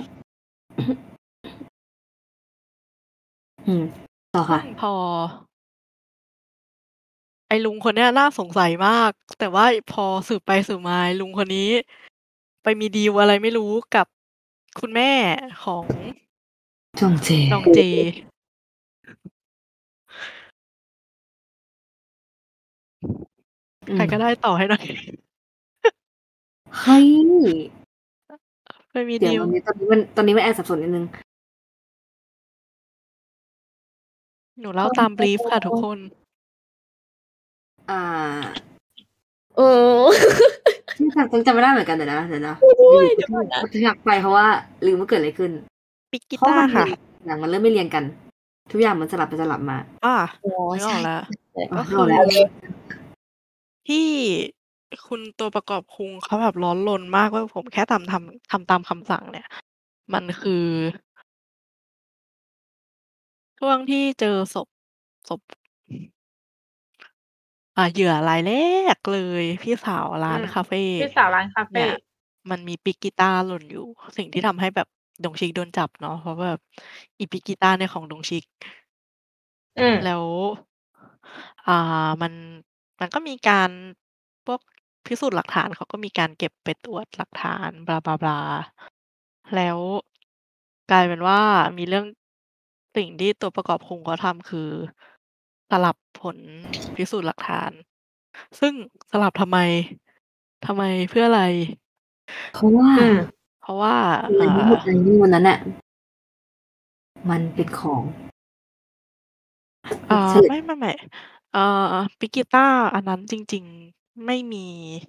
อืม ต่อซคึ่่ะงพอ ไอ้ลุงคนเนี้ยน่าสงสัยมาก แต่ว่าพอสืบไปสืบมาไอ้ลุงคนนี้ ไปมีดีลอะไรไม่รู้กับคุณแม่ของจองเจจองเจอืใครก็มได้ต่อให้หน่อยเฮ้ยไปมีเดี๋ดยีว ตลอนนี้ ตอนนี้มัน ตอนนี้มันแอบสับสนนิดหนึ่งหนูเล่าตาม บรีฟ ค่ะทุกคนอ่าเออที่จำจำไม่ได้เหมือนกันเดี๋ยวนะเดี๋ยวนะด้วยอยู่เดี๋ยวก่อนนะๆอยากไปเพราะว่าลืมว่าเกิดอะไรขึ้นปิกกีเพราะตามันร์ค่ะอย่างมันเริ่มไม่เรียงกัน ทุกอย่างมันสลับไปสลับมาอ่าอ๋อนึกอใช่อกแล้วใช่ก็อ๋อคืนึกออกอแล้วที่คุณตัวประกอบคุงเขาแบบร้อนรนมากว่าผมแค่ทำทำทำตามคำสั่งเนี่ย มันคือ ช่วงที่เจอศพ ศพ อ่า เหยื่อรายแรกเลย พี่สาวร้าอืนมคาเฟพี่สาวร้านคาเฟเนี่ย มันมีปิกกีตาร์หล่นอยู่ สิ่งที่ทำให้แบบดงชิกโดนจับเนาะ เพราะแบบอีปิกกีตาร์เนี่ยของดงชิกอืมแล้ว อ่า มัน มันก็มีการ พวกพิสูจน์หลักฐานเขาก็มีการเก็บไปตรวจหลักฐาน บลา ๆ ๆ แล้วกลายเป็นว่ามีเรื่อง สิ่งที่ตัวประกอบคุงเขาทำคือ สลับผลพิสูจน์หลักฐาน ซึ่งสลับทำไม ทำไม เพื่ออะไร? เพราะว่าอืมเพราะว่าเงิอ่นทั้งหมดาในนิ้วนั้นน่ะ มันเป็นของอ่าเฉลไม่ ไม่ ๆ เอ่อ ปิกกีตาร์อันนั้นจริง ๆ ไม่มี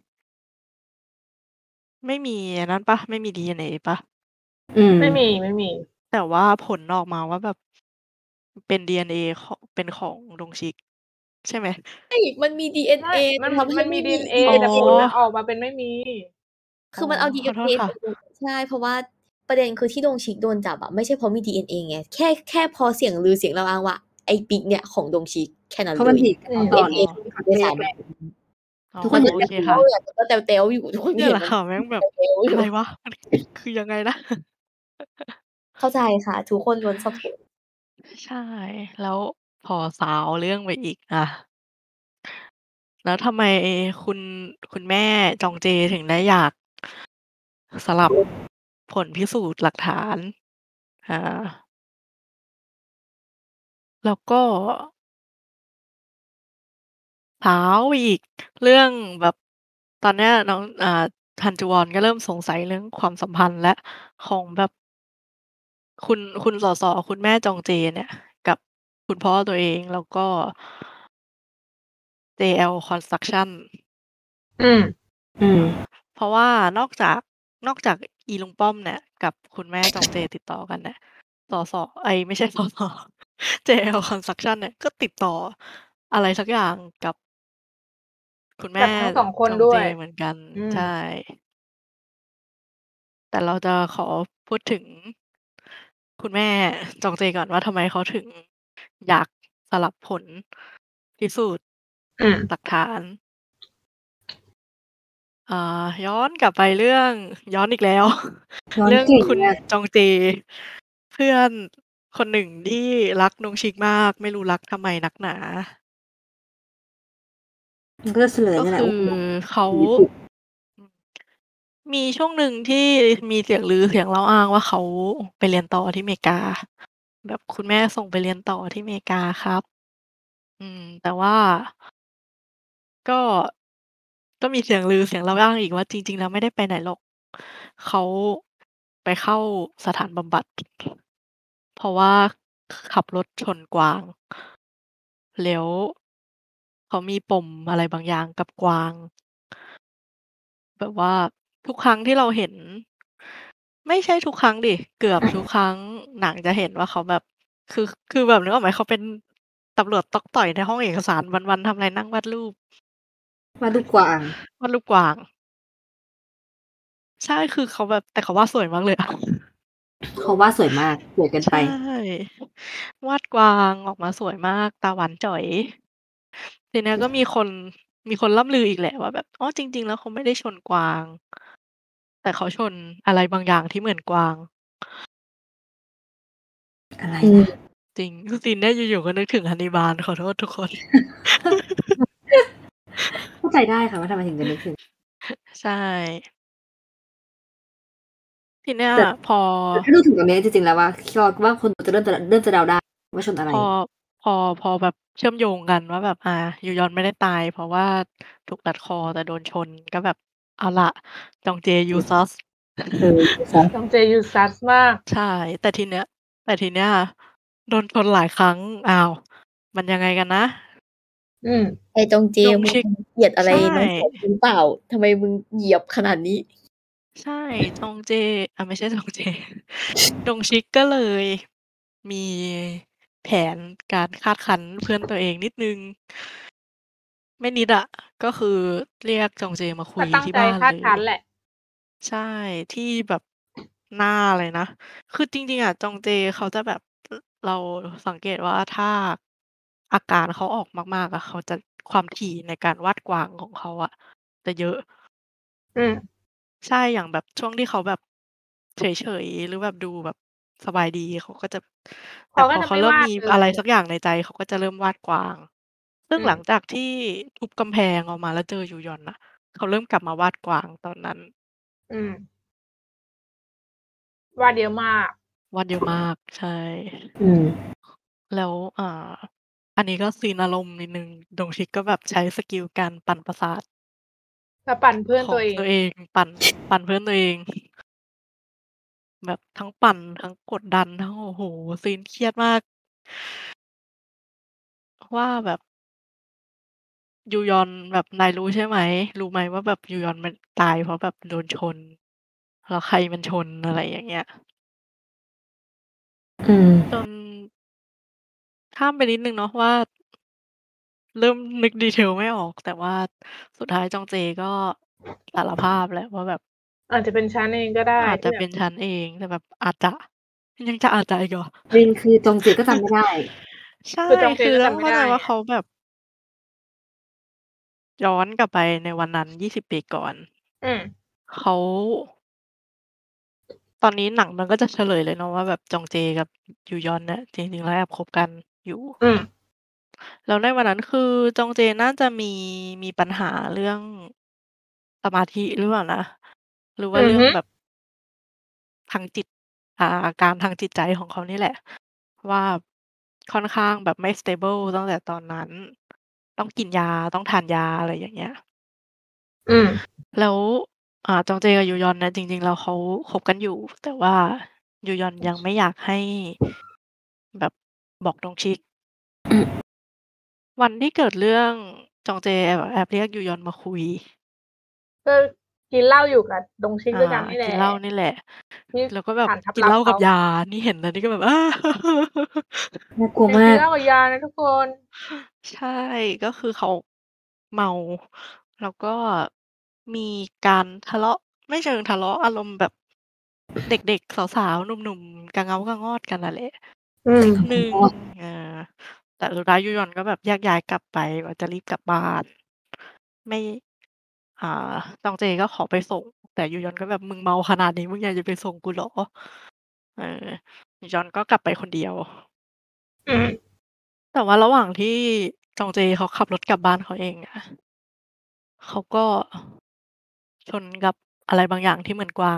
ไม่มีอันนั้นเปล่า ไม่มี ดีเอ็นเอ เปล่า? อืมไม่มี ไม่มีแต่ว่าผลออกมาว่าแบบ เป็น ดีเอ็นเอ ข เป็นของดงชิก ใช่ไหม? ใช่ มันมี ดีเอ็นใช่เอมัมัน นทำให้มันไมมี่ดีมีเอ็น เออ๋อแต่ผลน่ะออกมาเป็นไม่มีคอ๋คือมันเอา ดีขเอ็อน โทเอค่ะไปลง ใช่ เพราะว่าประเด็นคือที่ดงชิกโดนจับอะ ไม่ใช่เพราะมี ดี เอ็น เอ ไง แค่ แค่พอเสียงลือเสียงเล่าอ้างว่า ไอ้ปิกเนี่ยของดงชิก แค่นั้เพนราะเลมันยผิดอืมตอนดี เอ็น เอคาไปเฟสามแรกอ๋อทุกคนเห็นโอมันเคเค่ะเลยอะ แต่ก็แต๊ว ๆ อยู่ ทุกคนเนี่ยเห็แหนละมันค่ะ แม่งแบบแต๊ว ๆ ออะยู่ไรวะ มัน คือยังไงนะ? เข้าใจค่ะ ทุกคนล้วนสับสนใช่ แล้วพอสาวเรื่องไปอีก อะ แล้วทำไมคุณ คุณแม่จองเจถึงได้อยาก สลับผลพิสูจน์หลักฐาน อา แล้วก็ สาวไปอีก เรื่องแบบ ตอนเนี้ยน้อง อ่า ฮันจูวอนก็เริ่มสงสัยเรื่องความสัมพันธ์แล้ว ของแบบ คุณ คุณ สส. คุณแม่จองเจเนี่ย กับคุณพ่อตัวเอง แล้วก็ เจ แอล Construction อืมอืมเพราะว่านอกจาก นอกจากอีลุงป้อมเนี่ย กับคุณแม่จองเจติดต่อกันเนี่ย สส. เอ๊ย ไม่ใช่ สส. เจ แอล Construction เนี่ย ก็ติดต่ออะไรสักอย่างกับ คุณแมกั่บทั้ง สอง คนจองด้เจวยเหมือนกันอืมใช่ แต่เราจะขอพูดถึง คุณแม่จองเจก่อนว่า ทำไมเขาถึงอยากสลับผลพิสูจน์อืมหลักฐาน อ่า ย้อนกลับไปเรื่อง ย้อนอีกแล้วย้อเรนื่องเก่งคุณมากจองเจ เพื่อนคนหนึ่งที่รักดงชิกมาก ไม่รู้รักทำไมนักหนามันก็จะเฉลยก็นั่นแหคละืว่าอเป็นเขาผีปุอืม มีช่วงหนึ่งที่มีเสียงลือเสียงเล่าอ้างว่า เขาไปเรียนต่อที่อเมริกา แบบคุณแม่ส่งไปเรียนต่อที่อเมริกาครับ อืม แต่ว่า ก็ ก็มีเสียงลือเสียงเล่าอ้างอีกว่า จริง ๆ แล้วไม่ได้ไปไหนหรอก เขาไปเข้าสถานบำบัด เพราะว่า ข ขับรถชนกวาง แล้วเขามีปมอะไรบางอย่างกับกวาง แบบว่าทุกครั้งที่เราเห็น ไม่ใช่ทุกครั้งดิ เกือบทุกครั้งหนังจะเห็นว่าเขาแบบ คือ คือแบบนึกออกไหม เขาเป็นตำรวจต๊อกต่อยในห้องเอกสาร วัน ๆ ทำอะไร นั่งวาดรูปวาดรูปกวางวาดรูปกวาง ใช่ คือเขาแบบ แต่เขาวาดสวยมากเลย อะเขาวาดสวยมาก สวยเกินใชไป่ วาดกวางออกมาสวยมาก ตาหวานจ๋อย ทีเนี้ยก็มีคน มีคนล่ำลืออีกแหละว่าแบบ อ๋อ จริง ๆ แล้วเขาไม่ได้ชนกวาง แต่เขาชนอะไรบางอย่างที่เหมือนกวางอะไรอืมนะ? จริง คือซีนเนี้ยอยู่ ๆ ก็นึกถึงฮันนิบาล ขอโทษทุกคนเข้าใจได้ค่ะว่า ทำไมถึงจะนึกถึงใช่ ทีเนี้ยแต่พอแต่ถ้านึกถึงตรงนี้จริง ๆ แล้วว่า คิดว่า ว่าคนจะเริ่มจะ เริ่มจะเดาได้ว่าชนอะไรพอ พอ พอแบบเชื่อมโยงกันว่าแบบ อา ยูยอนไม่ได้ตาย เพราะว่าถูกรัดคอ แต่โดนชน ก็แบบ เอาล่ะ จองเจ ยูอืมซัสเออ ยูซัสจองเจ ยูซัสมากใช่ แต่ทีเนี้ย แต่ทีเนี้ยโดนชนหลายครั้ง อ้าว มันยังไงกันนะอืมไอ้จงเจดงมึงชิกเกลียดอะไรใช่น้ำฝนหรือเปล่า ทำไมมึงเหยียบขนาดนี้? ใช่ จงเจ อ่า ไม่ใช่ จงเจ ดงชิกก็เลยมีแผนการคาดคั้นเพื่อนตัวเองนิดหนึ่ง ไม่นิดอะ ก็คือเรียกจงเจมาคุก็ยตั้งที่ใจบ้านคาดเลคั้นยแหละใช่ ที่แบบหน้าอะไรนะ คือจริง ๆ อะ จงเจเขาจะแบบ อ เราสังเกตว่า ถ้าอาการเขาออกมาก ๆ อะ เขาจะ ความถี่ในการวาดกวางของเขาอะจะเยอะอืมใช่ อย่างแบบช่วงที่เขาแบบเฉย ๆ หรือแบบดูแบบสบายดี เขาก็จะเแขต่าพอเขาเริก็จะไม่ว่มาดมีเลยอะไรสักอย่างในใจ เขาก็จะเริ่มวาดกวาง ซึ่องืหลังมจากที่ทุบกำแพงออกมาแล้วเจอยูยอนน่ะ เขาเริ่มกลับมาวาดกวางตอนนั้นอืม วาดเยอะมากวาดเยอะมาก ใช่อืมแล้ว อ่า อันนี้ก็ซีนอารมณ์นิดหนึ่ง ดงชิกก็แบบใช้สกิลการปั่นประสาทจะปั่นเพื่อนขอตัวเองตัวเอง ปั่น ปั่นเพื่อนตัวเอง แบบทั้งปั่น ทั้งกดดัน ทั้ง โอ้โฮ ซีนเครียดมาก ว่าแบบ ยูยอนแบบ "นายรู้ใช่ไหม รู้ไหมว่าแบบยูยอนมันตายเพราะแบบโดนชน แล้วใครมันชน?" อะไรอย่างเงี้ยอืมจน ข้ามไปนิดหนึ่งเนาะว่า เริ่มนึก detail ไม่ออก แต่ว่าสุดท้ายจองเจก็สารภาพแหละว่าแบบอาจจะเป็นฉันเองก็ได้อาจทจีะ่แบเบป็นฉันเอง แต่แบบอาจจะ ยังจะอาจจะอีกเหรอ? ประเด็นคือจงเจก็จำไม่ได้ใช่คือจองเจคือตก็จ้องำไม่เข้าไใดจ้ว่าไงเขาแบบ ย้อนกลับไปในวันนั้น ยี่สิบ ปีก่อนอืมเขา ตอนนี้หนังมันก็จะเฉลยเลยเนาะว่าแบบจองเจกับยูยอนเนี่ย จริง ๆ แล้วแอบคบกันอยู่อืมแล้วในวันนั้นคือจองเจน่าจะมี มีปัญหาเรื่อง สมาธิหรือเปล่านะ หรือวอ่าืเอฮรื่องึแบบ ทางจิต อ่า อาการทางจิตใจของเขานี่แหละ ว่าค่อนข้างแบบไม่ สเตเบิล ตั้งแต่ตอนนั้น ต้องกินยา ต้องทานยา อะไรอย่างเงี้ยอืมแล้ว อ่า จองเจกับยูยอนเนี่ย จริง ๆ แล้วเขาคบกันอยู่ แต่ว่ายูยอนยังไม่อยากให้ แบบบอกดงชิกอืมวันที่เกิดเรื่อง จองเจแอบ แอบเรียกยูยอนมาคุยก็กินเหล้าอยู่กับดงชิกอาด้วยกันนี่แหลกิะนเหล้านี่แหละที่แล้วก็แบบฐานทัพลกินเัหลบ้าเขกัาบยา นี่เห็นอันนี้ก็แบบ อาน่ากลัวอย่ามากินกเหล้ากับยานะทุกคนใช่ ก็คือเขาเมา แล้วก็มีการทะเลาะ ไม่เชิงทะเลาะ อารมณ์แบบเด็ก ๆ สาว ๆ หนุ่ม ๆ กะเง้ากะงอดกันน่ะแหละอืมนิดหนึ่ง อา แต่สุดท้ายยูยอนก็แบบแยกย้ายกลับไปว่าจะรีบกลับบ้าน ไม่ อ่า จองเจก็ขอไปส่ง แต่ยูยอนก็แบบ "มึงเมาขนาดนี้ มึงยังจะไปส่งกูเหรอ?" เออ ยูยอนก็กลับไปคนเดียวอืมแต่ว่าระหว่างที่จองเจเขาขับรถกลับบ้านเขาเองอะ เขาก็ ชนกับอะไรบางอย่างที่เหมือนกวาง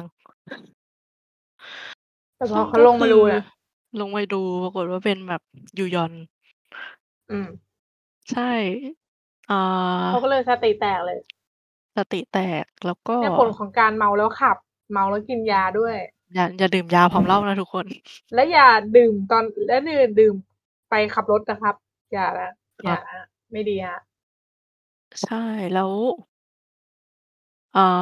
แต่พซึอ่งเขาก็คลงมาืดูอน่ะลงไปดูปรากฏว่าเป็นแบบยูยอนอืมใช่ อ่าเขาก็เลยสติแตกเลยสติแตก แล้วก็เนี่ยผลของการเมาแล้วขับ เมาแล้วกินยาด้วยอย่า อย่าดื่มยาพร้อมเหล้านะทุกคนและอย่าดื่มตอน และดื่ม ดื่มไปขับรถนะครับ อย่านะครอย่ัาบนะ ไม่ดีครับใช่ แล้ว อ่า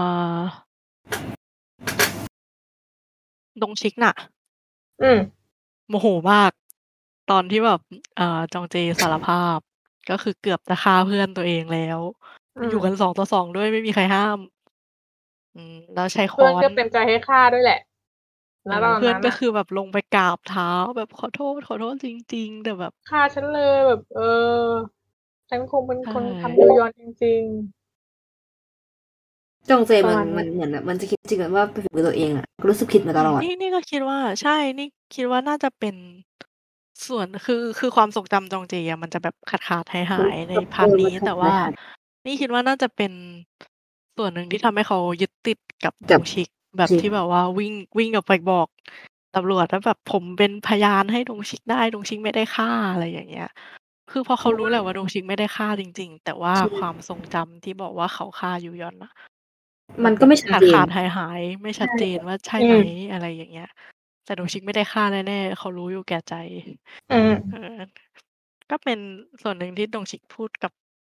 ดงชิกน่ะอืมโมโหมาก ตอนที่แบบ อ่า จองเจสารภาพ ก็คือเกือบจะฆ่าเพื่อนตัวเองแล้วอือยู่กันมสอง ต่อ สอง ด้วยไม่มีใครห้าม อืม แล้วใช้เคพื่้ออนก็นเต็มใจให้ฆ่าด้วยแหละเณออตอเนนัพื่อน้นน่ะก็คือแบบลงไปกราบเท้าแบบ "ขอโทษ ขอโทษจริง ๆ" แต่แบบฆ่าฉันเลย แบบ เออ ฉันคงเป็นใช่คนทำยูยอนจริง ๆจงเจมประัมนาณนมีั้นเหมือนแบบมันจะคิดจริง ๆ ว่าเป็นฝีมือตัวเองอะ รู้สึกผิดมาอืมตลอดนี่ นี่ก็คิดว่า ใช่ นี่คิดว่าน่าจะเป็นส่วน คือ คือความทรงจำจองเจอะมันจะแบบขาด ๆ หมัานย ๆ ในพเาร์ตออนมีั้นแต่ว่าขาด ๆนี่คิดว่าน่าจะเป็นส่วนหนึ่งที่ทำให้เขายึดติดกับดกับงชิก แบบชิที่แบบว่าวิ่ง วิ่งออกไปบอกตำรวจว่าแบบ "ผมเป็นพยานให้ดงชิกได้ ดงชิกไม่ได้ฆ่า" อะไรอย่างเงี้ย คือพอเขารู้แหละว่าดงชิกไม่ได้ฆ่าจริง ๆ แต่ว่าใชค่วามทรงจำที่บอกว่าเขาฆ่ายูยอนน่ะ มมัันนแกบ็บไม่ชัดเจขนาด ๆ หาย ๆ ไม่ใชชั่ดเจนว่าใช่อืไหมมอะไรอย่างเงี้ย แต่ดงชิกไม่ได้ฆ่าแน่ ๆ เขารู้อยู่แก่ใจอืมเออ ก็เป็นส่วนหนึ่งที่ดงชิกพูดกับ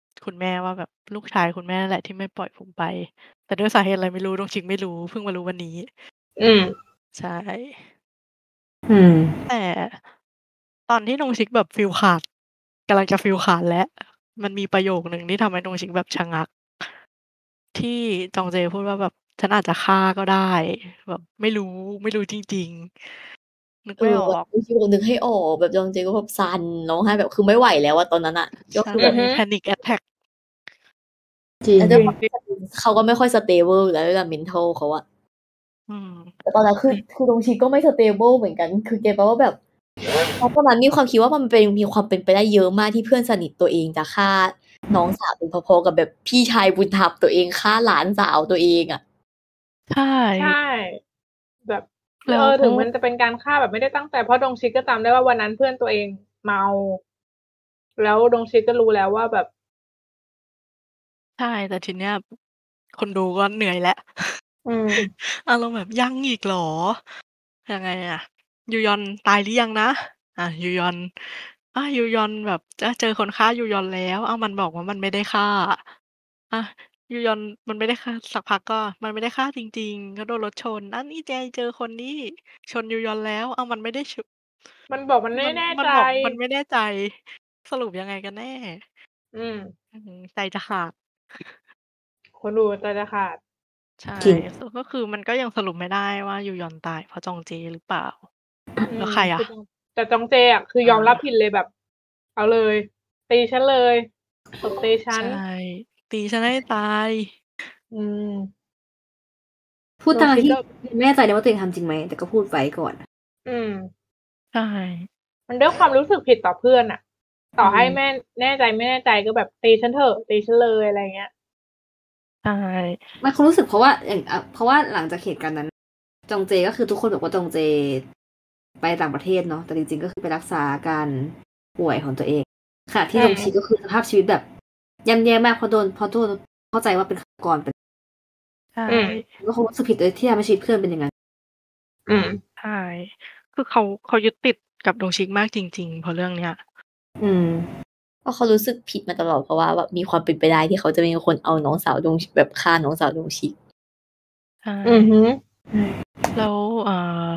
คุณแม่ว่าแบบลูกชายคุณแม่นั่นแหละที่ไม่ปล่อยผมไป แต่ด้วยสาเหตุอะไรไม่รู้ดงชิงไม่รู้เพิ่งมารู้วันนี้อืมใช่อืมแต่ตอนที่ดงชิกแบบฟีลขาดกำลังจะฟีลขาดแล้ว มันมีประโยคหนึ่งที่ทำให้ดงชิกแบบชะงัก ที่จองเจพูดว่าแบบฉันอาจจะฆ่าก็ได้ แบบไม่รู้ไม่รู้จริง ๆ นึกเอไม่ออแบอบ กบางทีแบบนึกให้ออก แบบจองเจก็แบบสั่นร้องไห้แบบคือไม่ไหวแล้วอะตอนนั้นน่ะ ก็ใช่คือแบบอือฮึ panic attack จริงแล้วด้วยความที่เขาก็ไม่ค่อย stable อยู่แล้วด้วย mental เขาอะอืมแต่ตอนนั้นคือ คือดงชิก็ไม่ stable เหมือนกัน คือเก็ตเปล่าว่าแบบ ณ ตอนนั้นมีความคิดว่ามันเป็น มีความเป็นไปได้เยอะมากที่เพื่อนสนิทตัวเองจะฆ่าน้องสาวตัวเองพอ ๆ กับแบบพี่ชายบุญธรรมตัวเองฆ่าหลานสาวตัวเองอะใช่ใช่ แบบแล้เอวอ ถึงมันจะเป็นการฆ่าแบบไม่ได้ตั้งใจ เพราะดงชิก็จำได้ว่าวันนั้นเพื่อนตัวเองเมา แล้วดงชิก็รู้แล้วว่าแบบใช่ แต่ทีเนี้ย คนดูก็เหนื่อยแล้วอืมอารมณ์แบบยังอีกเหรอ ยังไงอะ ยูยอนตายหรือยังนะ อา ยูยอน อา ยูยอนแบบจะเจอคนฆ่ายูยอนแล้ว อ้าว มันบอกว่ามันไม่ได้ฆ่า อา ยูยอนมันไม่ได้ฆ่า สักพักก็มันไม่ได้ฆ่าจริง ๆ เขาโดนรถชน อา นี่ไงเจอคนที่ชนยูยอนแล้ว อ้าว มันไม่ได้ ชมันบอกมันไม่มันแน่ใจมันบอกมันไม่แน่ใจ สรุปยังไงกันแน่อืมอือฮึ ใจจะขาดคนดูใจจะขาดใช่จริงส ก็คือมันก็ยังสรุปไม่ได้ว่ายูยอนตายเพราะจองเจหรือเปล่าอืมแล้วใครอคืะ? อจอง แต่จองเจอะ คืออยอมรับผิดเลยแบบ เอาเลย ตีฉันเลย ตบตีฉัใชนตีฉันให้ตายอืมพูดดทั้ง ๆ ที่งชิก็ไม่แน่ใจนะว่าตัวเองทำจริงไหม แต่ก็พูดไว้ก่อนอืมใช่มันด้วยความรู้สึกผิดต่อเพื่อนน่ะ ต่อให้อืมแม่ แน่ใจไม่แน่ใจก็แบบตีฉันเถอะ ตีฉันเลย อะไรอย่างเงี้ยใช่มันคงรู้สึกเพราะว่า อย่าง อ่า เพราะว่าหลังจากเหตุการณ์นั้น จองเจ ก็คือทุกคนบอกว่าจองเจไปต่างประเทศเนาะ แต่จริง ๆ ก็คือไปรักษาอาการป่วยของตัวเอง ขณะที่อืดมงชิ ก็คือสภาพชีวิตแบบย่ำแย่มาก เพราะโดน เพราะโดน เข้าใจว่าเป็นฆาตกร เป็นใช่อืมก็คงรู้สึกผิดเลยที่ทำให้ชีวิตเพื่อนเป็นอย่างงั้นอืมใช่ คือเขา เขายึดติดกับดงชิมากจริง ๆ เพราะเรื่องเนี้ยอืมเพราะเขารู้สึกผิดมาตลอด เพราะว่าแบบมีความเป็นไปได้ที่เขาจะเป็นคนเอาน้องสาวดง ช แบบฆ่าน้องสาวดงชิใช่อือฮึแล้ว เอ่อ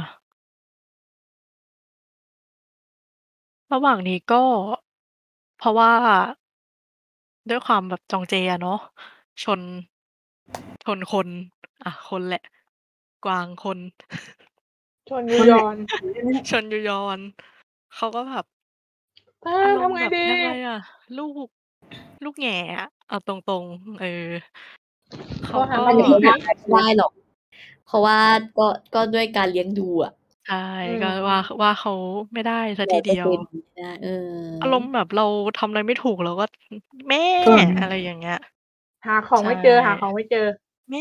ระหว่างนี้ก็ เพราะว่า ด้วยความแบบจองเจอะเนาะ ชน ชนคน อะ คนแหละ กวางคนชนยูยอนชนยูยอน เขาก็แบบเออ ทอารมณ์ำไงแบบดี? ยังไงอะ ลูก ลูกแหง่อะ เอาตรง ๆ เออ เขก็าหักน็มามันยิไม่งได้นะไม่ได้หรอก เพราะว่าก็ ก็ด้วยการเลี้ยงดูอะใช่อืก็มว่า ว่าเขาไม่ได้เสียร้อยเปอรทีเดี์ยเซ็วนต์ ไม่ได้ เออารมอณ์แบบเราทำอะไรไม่ถูก เราก็ อือ แม่ก็อะไรอย่างเงี้ยหาของใช่ไม่เจอ หาของไม่เจอแม่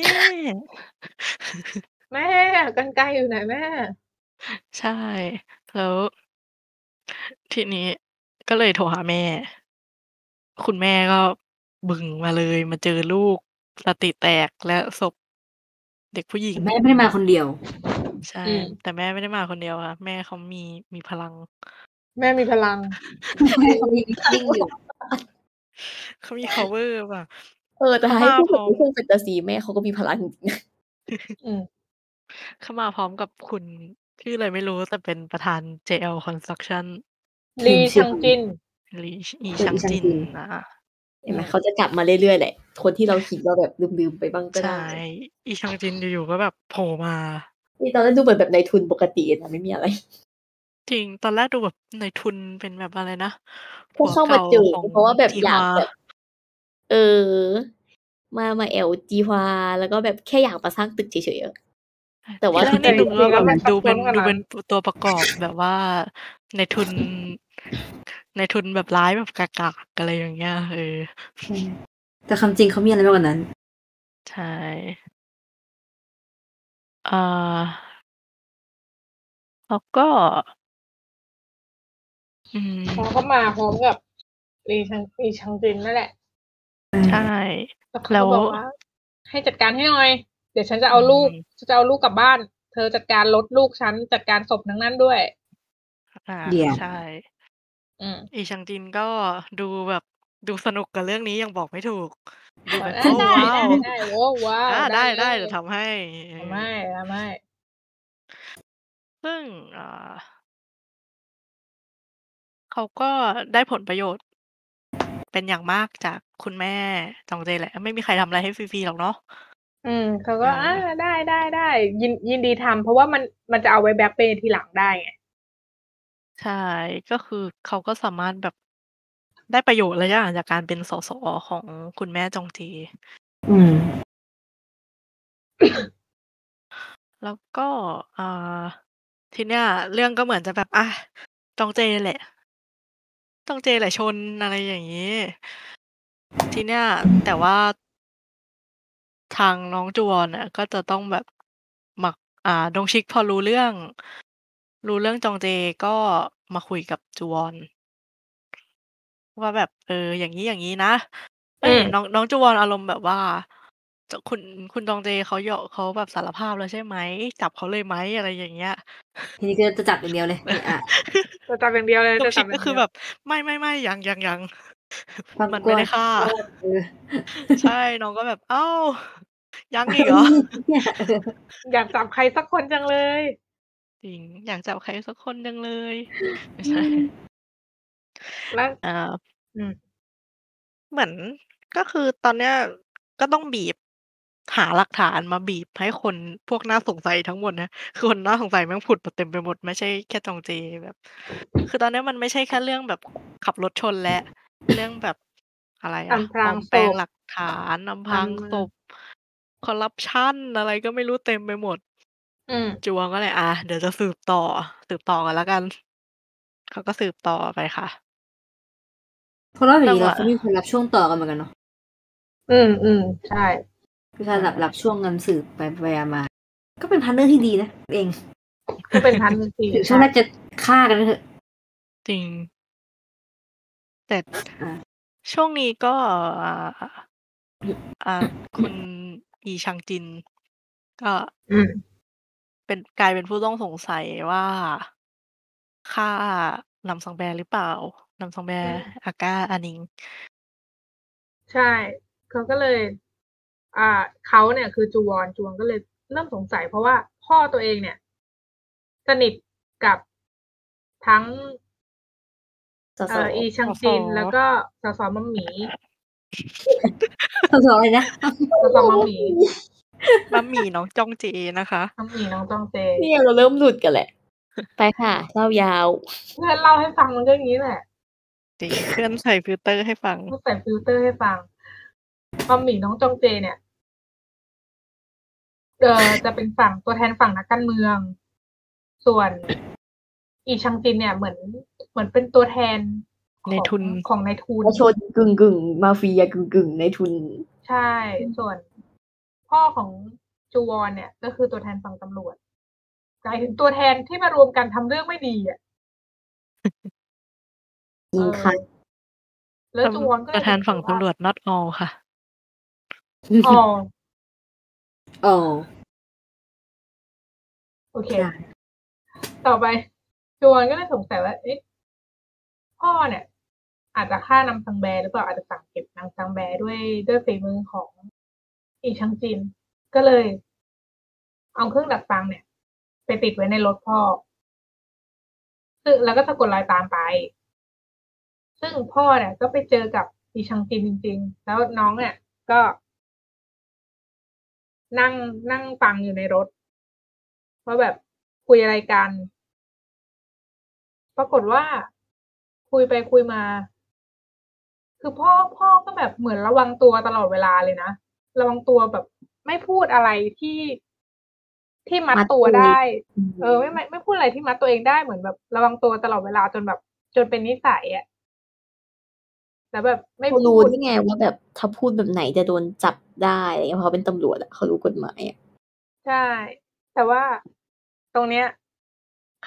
แม่ กรรไกรอยู่ไหนแม่? ใช่ แล้ว ทีนี้ก็เลยโทรหาแม่ คุณแม่ก็บึ่งมาเลย มาเจอลูกสติแตกและศพเด็กผู้หญิแต่งแม่ไม่ได้มาคนเดียวใช่อืมแต่แม่ไม่ได้มาคนเดียวค่ะ แม่เขามี มีพลังแม่มีพลังแม่เขายังนิ่ง ๆ อยู่เขามี คัฟเวอร์ เปล่าเออ แต่เขาให้พูดมาพรแบ้บอมในเรื่องแฟนตาซี แม่เขาก็มีพลังจริง ๆ นะอืมเขามาพร้อมกับคุณ ชื่ออะไรไม่รู้ แต่เป็นประธาน เจ แอล Construction ลีชชื่ัองจินลี ช อีคุณชังอี ชัจงิจนินอาเห็นไหมอืมเขาจะกลับมาเรื่อย ๆ แหละ คนที่เราคิดว่าแบบลืม ๆ ไปบ้างก็ใช่ได้อีชังจินอยู่ ๆ ก็แบบโผล่มานี่ตอนแรกดูเหมือนแบบนายทุนปกติอะ ไม่มีอะไรจริง ตอนแรกดูแบบนายทุนเป็นแบบอะไรนะแคผ่ัวเกเข้าม่าาเจอของเพราะว่าแบบจีฮวาอยากแบบ เออ มา มาแอวจีฮวา แล้วก็แบบแค่อยากมาสร้างตึกเฉย ๆ อะ แต่ทว่าีแรกจนี่ดูจริง ๆ แล้ว่าแบวบมันซัดูบซเป้็นอนกว่าดูนั้เป็นนต ตัวประกอบแบบว่านายทุน นายทุนแบบร้ายแบบกาก ๆ อะไรอย่างเงี้ย เอออืม แต่ความจริงเขามีอะไรมากกว่านั้นใช่ อา แล้วก็ อืเขามก็มาพร้อมกับลีชัง อีชังจินนั่นแหละใช่แล้วเขแาล้ วก็บอกว่า "ให้จัดการให้หน่อย เดี๋ยวฉันจะอเือาลูกมฉันจะเอาลูกกลับบ้าน เธอจัดการรถลูกฉัน จัดการศพนางนั่นด้วย" อาเดี๋ยวใช่อืมอีชังจินก็ดูแบบดูสนุกกับเรื่องนี้ยังบอกไม่ถูก ดูแบบได้โอ้ได้ว้าได้วได้ โอ้ ว้าวอาได้ได้ ๆเลเดี๋ยวย ทำให้ เอทำให้ ทำให้ซึ่ง อ่า เขาก็ได้ผลประโยชน์ เป็นอย่างมากจากคุณแม่จองเจแหละ ไม่มีใครทำอะไรให้ฟรี ๆ หรอกเนาะอืม เขาเก็ อาออได้ ๆ ๆ ยิน ยินดีทำ เพราะว่ามัน มันจะเอาไว้ back pay ทีหลังได้ไงใช่ ก็คือเขาก็สามารถแบบ ได้ประโยชน์หลายอย่างจากการเป็นสส ของคุณแม่จองเจอืมแล้วก็ อ่า ทีเนี้ยเรื่องก็เหมือนจะแบบ อะ จองเจแหละ จองเจแหละชน อะไรอย่างงี้ ทีเนี้ย แต่ว่า ทางน้องจูวอนน่ะ ก็จะต้องแบบ มา อ่า ดงชิกพอรู้เรื่อง รู้เรื่องจองเจ ก็มาคุยกับจูวอน ว่าแบบ เออ อย่างงี้ ๆ นะ เอ๊ยอืมน้อง น้องจูวอนอารมณ์แบบว่า จ คุณ คุณจองเจเขายอ เขาแบบสารภาพแล้วใช่ไหม จับเขาเลยไหม อะไรอย่างเงี้ยทีนี้ก็จะจับอย่างเดียวเลย เอะอะจะจับอย่างเดียวเลยด ดจะงจชัิกบอกย็่างคเืดอียวแบบ ไม่ ๆ ๆ ยัง ๆฟังๆ มันกไม่่อไนด้ฆ่ารอด เออใช่ น้องก็แบบ อ้าว ยังอีกเหรอ? เนี่ย เอออยากจับใครสักคนจังเลยจริง อยากจับใครสักคนจังเลย ไม่อืใช่มแล้วอ่าอืมเหมือน ก็คือตอนเนี้ย ก็ต้องบีบ หาหลักฐานมาบีบให้คนพวกน่าสงสัยทั้งหมดนะ คือคนน่าสงสัยแม่งผุดมาเต็มไปหมด ไม่ใช่แค่จองเจแบบ คือตอนเนี้ยมันไม่ใช่แค่เรื่องแบบขับรถชนแล้ว เรื่องแบบ อะไรออะำพรปลาองศมแปลงพหลักฐาน อำพอรางศำพ คอร์รัปชัน อะไรก็ไม่รู้เต็มไปหมดอืมจูวอนก็เลย อา เดี๋ยวจะสืบต่อ สืบต่อก่อนแล้วกัน เขาก็สืบต่อไปค่ะเพราะว่าเดี๋จยัวนีง้เหรวาะเขามีคนรับช่วงต่อกันเหมือนกันเนาะอืม ๆ ใช่คือการแบบรับช่วงกันสืบไป ไปมา ก็เป็นพาร์ตเนอร์ที่ดีนะตัวเองก็เป็นพาร์ตเนอร์ที่ดีถึงใชช่วงแรก่จะฆ่ากันก็เถอะจริง แต่อาช่วงนี้ก็ อ่า อ่า คุณอีชังจิน ก็อืมเป็น กลายเป็นผู้ต้องสงสัยว่า ฆ่า นัมซองแบหรือเปล่า นัมซองแบอืมอาก้า อานิงใช่ เขาก็เลย อ่า เขาเนี่ยคือจูวอน จูวอนก็เลยเริ่มสงสัย เพราะว่าพ่อตัวเองเนี่ย สนิทกับทั้งสเอส่อ อีชังสสจิน แล้วก็สส. มัมหมีสส. อะไรนะ? สส. มัมหมีมัมหมี่น้องจองเจนะคะมัมหมี่น้องจองเจเนี่ยเราเริ่มหลุดกันแล้ว ไปค่ะ เล่ายาวเพื่อนเล่าให้ฟังมันก็อย่างงี้แหละจริง เพื่อนใส่ฟิลเตอร์ให้ฟังเพื่อนใส่ฟิลเตอร์ให้ฟัง มัมหมี่น้องจองเจเนี่ย เอ่อ จะเป็นฝั่ง ตัวแทนฝั่งนักการเมือง ส่วน อีชังจินเนี่ย เหมือน เหมือนเป็นตัวแทนขนายองทุนของนายทุนประชนกึ่ง ๆ มาเฟียกึ่ง ๆ นายทุนใช่ ส่วนพ่อของจูวอนเนี่ย ก็คือตัวแทนฝั่งตำรวจ หมายถึงตัวแทนที่มารวมกันทำเรื่องไม่ดีอะจริงค่ะเออ แล้วจูวอนก็ตเลัวย แทนฝั่งตำรวจ not all ค่ะ all all โอเคใช่ต่อไป จูวอนก็เลยสงสัยว่า เอ๊ะ พ่อเนี่ย อาจจะฆ่านัมซังแบหรือเปล่า อาจจะสั่งเก็บนัมซังแบด้วย ด้วยฝีมือของอีชังจิน ก็เลย เอาเครื่องดักฟังเนี่ย ไปติดไว้ในรถพ่อ ซึ่ง แล้วก็สะกดรอยตามไป ซึ่งพ่อเนี่ยก็ไปเจอกับอีชังจินจริง ๆ แล้วน้องเนี่ยก็ นั่ง นั่งฟังอยู่ในรถ ว่าแบบคุยอะไรกัน ปรากฏว่า คุยไปคุยมา คือพ่อ พ่อก็แบบเหมือนระวังตัวตลอดเวลาเลยนะ ระวังตัวแบบไม่พูดอะไรที่ ที่มัดมัดตัวตัวได้อืมเออ ไม่ ไม่ ไม่พูดอะไรที่มัดตัวเองได้ เหมือนแบบระวังตัวตลอดเวลาจนแบบ จนเป็นนิสัยอะ แล้วแบบไม่เขาพรูู้ดด้วยไงว่าแบบถ้าพูดแบบไหนจะโดนจับได้ อะไรเงี้ย เพราะเขาเป็นตำรวจอะ เขารู้กฎหมายอะใช่ แต่ว่าตรงเนี้ย เขา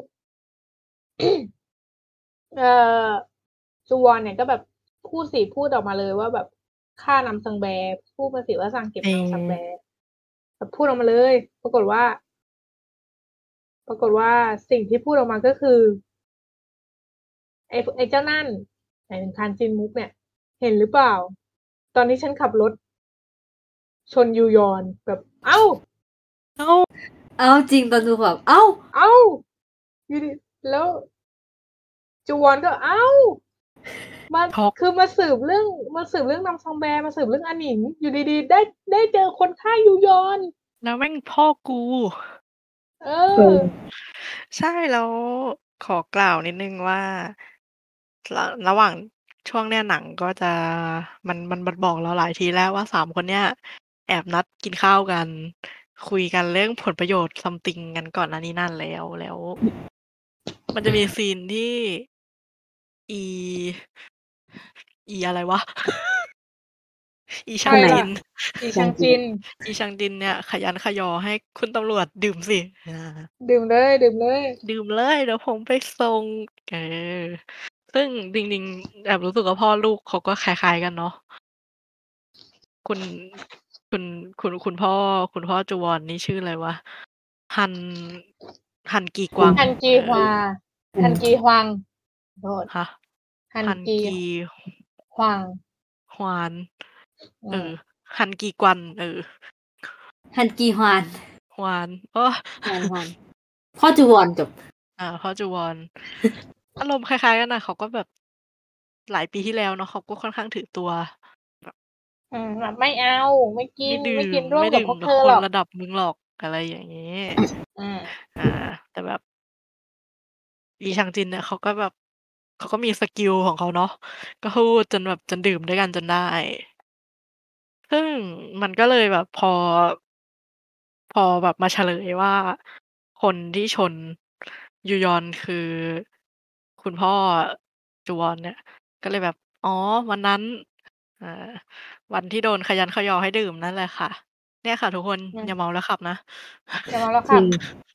เอ่อ จูวอนเนี่ยก็แบบพูดสิ พูดออกมาเลยว่าแบบฆ่านัมซังแบ พูดมาสิว่าสั่งเก็บจรินัมซังแบงแบบพูดออกมาเลย ปรากฏว่า ปรากฏว่าสิ่งที่พูดออกมาก็คือ ไอ้ พ ไอ้เจ้านั่น หมายถึงคานจินมุกเนี่ยเห็นหรือเปล่า ตอนที่ฉันขับรถ ชนยูยอนแบบ เอ้าเอ้าเอาจริงตอนดูแบบ เอ้าเอ้าอยู่ดีแล้ว จูวอนก็ เอ้า มาช็อกคือมาสืบเรื่อง มาสืบเรื่องนำซองแบ มาสืบเรื่องอาหนิง อยู่ดี ๆ ได้ ได้เจอคนฆ่ายูยอนแล้วแม่งพ่อกูเอเอออใช่ แล้วขอกล่าวนิดหนึ่งว่า ระ ระหว่างช่วงเนี้ยหนังก็จะ มัน มัน มันบอกเราหลายทีแล้วว่า สาม คนเนี้ยแอบนัดกินข้าวกัน คุยกันเรื่องผลประโยชน์ something กันก่อนหน้านี้นานแล้ว แล้ว มันจะมีซีนที่ อี อีอะไรวะ อีใคชัรงจล่ะินอีชังจินอีชังจินเนี่ยขยันขยอให้คุณตำรวจดื่มสิ อาดื่มเลย ดื่มเลยดื่มเลย เดี๋ยวผมไปส่ง เออ ซึ่งจริง ๆ แอบรู้สึกว่าพ่อลูกเขาก็คล้าย ๆ กันเนาะ คุณ คุณ คุณ คุณพ่อ คุณพ่อจูวอนนี่ชื่ออะไรวะ ฮัน ฮันกีกวางฮันจีเออฮวา ฮันจีฮวัง โทษฮะฮันฮันจีกีฮวังฮวานอืเอมอ ฮันกีกวัน เออฮันกีฮวานฮวาน โอ้ฮวาน ฮวาน พ่อจูวอนจบอา พ่อจูวอน อารมณ์คล้าย ๆ กันน่ะ เขาก็แบบ หลายปีที่แล้วเนาะ เขาก็ค่อนข้างถือตัว แบบอืม แบบไม่เอา ไม่กิไม่นดื่ไม่กินมร่วไมม่ดกับื่พวกเธมกับคอหรอกนระดับมึงหรอก อะไรอย่างงี้อืมอา แต่แบบ อีชังจินเนี่ยเขาก็แบบ เขาก็มีสกิลของเขาเนาะ ก็พูดจนแบบ จนดื่มด้วยกันจนได้ ซึ่งมันก็เลยแบบพอ พอแบบมาเฉลยว่า คนที่ชนยูยอนคือ คุณพ่อจูวอนเนี่ย ก็เลยแบบ อ๋อ วันนั้น อ่า วันที่โดนขยันเขยอให้ดื่มนั่นแหละค่ะ เนี่ยค่ะทุกคนอืมอย่าเมาแล้วขับนะอย่าเมาแล้วจขัริบง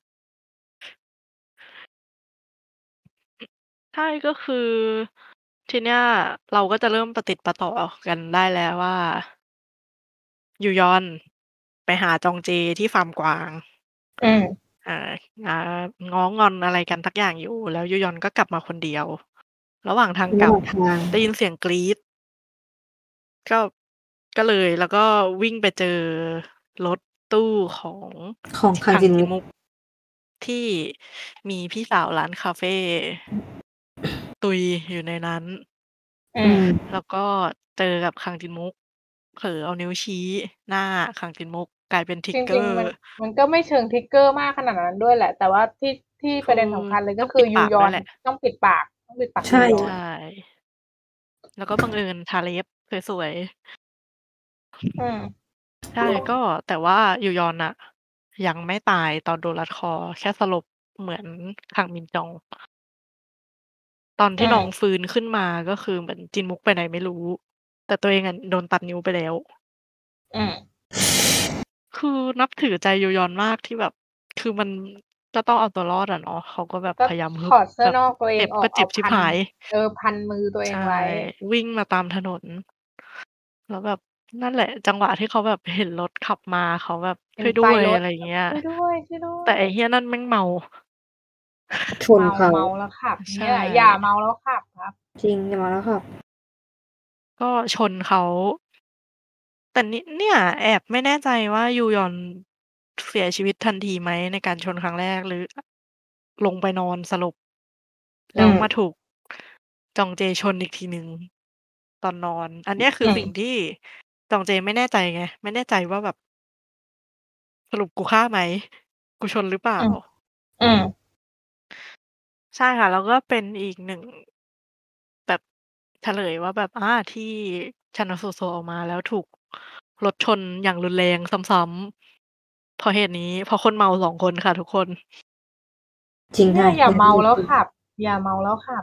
ใช่ ก็คือ ทีเนี้ยเราก็จะเริ่มประติดประต่อกันได้แล้วว่า ยูยอนไปหาจองเจที่ฟาร์มกวางอืมอ่า อ่า ง้องอนอะไรกันสักอย่างอยู่ แล้วยูยอนก็กลับมาคนเดียว ระหว่างทางกระลับหว่างทางได้ยินเสียงกรี๊ด ก็ ก็เลย แล้วก็วิ่งไปเจอรถตู้ของของที่คังคังจินจิมุกมุก ที่มีพี่สาวร้านคาเฟ ตุยอยู่ในนั้นอือืมมแล้วก็เจอกับคังจินมุก เผลอเอานิ้วชี้หน้าคังจินมุก กลายเป็นทริจกเกริองๆ มันร์มันก็ไม่เชิง trigger มากขนาดนั้นด้วยแหละ แต่ว่าที่ ที่คประเด็นคือสำคัญเลยตก็้องคืปิอดยูปากยอด้วยนแหละต้องปิดปาก ต้องปิดปากใช่ยูยอใช่นแล้วก็บังเอิญทาเล็บสวย ๆอืมใช่ ก็ แต่ว่ายูยอนน่ะ ยังไม่ตายตอนโดนรัดคอ แค่สลบเหมือนคังมินจอง ตอนอทืี่น้องมฟื้นขึ้นมา ก็คือเหมือนจินมุกไปไหนไม่รู้ แต่ตัวเองอะโดนตัดนิ้วไปแล้วอืมคือนับถือใจยูยอนมากที่แบบ คือมันก็ต้องเอาตัวรอดอะเนาะ เขาก็แบบก็พยายามฮึถอดเสื้แอบบนอกตัวเอเจ็บกงออ็กเเจอ็าบชิบพันหายเออ พันมือตัวเอใชง่ไว้วิ่งมาตามถนน แล้วแบบนั่นแหละ จังหวะที่เขาแบบเห็นรถขับมา เขาแบบเห็ "ช่วยดนไฟ้วย" รถอะไรอย่างเงี้ยช่วยด้วย ช่วยด้วแต่ไอ้ยเหี้ยนั่นแม่งเมาชนเมาเขาเมาแล้วขับใชเนี่่ยแหละ อย่าเมาแล้วขับครับจริง อย่าเมาแล้วขับก็ชนเขา แต่นี่ เนี่ยแอบไม่แน่ใจว่ายูยอนเสียชีวิตทันทีไหมในการชนครั้งแรก หรือ อ ลงไปนอนสลบอแืล้วมมาถูกจองเจชนอีกทีหนึ่งตอนนอน อันเนี้ยคือือสิ่งมที่จองเจไม่แน่ใจไง ไม่แน่ใจว่าแบบ สรุปกูฆ่าไหม กูชนหรือเปล่าอืม อืมใช่ค่ะ แล้วก็เป็นอีก หนึ่ง แบบเฉลยว่าแบบ อา ที่ชันสูตรศพออกมาแล้วถูกรถชนอย่างรุนแรงซ้ำ ๆ เพราะเหตุนี้ เพราะคนเมา สอง คนค่ะทุกคนจริงเนคี่่ะยอย่าเมาแล้วจริงขับ อย่าเมาแล้วขับ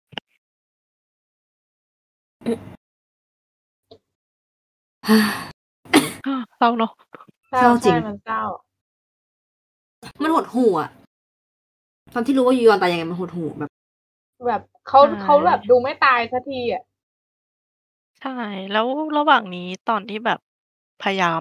เศร้าเนาะเศร้าเศร้าใชจริ่งมันเศร้ามันหดหู่อะ ตอนที่รู้ว่ายูยอนตายยังไงมันหดหู่แบบแบบเขาใช่เขาแบบดูไม่ตายสักทีอะใช่ แล้วระหว่างนี้ตอนที่แบบพยายาม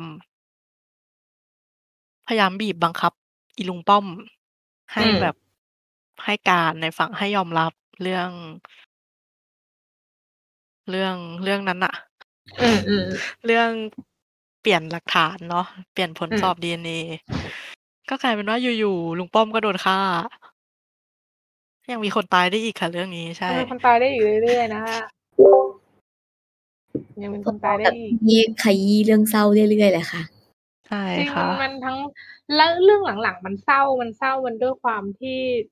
พยายามบีบบังคับอีลุงป้อมใหอื้แบมบ ให้การในฝั่ง ให้ยอมรับเรื่องเรื่องเรื่องนั้นน่ะอืมอืมเรื่องเปลี่ยนหลักฐานเนาะเปลี่ยนผลอืมสอบ ดี เอ็น เอ ก็กลายเป็นว่าอยู่ๆลุงป้อมก็โดนฆ่า ยังมีคนตายได้อีกค่ะเรื่องนี้ใช่ยังมีคนตายได้อีกเรื่อยๆนะคะยังมีคนตายได้แบบอีกที่ขยี้เรื่องเศร้าเรื่อยๆเลยค่ะใช่จริงค่ะมันทั้งแล้วเรื่องหลังๆ มันเศร้ามันเศร้ามันด้วยความที่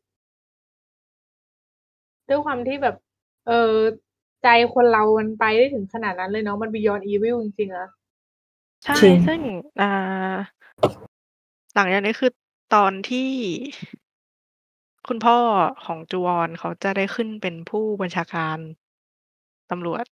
ด้วยความที่แบบ เออใจคนเรามันไปได้ถึงขนาดนั้นเลยเนาะมัน Beyond Evil จริงๆอะใช่จริงซึ่ง อ่า หลังจากนี้คือตอนที่ คุณพ่อของจูวอนเขาจะได้ขึ้นเป็นผู้บัญชาการตำรวจ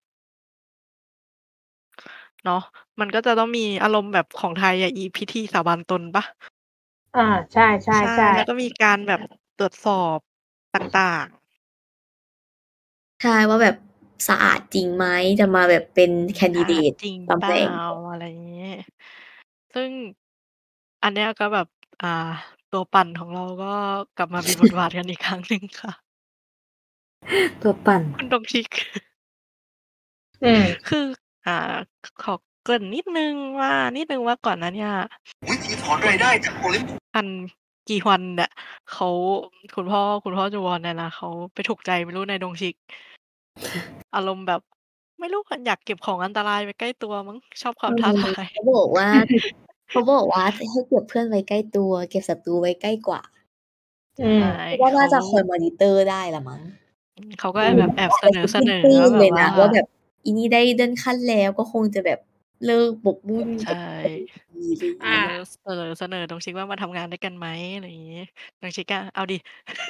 เนาะ มันก็จะต้องมีอารมณ์แบบของไทยอะ อีพิธีสาบานตนเปล่า? อา ใช่ใช่ๆแล้วๆก็มีการแบบตรวจสอบต่าง ๆใช่ ว่าแบบสะอาดจริงไหม จะมาแบบเป็นแคนดิสะเดตอาดจริงตำเปแหล่น่างอะไรงี้ ซึ่ง อันเนี้ยก็แบบ อ่า ตัวปั่นของเราก็กลับมามีบทบาทกันอีกครั้งหนึ่งค่ะตัวปั่นคุณดงชิกอืมคือ อ่า ข ขอเกริ่นนิดหนึ่งว่า นิดหนึ่งว่าก่อนหน้าเนี้ยวิธีถอนรายได้จาก Olymp ฮันกีฮวันเนี่ย เขา คุณพ่อ คุณพ่อจูวอนเนี่ยนะ เขาไปถูกใจไม่รู้ในดงชิก อารมณ์แบบ ไม่รู้อะอยากเก็บของอันตรายไว้ใกล้ตัวมั้ง ชอบควาเออมท้าทายเขาบอกว่า เขาบอกว่าให้เก็บเพื่อนไว้ใกล้ตัว เก็บศัตรูไว้ใกล้กว่าอืมใช่คิดว่าเขน่าาจะคอยมอนิเตอร์ได้แหละมั้งอืม เขาก็อืมแบบแอบเสอาจจะคิดนอปลิ้ๆ ว่งาแๆบเลยบว่านะว่าแบบอีนี่ได้เลื่อนขั้นแล้ว ก็คงจะแบบเลิกหมกมุ่นใชกั่บ คดี อะไรอย่างองี้าเสนอ เสนอ ๆ ดงชิกว่ามาทำงานด้วยกันไหม อะไรอย่างงี้ ดงชิกก็เอาดิ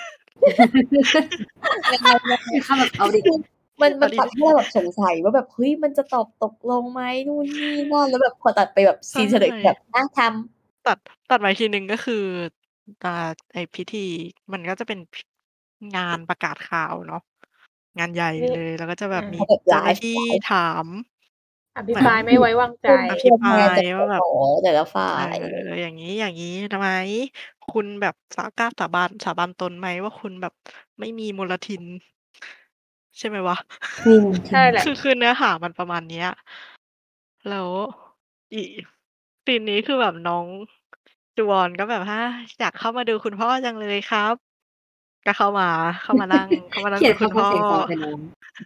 ยังไงถึงขั้นแบบเอาดิคือมันเอมัานดิทำให้เราแบบสงสัยว่าแบบ เฮ้ย มันจะตอบตกลงไหม นู่นนี่นั่น แล้วแบบพอตัดไปแบบใชซีนเฉลยคือแบบ่อา ทำตัด ตัดมาอีกทีหนึ่งก็คือ อ่า ไอ้พิธี มันก็จะเป็น พ งานประกาศข่าวเนาะ งานใหญ่นี่เลย แล้วก็จะแบอบามีเขาแบบเจไ้ลาหน้าฟ์ที่ไลฟ์ถามอภิเหมือนปรายไม่ไว้วางใจเป็นอภตัิวแปรทายนจาก สว่าแบสบแต่ละฝ่าเออยอย่างงี้ อย่างงี้ทำไม คุณแบบสากล้าสาบาน สาบานตนไหมว่าคุณแบบไม่มีมลทิน ใช่ไหมวะ? จริงใช่แหละคือ คือเนื้อหามันประมาณเนี้ย แล้วอี ซีนนี้คือแบบน้องจูวอนก็แบบ "อา อยากเข้ามาดูคุณพ่อจังเลยครับ" ก็เข้ามา เข้ามานั่ง เข้ามานัเ่ขงียดูนคุณพ่อคำว่าเสียงซอใส่น้อง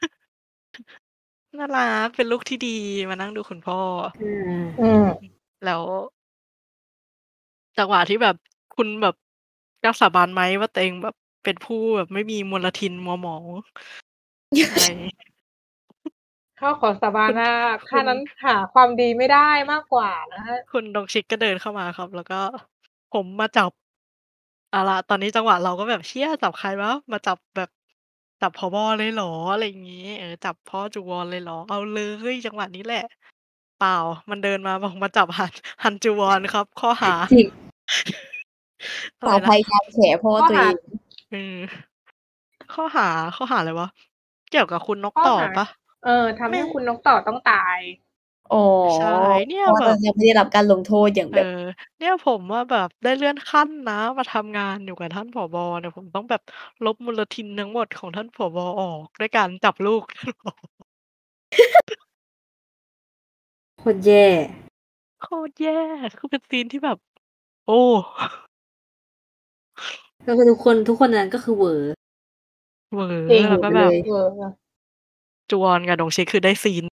น่ารัก เป็นลูกที่ดี มานั่งดูคุณพ่ออืมอืมอืม แล้ว จังหวะที่แบบ คุณแบบกล้าสาบานไหมว่าตัวเองแบบเป็นผู้แบบไม่มีมลทินมัวหมอง อะไรข้าขอสาบาคนุณว่าคข้าุณนั้นหาความดีไม่ได้มากกว่านะคะคุณดงชิกก็เดินเข้ามาครับ แล้วก็ "ผมมาจับ" เอาล่ะ ตอนนี้จังหวะเราก็แบบ "เชี่ย จับใครวะ มาจับแบบ จับ ผบ. เลยเหรอ?" อะไรอย่างงี้ เออ "จับพ่อจูวอนเลยเหรอ? เอาเลย จังหวะนี้แหละ" เปล่า มันเดินมาบอกมาจับ ฮัน ฮันจูวอนครับ ข้อหาจริงอะสไราวพนะ? ยายามแฉพ่อข้อหาตัวเองเออ ข้อหา ข้อหาอะไรวะ? เกี่ยวกับคุณนกต่อข้อหาเปล่า? เออ ทำไมใ่ห้คุณนกต่อต้องตายอ๋อใช่ เนี่เพรยาะว่าแบบตอนนั้นยังไม่ได้รับการลงโทษอย่างเออแบบเนี่ยผมอะแบบได้เลื่อนขั้นนะ มาทำงานอยู่กับท่าน ผบ. เนี่ย ผมต้องแบบลบมลทินทั้งหมดของท่าน ผบ. ออกด้วยการจับลูก ท่าน ผบ. โคตรแย่โคตรแย่ คือเป็นซีนที่แบบ โอ้ก็คือทุกคน ทุกคนในนั้นก็คือเหวอเหวอจริงแล้วก็แบบเหวอจูวอนกับดงชิกคือได้ซีน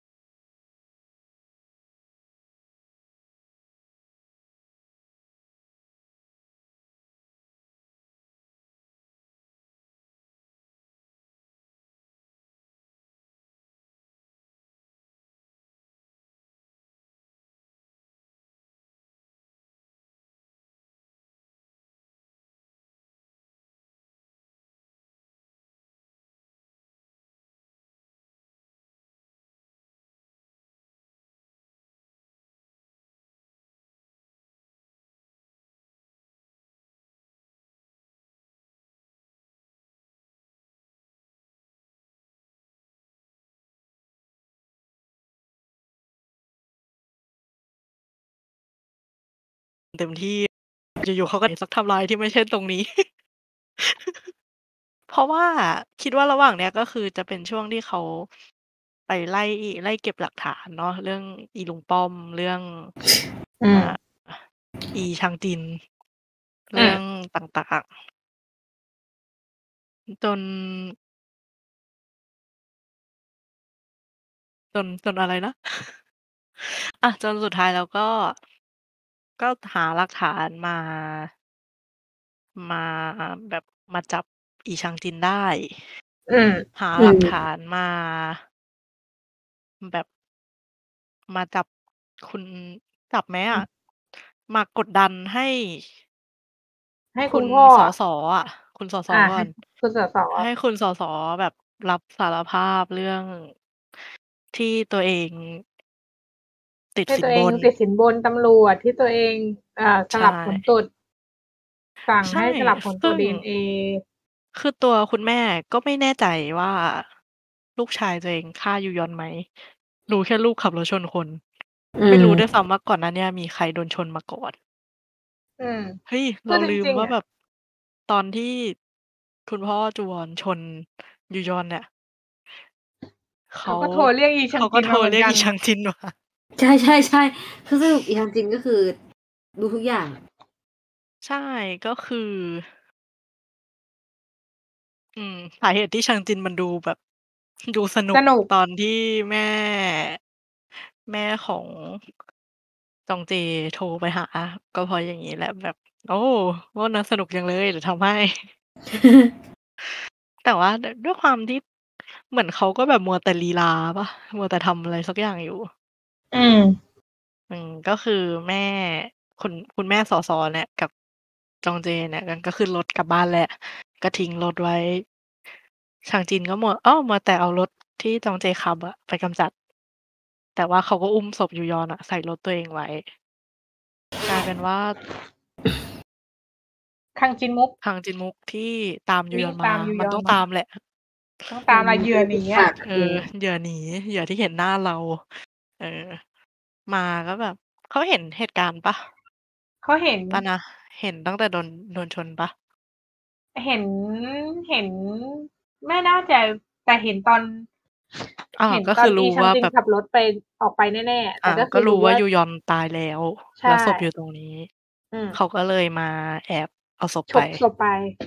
เต็มที่ อยู่ ๆ เขาก็ สักไทม์ไลน์ที่ไม่ใช่ตรงนี้ เพราะว่าคิดว่าระหว่างเนี้ย ก็คือจะเป็นช่วงที่เขาไปไล่ไล่เก็บหลักฐานเนาะเรื่องอีลุงป้อมเรื่องอืมอ่าอีชางจินอืเรื่มองต่างๆ จน จนจนอะไรนะ อะจนสุดท้ายแล้วก็ ก็หาหลักฐานมา มาแบบมาจับอีชางจินได้อืมหาอืหลักมฐานมา แบบ มาจับคุณ จับไหมอือะมมากดดันให้ให้คุคุณณพ่อสอะส. อะ คุณ สส. อาก่ใอห้นคุณ สส. ให้คุณ สส. แบบรับสารภาพเรื่อง ที่ตัวเอง ติดให้สิตันวเองบนติดสินบนตำรวจ ที่ตัวเอง อ่า สใช่ลับผลตรวจ สั่งใชใ่ห้สลับผลตซรวึ่จงดีเอ็น เอคือตัวคุณแม่ก็ไม่แน่ใจว่า ลูกชายตัวเองฆ่ายูยอนไหม รู้แค่ลูกขับรถชนคนอืไม่รู้มด้วยซ้ำว่าก่อนหน้าเนี้ยมีใครโดนชนมาก่อนอืมเฮ้ยคเืราอจริงลืมว่าๆ อะแบบ ตอนที่คุณพ่อจูวอนชนยูยอนเนี่ย เขเขาาก็โทรเรียกอีเชาขงาจก็ินโทรมาเหมือเรีนยกกัอีนชางจิน มาใช่ ๆ ๆ คือสรุปอีชางจิน ก็คือรู้ทุกอย่างใช่ ก็คือ อืม สาเหตุที่ชางจินมันดูแบบ ดูสนุกสนุกตอนที่แม่ แม่ของ จองเจโทรไปหา ก็เพราะอย่างงี้แหละ แบบ โอ้ โง่นะสนุกจังเลย เดี๋ยวทำให้ แต่ว่า ด ด้วยความที่ เหมือนเขาก็แบบมัวแต่ลีลาเปล่า มัวแต่ทำอะไรสักอย่างอยู่อืมอืม ก็คือแม่ คุณ คุณแม่ สส. เนี่ย กับจองเจเนี่ย ก็ ก็ขึ้นรถกลับบ้านแล้ว ก็ทิ้งรถไว้ ชางจินก็มัว อ้อ มัวแต่เอารถที่จองเจขับอะไปกำจัด แต่ว่าเขาก็อุ้มศพยูยอนอะใส่รถตัวเองไว้ กลายเป็นว่าคังจินมุกคังจินมุกที่ตามยูวิย่งอนมตาามยูมันต้องยอนมาตามแหละต้องตามล่ะ เหยื่อหนีอะเออ เหยื่อหนี เหยื่อที่เห็นหน้าเรา เออ มาก็แบบ เขาเห็นเหตุการณ์เปล่า? เขาเห็นเปล่านะ เห็นตั้งแต่โดน โดนชนเปล่า? เห็น เห็น ไม่แน่ใจ แต่เห็นตอนอ้าวเห็นก็คตอืนอรอีู้ชางว่าจินแบบขับรถไป ออกไปแน่ ๆอแต่าก็คืก็รู้อรู้ว่าว่ายูยอนตายแล้วใช่แล้วศพอยู่ตรงนี้อืมเขาก็เลยมาแอบเอาศพฉไปกศพไป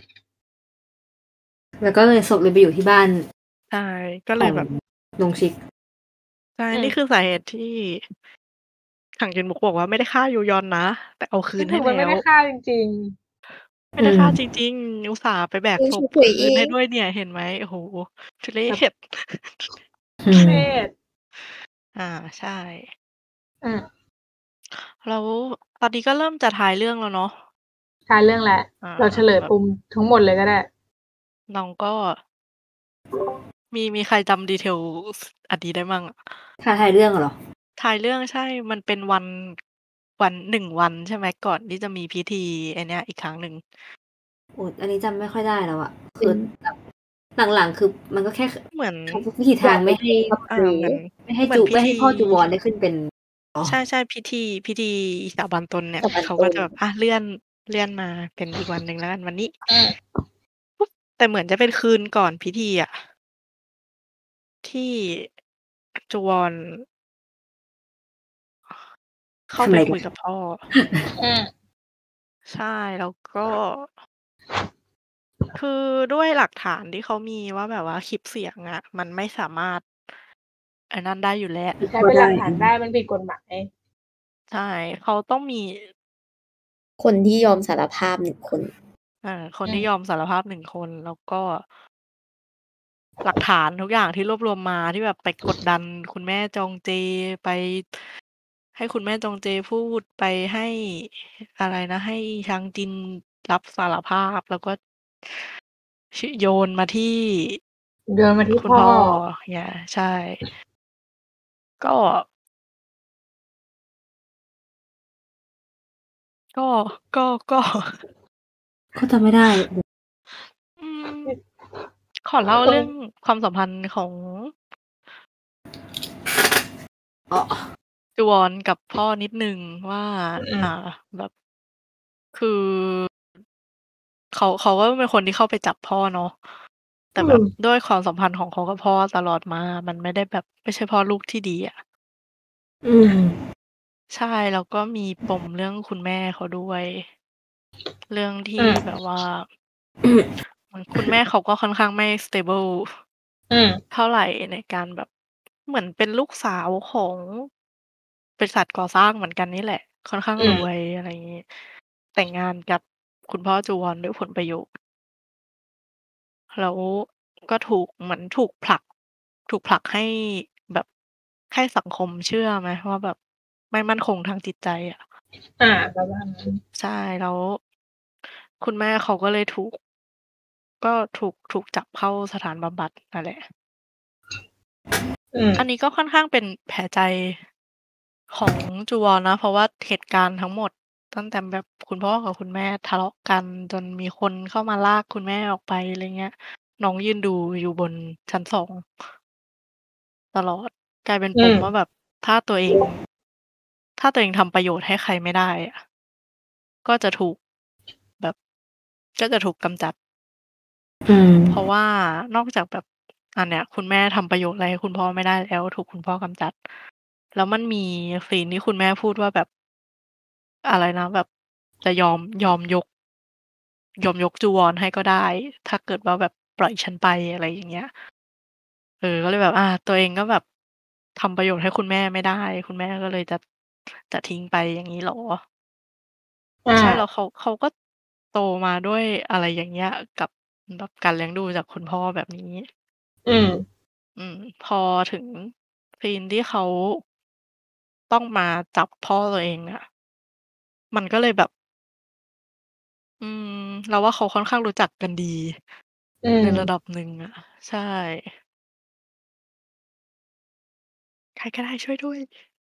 แล้วก็เลย ศพเลยไปอยู่ที่บ้านใช่ ก็เขอลยงแบบลุงชิคใช่อืมนี่คือสาเหตุที่ คังจินมุกบอกว่า "ไม่ได้ฆ่ายูยอนนะ แต่เอาคืก็คนใหื้อแมลันไม่้ได้ว" ฆ่าจริง ๆไม่ได้ฆ่าอืมจริง ๆ อุตส่าห์ไปแบกลุงศพเฉย ๆคเอืนให้งด้วยเนี่ย เห็นไหม โอ้โฮ ทุเรแบบศอืทุเรมศอา ใช่อืมแล้วตอนนี้ก็เริ่มจะท้ายเรื่องแล้วเนาะท้ายเรื่องแล้วอาเราเฉลยแบบปมทั้งหมดเลยก็ได้น้องก็ มี มีใครจำ details อันนี้ได้มั่งอะ? ท้าย ๆ เรื่องอะเหรอ? ท้ายเรื่อง ใช่ มันเป็นวัน วัน หนึ่ง วันใช่ไหม? ก่อนที่จะมีพิธีไอ้เนี้ยอีกครั้งหนึ่งโอ้ อันนี้จำไม่ค่อยได้แล้วอะ คจรืิองแบบหลัง ๆ คือมันก็แค่ คเหมือนทำทุกวิถีทางไม่ให้อา เหมือนไม่ให้จเหมือนุพิไม่ใธห้ีพ่อจูวอนได้ขึ้นเป็น อ๋อใช่ ๆ พิธี พิธีสาบานตนเนี่ยสาบานเขาตนก็จะแบบ อะ เลื่อน เลื่อนมาเป็นอีกวันหนึ่งแล้วกัน วันนี้อาปุ๊บ แต่เหมือนจะเป็นคืนก่อนพิธีอะ ที่ จูวอน เข้าทำไปอะไรกคัุน? ยกับพ่ออืมใช่ แล้วก็ คือด้วยหลักฐานที่เขามีว่าแบบว่าคลิปเสียงอะ มันไม่สามารถ ไอ้นั่นได้อยู่แล้วใช้เป็นหลักฐานได้ มันผิดกฎหมายใช่ เขาต้องมีคนที่ยอมสารภาพ หนึ่ง คนอา คนอืมที่ยอมสารภาพ หนึ่ง คน แล้วก็ หลักฐานทุกอย่างที่รวบรวมมาที่แบบไปกดดันคุณแม่จองเจ ไป ให้คุณแม่จองเจพูด ไปให้ อะไรนะ ให้ชางจินรับสารภาพ แล้วก็ ช โยนมาที่โยนมาที่พคุณ่อพ่อ เงี้ย ใช่ ก็ ก็ ก็ ก็ก็จำไม่ได้ เดี๋ยวอืม ขอเล่าเรื่องความสัมพันธ์ของอ๋อจูวอนกับพ่อนิดหนึ่งว่าอือ่ามแบบ คือ เขา เขาก็เป็นคนที่เข้าไปจับพ่อเนาะแต่แบบด้วยความสัมพันธ์ของเขากับพ่อตลอดมา มันไม่ได้แบบไม่ใช่พ่อลูกที่ดีอะอืมใช่ แล้วก็มีปมเรื่องคุณแม่เขาด้วย เรื่องทอืี่มแบบว่า เหมือนคุณแม่เขาก็ค่อนข้างไม่ สเตเบิลอืมเท่าไรในการแบบ เหมือนเป็นลูกสาวของบริษัทก่อสร้างเหมือนกันนี่แหละ ค่อนข้างอืมรวย อะไรงี้ แต่งงานกับคุณพ่อจูวอนด้วยผลประโยชน์ แล้วก็ถูก เหมือนถูกผลัก ถูกผลักให้แบบ ให้สังคมเชื่อไหมว่าแบบไม่มั่นคงทางจิตใจอะอา ประมาณนั้นใช่ แล้วคุณแม่เขาก็เลยถูก ก็ถูก ถูกจับเข้าสถานบำบัดนั่นแหละอืมอันนี้ก็ค่อนข้างเป็นแผลใจของจูวอนนะ เพราะว่าเหตุการณ์ทั้งหมดตั้งแต่แบบคุณพ่อกับคุณแม่ทะเลาะกัน จนมีคนเข้ามาลากคุณแม่ออกไป อะไรเงี้ย น้องยืนดูอยู่บนชั้น สอง ตลอด กลายเป็นอืมปมว่าแบบถ้าตัวเอง ถ้าตัวเองทำประโยชน์ให้ใครไม่ได้อะ ก็จะถูก แบบ ก็จะถูกกำจัดอืมเพราะว่านอกจากแบบ อันเนี้ย คุณแม่ทำประโยชน์อะไรให้คุณพ่อไม่ได้แล้ว ถูกคุณพ่อกำจัด แล้วมันมีซีนที่คุณแม่พูดว่าแบบ อะไรนะ แบบจะยอม ยอมยก ยอมยกจูวอนให้ก็ได้ ถ้าเกิดว่าแบบปล่อยฉันไป อะไรอย่างเงี้ย เออ ก็เลยแบบ อา ตัวเองก็แบบทำประโยชน์ให้คุณแม่ไม่ได้ คุณแม่ก็เลยจะ จะทิ้งไป อย่างงี้เหรอ? อาใช่ แล้วเขา เขาก็โตมาด้วย อะไรอย่างเงี้ย กับแบบการเลี้ยงดูจากคุณพ่อแบบนี้อืมอืม พอถึงซีนที่เขา ต้องมาจับพ่อตัวเองอะ มันก็เลยแบบ อืม เราว่าเขาค่อนข้างรู้จักกันดีอืในระมดับหนึ่งอะ ใช่ ใครก็ได้ช่วยด้วย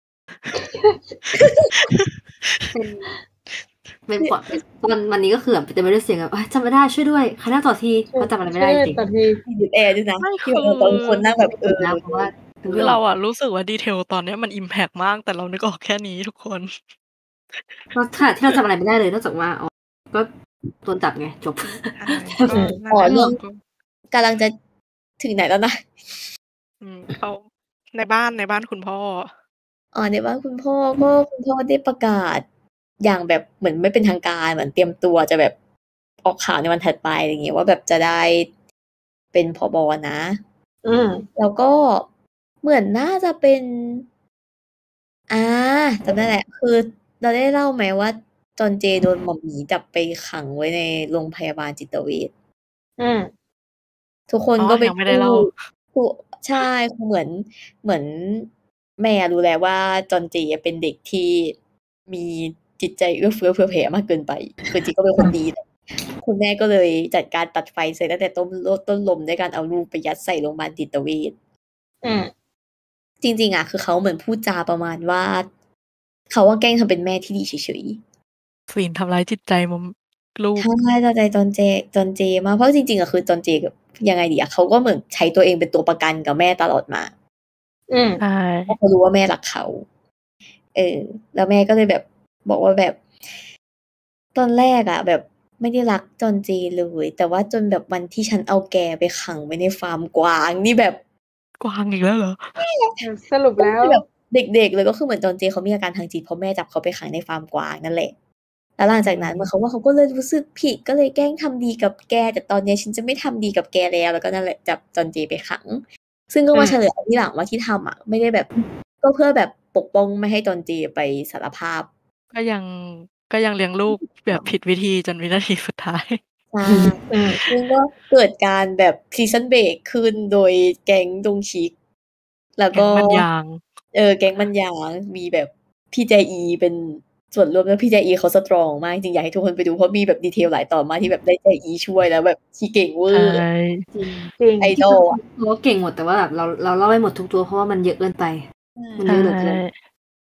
เป็น เป็นพล็อต เป็น วัน วันนี้ก็คือแบบเต็มไปด้วยเสียงแบบ "โอ๊ย จำไม่ได้ช่วยด้วย ใครได้ต่อที" ชเ่วพรยาะจำอะไรไชม่่ไวยด้วยด้จริงต่อทีมีบีบแอร์ด้วยนะไม่ที่คแบบืตอนทุกคนนั่งแบบ เออนะ เพราะว่านึกคไม่ืออเรอากอะรู้สึกว่า detail ตอนเนี้ยมัน อิมแพก มาก แต่เรานึกออกแค่นี้ทุกคนเพราะขณะที่เราจำอะไรไม่ได้เลยนอกจากว่า อ๋อ ก็โดนจับไง จบอา ก็อืมนั่นอ๋อแหละเรื่องก็กำลังจะถึงไหนแล้วนะ? อืม เขา ในบ้าน ในบ้านคุณพ่ออ๋อ ในบ้านคุณพ่อ ก็คุณพ่อได้ประกาศอย่างแบบเหมือนไม่เป็นทางการ เหมือนเตรียมตัวจะแบบออกข่าวในวันถัดไป อะไรอย่างงี้ ว่าแบบจะได้เป็น ผบ. นะอืมแล้วก็เหมือนน่าจะเป็น อา จำได้แล้ว คือเราได้เล่าไหมว่า จอนเจโดนหม่อมหมีจับไปขังไว้ในโรงพยาบาลจิตเวชอืมทุกคนอ๋อก็ไปพยังไม่ไดู้เล่าด พู ใช่ คือเหมือน เหมือนแม่อะรู้แล้วว่า จอนเจอะเป็นเด็กที่มีจิตใจเอื้อเฟื้อเผื่อแผ่มากเกินไป คือจริงก็เป็นคนดีแหละ คุณแม่ก็เลยจัดการตัดไฟเสียตั้งแต่ต้นโลด ต้นลม ด้วยการเอาลูกไปยัดใส่โรงพยาบาลจิตเวชอืมจริง ๆ อะ คือเขาเหมือนพูดจาประมาณว่า เขาอะแกล้งทำเป็นแม่ที่ดีเฉย ๆซีนทำร้ายจิตใจ ม ลูใกช่ เอาใจจอนเจ จอนเจมาก เพราะจริง ๆ อะ คือจอนเจแบบ ยังไงดีอะ เขาก็เหมือนใช้ตัวเองเป็นตัวประกันกับแม่ตลอดมาอืมใช่เพราะเขารู้ว่าแม่รักเขา เออ แล้วแม่ก็เลยแบบบอกว่าแบบ ตอนแรกอะแบบไม่ได้รักจอนเจเลย แต่ว่าจนแบบวันที่ฉันเอาแกไปขังไว้ในฟาร์มกวางนี่แบบกวางอีกแล้วเหรอ? อืม สรุปตั้แลง้แต่วแบบเด็ก ๆ เลย ก็คือเหมือนจอนเจเขามีอาการทางจิต เพราะแม่จับเขาไปขังในฟาร์มกวางนั่นแหละ แล้วหลังอืจากนั้นเหมือนมเขาว่า เขาก็เลยรู้สึกผิด ก็เลยแกล้งทำดีกับแก แต่ตอนเนี้ยฉันจะไม่ทำดีกับแกแล้ว แล้วก็นั่นแหละ จับจอนเจไปขัง ซึ่งก็อืมมาเฉลยเอาทีหลังว่าที่ทำอะไม่ได้แบบ ก็เพื่อแบบปกป้องไม่ให้จอนเจไปสารภาพก็ยัง ก็ยังเลี้ยงลูกแบบผิดวิธีจนวินาทีสุดท้ายใช่อืมซึ่งก็เกิดการแบบ Prison Break ขึ้นโดยแก๊งดงชิก แล้วแกก็๊งมันยางเออ แก๊งมันยาง มีแบบพี่แจอีเป็นส่วนร่วม แล้วพี่แจอีเขาสตรองมาก จริง ๆ อยากให้ทุกคนไปดู เพราะมีแบบ detail หลายตอนมากที่แบบได้แจอีช่วย แล้วแบบชีเก่งเวใอช่ร์จริงจริงไอดอลอะเขาก็เก่งหมด แต่ว่าแบบเรา เราเล่าไม่หมดทุกตัว เพราะว่ามันเยอะเกินไปใช่มันใชเยอะเหลือเกิน่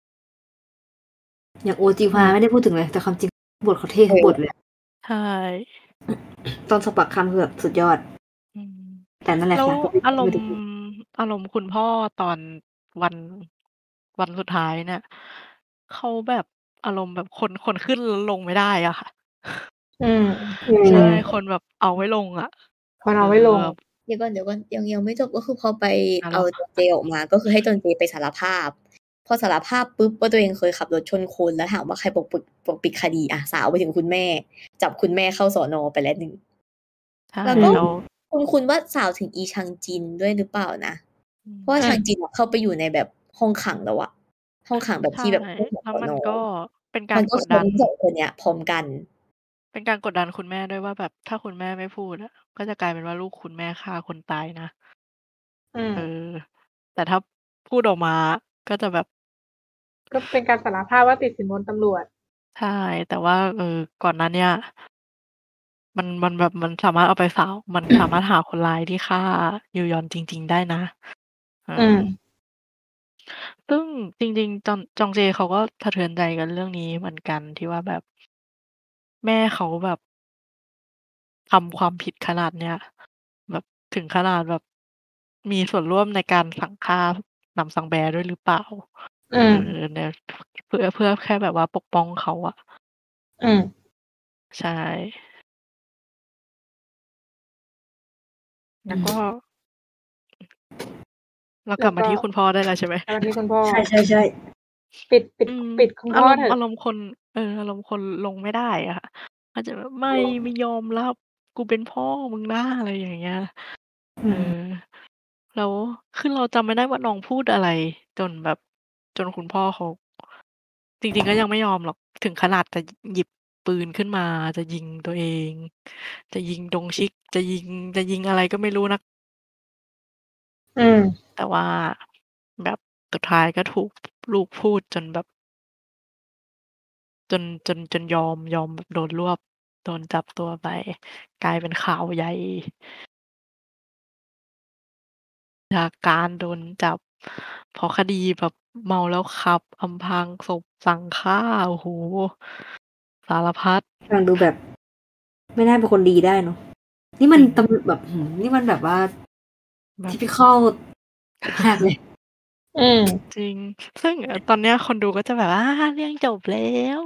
อย่างโอจีอืฮวามไม่ได้พูดถึงเลย แต่ความจริงบทเขาเท่ทุกบทเลยใช่ตอนสอบปากคำคือแบบสุดยอดอืมแต่นั่นแหลแะล้วค่ะ ก็ไปอารมณไปดู์ อารมณ์คุณพ่อตอนวัน วันสุดท้ายเนี่ย เขาแบบอารมณ์แบบคน คนขึ้นแล้วลงไม่ได้อะค่ะอืมอืใช่มคนแบบเอาไม่ลงอะคนเอเออาไม่ลงแบบเดี๋ยวก่อนเดี๋ยวก่อนยังยังไม่จบก็คือพอไปอ่ะเหรเอาอจองเจออกมา ก็คือให้จองเจไปสารภาพ พอสารภาพปุ๊บว่าตัวเองเคยขับรถชนคน แล้วถามว่าใครปกปิดปกปิดคดีอ่ะสาวไปถึงคุณแม่ จับคุณแม่เข้าสอนอไปแล้วหนึ่งใช่แล้วก็แล้วคุณคุณว่าสาวถึงอีชังจินด้วยหรือเปล่านะอืมเพราะว่าอืชัมงจินอะเข้าไปอยู่ในแบบห้องขังแล้วอะห้องขังแบบใช่ที่แบบไม่เหมือนแล้สวมันนก็เป็นกามัรนก็กดค้ดันนสอง คนเนี้ยพร้อมกันเป็นการกดดันคุณแม่ด้วยว่าแบบถ้าคุณแม่ไม่พูดอะ ก็จะกลายเป็นว่าลูกคุณแม่ฆ่าคนตายนะอืมเออ แต่ถ้าพูดออกมาก็จะแบบก็เป็นการสารภาพว่าติดสินบนตำรวจใช่ แต่ว่า เออ ก่อนหน้าเนี้ย มัน มันแบบมันสามารถเอาไปสาว มันสามารถหาคนร้ายที่ฆ่ายูยอนจริง ๆ ได้นะ เอออืมซึ่งจริง ๆ จอง จองเจเขาก็สะเทือนใจกับเรื่องนี้เหมือนกันที่ว่าแบบ แม่เขาแบบ ทำความผิดขนาดเนี้ย แบบถึงขนาดแบบมีส่วนร่วมในการสั่งฆ่านำซังแบด้วยหรือเปล่าอืเอมอ เนี่ย เพื่อ เพื่อแค่แบบว่าปกป้องเขาอะอืมใช่อืแล้วมก็ เรากแล้ลัวบมาก็ที่คุณพ่อได้แล้วใช่ไหม? กลับมาที่คุณพ่อใช่ ๆ ๆปิด ปิดอืมปิดคุณอาพ่อรมเถณ์ออารมณ์คน เออ อารมณ์คนลงไม่ได้อะค่ะ เขาจะแบบ "ไม่ ไม่ยอมรับ กูเป็นพ่อมึงนะ" อะไรอย่างเงี้ยอืเออมแล้วคือเราจำไม่ได้ว่าน้องพูดอะไร จนแบบ จนคุณพ่อเขา จริง ๆ ก็ยังไม่ยอมหรอก ถึงขนาดจะ หยิบปืนขึ้นมาจะยิงตัวเอง จะยิงดงชิก จะยิง จะยิงอะไรก็ไม่รู้นะอืมแต่ว่าแบบสุดท้ายก็ถูกลูกพูดจนแบบ จน จน จนยอม ยอมแบบโดนรวบ โดนจับตัวไป กลายเป็นข่าวใหญ่ จากการโดนจับ เพราะคดีแบบเมาแล้วขับ อำพรางศพ สั่งฆ่า โอ้โฮ สารพัดฟังดูแบบ ไม่น่าเป็นคนดีได้เนาะ นี่มัจรนิงตำ แบบ อื้อฮือ นี่มันแบบว่าแบบ typical มากเลยอืมจริง ซึ่ง เอ่อ ตอนเนี้ยคนดูก็จะแบบ อา เรื่องจบแล้ว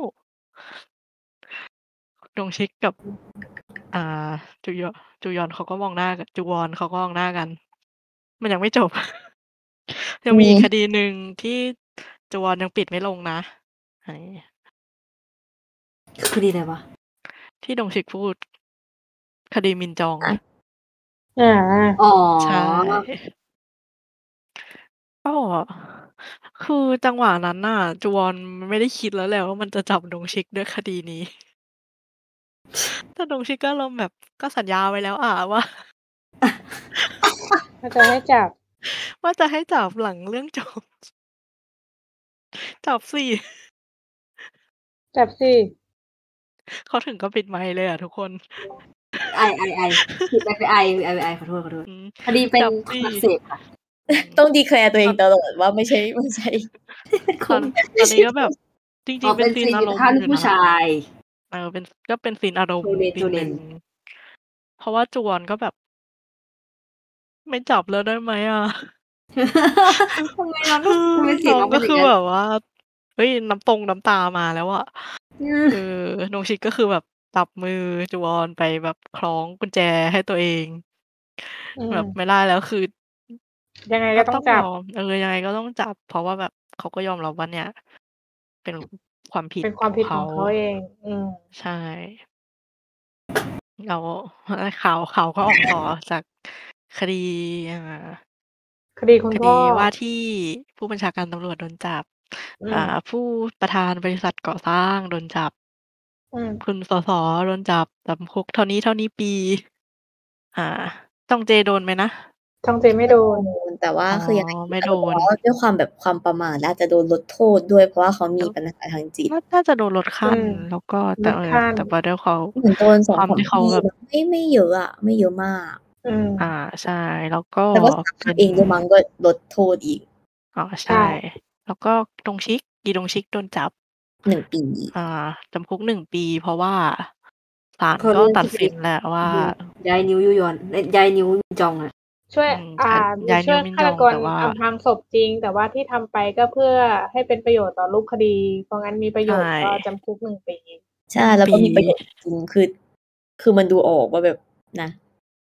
ดงชิกกับ อ่า จูยอน จูยอนเขาก็มองหน้ากัน จูวอนเขาก็มองหน้ากัน มันยังไม่จบ ยัองืมีอีกคมดีหนึ่งที่จูวอนยังปิดไม่ลงนะ อะไรอย่างเงี้ยคดีอะไรวะ? ที่ดงชิกพูด คดีมินจองอะอาอ๋อใช่ ก็ คือจังหวะนั้นน่ะ จูวอนไม่ได้คิดแล้วแหละว่ามันจะจับดงชิกด้วยคดีนี้ แต่ดงชิกก็อารมณ์แบบ ก็สัญญาไว้แล้วอะว่าว่าจะให้จับว่าจะให้จับหลังเรื่อง จบ จับสิจับสิเขาถึงกับปิดไมค์เลยอะทุกคนไอ ๆ ๆ ผิดไปคือไอ ไอ ๆ ขอโทษอืมๆ พอดีเป็จนับคสิวามอักเสบค่ะอืมต้อง declare ตัวเอตอนงตลอดว่าไม่ใช่ ไม่ใช่ตอน ตอนนี้ก็แบบ จอ๋อริง ๆ เเปป็นนซีนซีนอารมฆ่าณ์อลูกผูยู่น้ะชายเออ เป็น ก็เป็นซีนอารมณ์โจเนซีโจนเนหนึ่ง เพราะว่าจูวอนก็แบบ ไม่จับแล้วได้ไหมอะ? ทำไมน้องต้อง ทำไมเสีน้ยงองกน้องเป็็นอคย่าืองงั้น? แบบว่า เฮ้ย น้ำตงน้ำตามาแล้วอะอืเออมดงชิกก็คือแบบจับมือจูวอนไปแบบคล้องกุญแจให้ตัวเองอืแบบมไม่ได้แล้ว คือยังไงกก็็ต้ตอ้งจองยัอบม เออ ยังไงก็ต้องจับ เพราะว่าแบบเขาก็ยอมรับว่าเนี่ย เป็นความผิเดป็นความผิดของเขขาองเขาเอง อืมใช่ แล้ว เอ๊ย ข่าว ข่าวก็ออกต่อจากคดี อ่าคดีคุณพคดี่อว่าที่ผู้บัญชาการตำรวจโดนจับ อ่าอืมผู้ประธานบริษัทก่อสร้างโดนจับอืมคุณ สส. โดนจับ จำคุกเท่านี้ ๆ ปี อ่า จองเจโดนไหมนะ? จองเจไม่โดนโดน แต่ว่าอ๋อคือยังไงไม่อาโดจจะเป็นเพนราะว่าด้วยความแบบความประมาท และอาจจะโดนลดโทษด้วย เพราะว่าเขามแลี้วปัญหาทางจิตน่า น่าจะโดนลดขอืั้นมแล้วก็ แตล่ดเออขั้นแต่ว่าด้วยเขาเหมือนโดน สควองามสาม ปที่เขาีแบบแบบไม่ ไม่เยอะอะ ไม่เยอะมากอืมอา ใช่ แล้วก็แต่ว่าสารเภปา็พนเองด้วยมั้ง ก็ลดโทษอีกอ๋อใใชช่่แล้วก็ดงชิก อีดงชิกโดนจับหนึ่ง ปีอ่า จำคุก หนึ่ง ปี เพราะว่าศาลเขาก็เรื่องทตัดี่ไปสินแหละว่ายู ย้ายนิ้วยูยอน เอ๊ย ย้ายนิ้วมินจองอะช่วยอืมอ่าใช่มีย้ายชนิ่่ววยมินฆาตจองกรแต่ว่าอำพรางศพจริง แต่ว่าที่ทำไปก็เพื่อให้เป็นประโยชน์ต่อรูปคดี เพราะงั้นมีประใชโยชน์ก็่จำคุก หนึ่ง ปีใช่หนึ่งแล้วปก็ีมีประโยชน์จริง คือ คือมันดูออกว่าแบบ นะ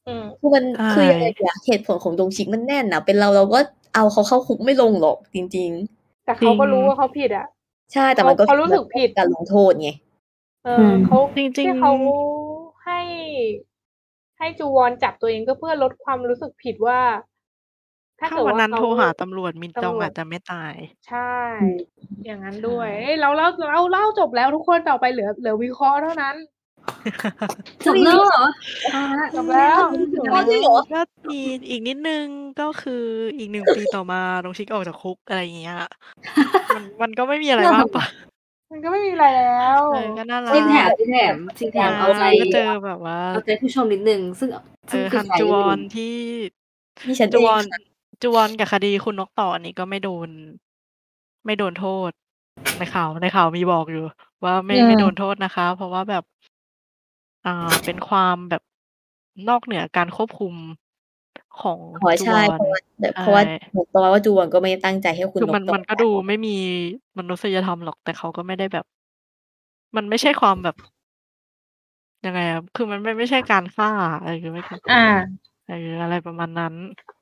อืมคือมันใช่คือยังไงดีอะ เหตุผลของดงชิกมันแน่นน่ะ เป็นเราเราก็เอาเขาเข้าคุกไม่ลงหรอกจริงแต่จเขาริงก็รู้ว่าเขาผิดอะๆ ใช่ แต่เขามันก็เขารู้มัสึกผิดการลงโทษไงเออือมเขาจริที่งเขาๆให้ ให้จูวอนจับตัวเองก็เพื่อลดความรู้สึกผิดว่า ถ้าถ้าเกิดวันว่านั้นเขาโทรหาตำรวจ มินตจองำรวอาจจจะไม่ตายใช่อืมอย่างงั้นใชด้วย เฮ้ย เรา เรา เราเล่าจบแล้วทุกคน ต่อไปเหลือ เหลือวิเคราะห์เท่านั้นจบแล้วเหรอ? อะฮะ จบแล้วอืมจบอ๋อแล้จริงเหรอ? วก็มีอีกนิดหนึ่ง ก็คืออีก หนึ่ง ปีต่อมาดงชิกออกจากคุก อะไรอย่างเงี้ย มัน มันก็ไม่มีอะไรน่ามาสกกว่ามันก็ไม่มีอะไรแล้วเออ ก็น่ารัซีนแถมกซีนแถม ซีนแถอามเอาใจก็เจอแบบว่าเอาใจผู้ชมนิดหนึ่ง ซึ่งเอซึ่งอคือฮันใครจูก็วไม่อรู้นที่นี่ฉันจูเอวงอนค่ะจูวอนกับคดีคุณนกต่อนี่ก็ไม่โดน ไม่โดนโทษ ในข่าว ในข่าวมีบอกอยู่ว่าไม่อืไม่โดมนโทษนะคะ เพราะว่าแบบ อ่า เป็นความแบบนอกเหนือการควบคุมของอ๋อจูใช่วอเพราะว่า แบบใช่เพราะว่า เหมือนประมาณว่าจูวอนก็ไม่ได้ตั้งใจให้คุคณคือนกมันต่อมันก็ตดูไม่มีมนุษยธรรมหรอก แต่เขาก็ไม่ได้แบบ มันไม่ใช่ความแบบ ยังไงอะ คือมันไม่ ไม่ใช่การฆ่า เออ ไม่ คืออาเออ อะไรประมาณนั้น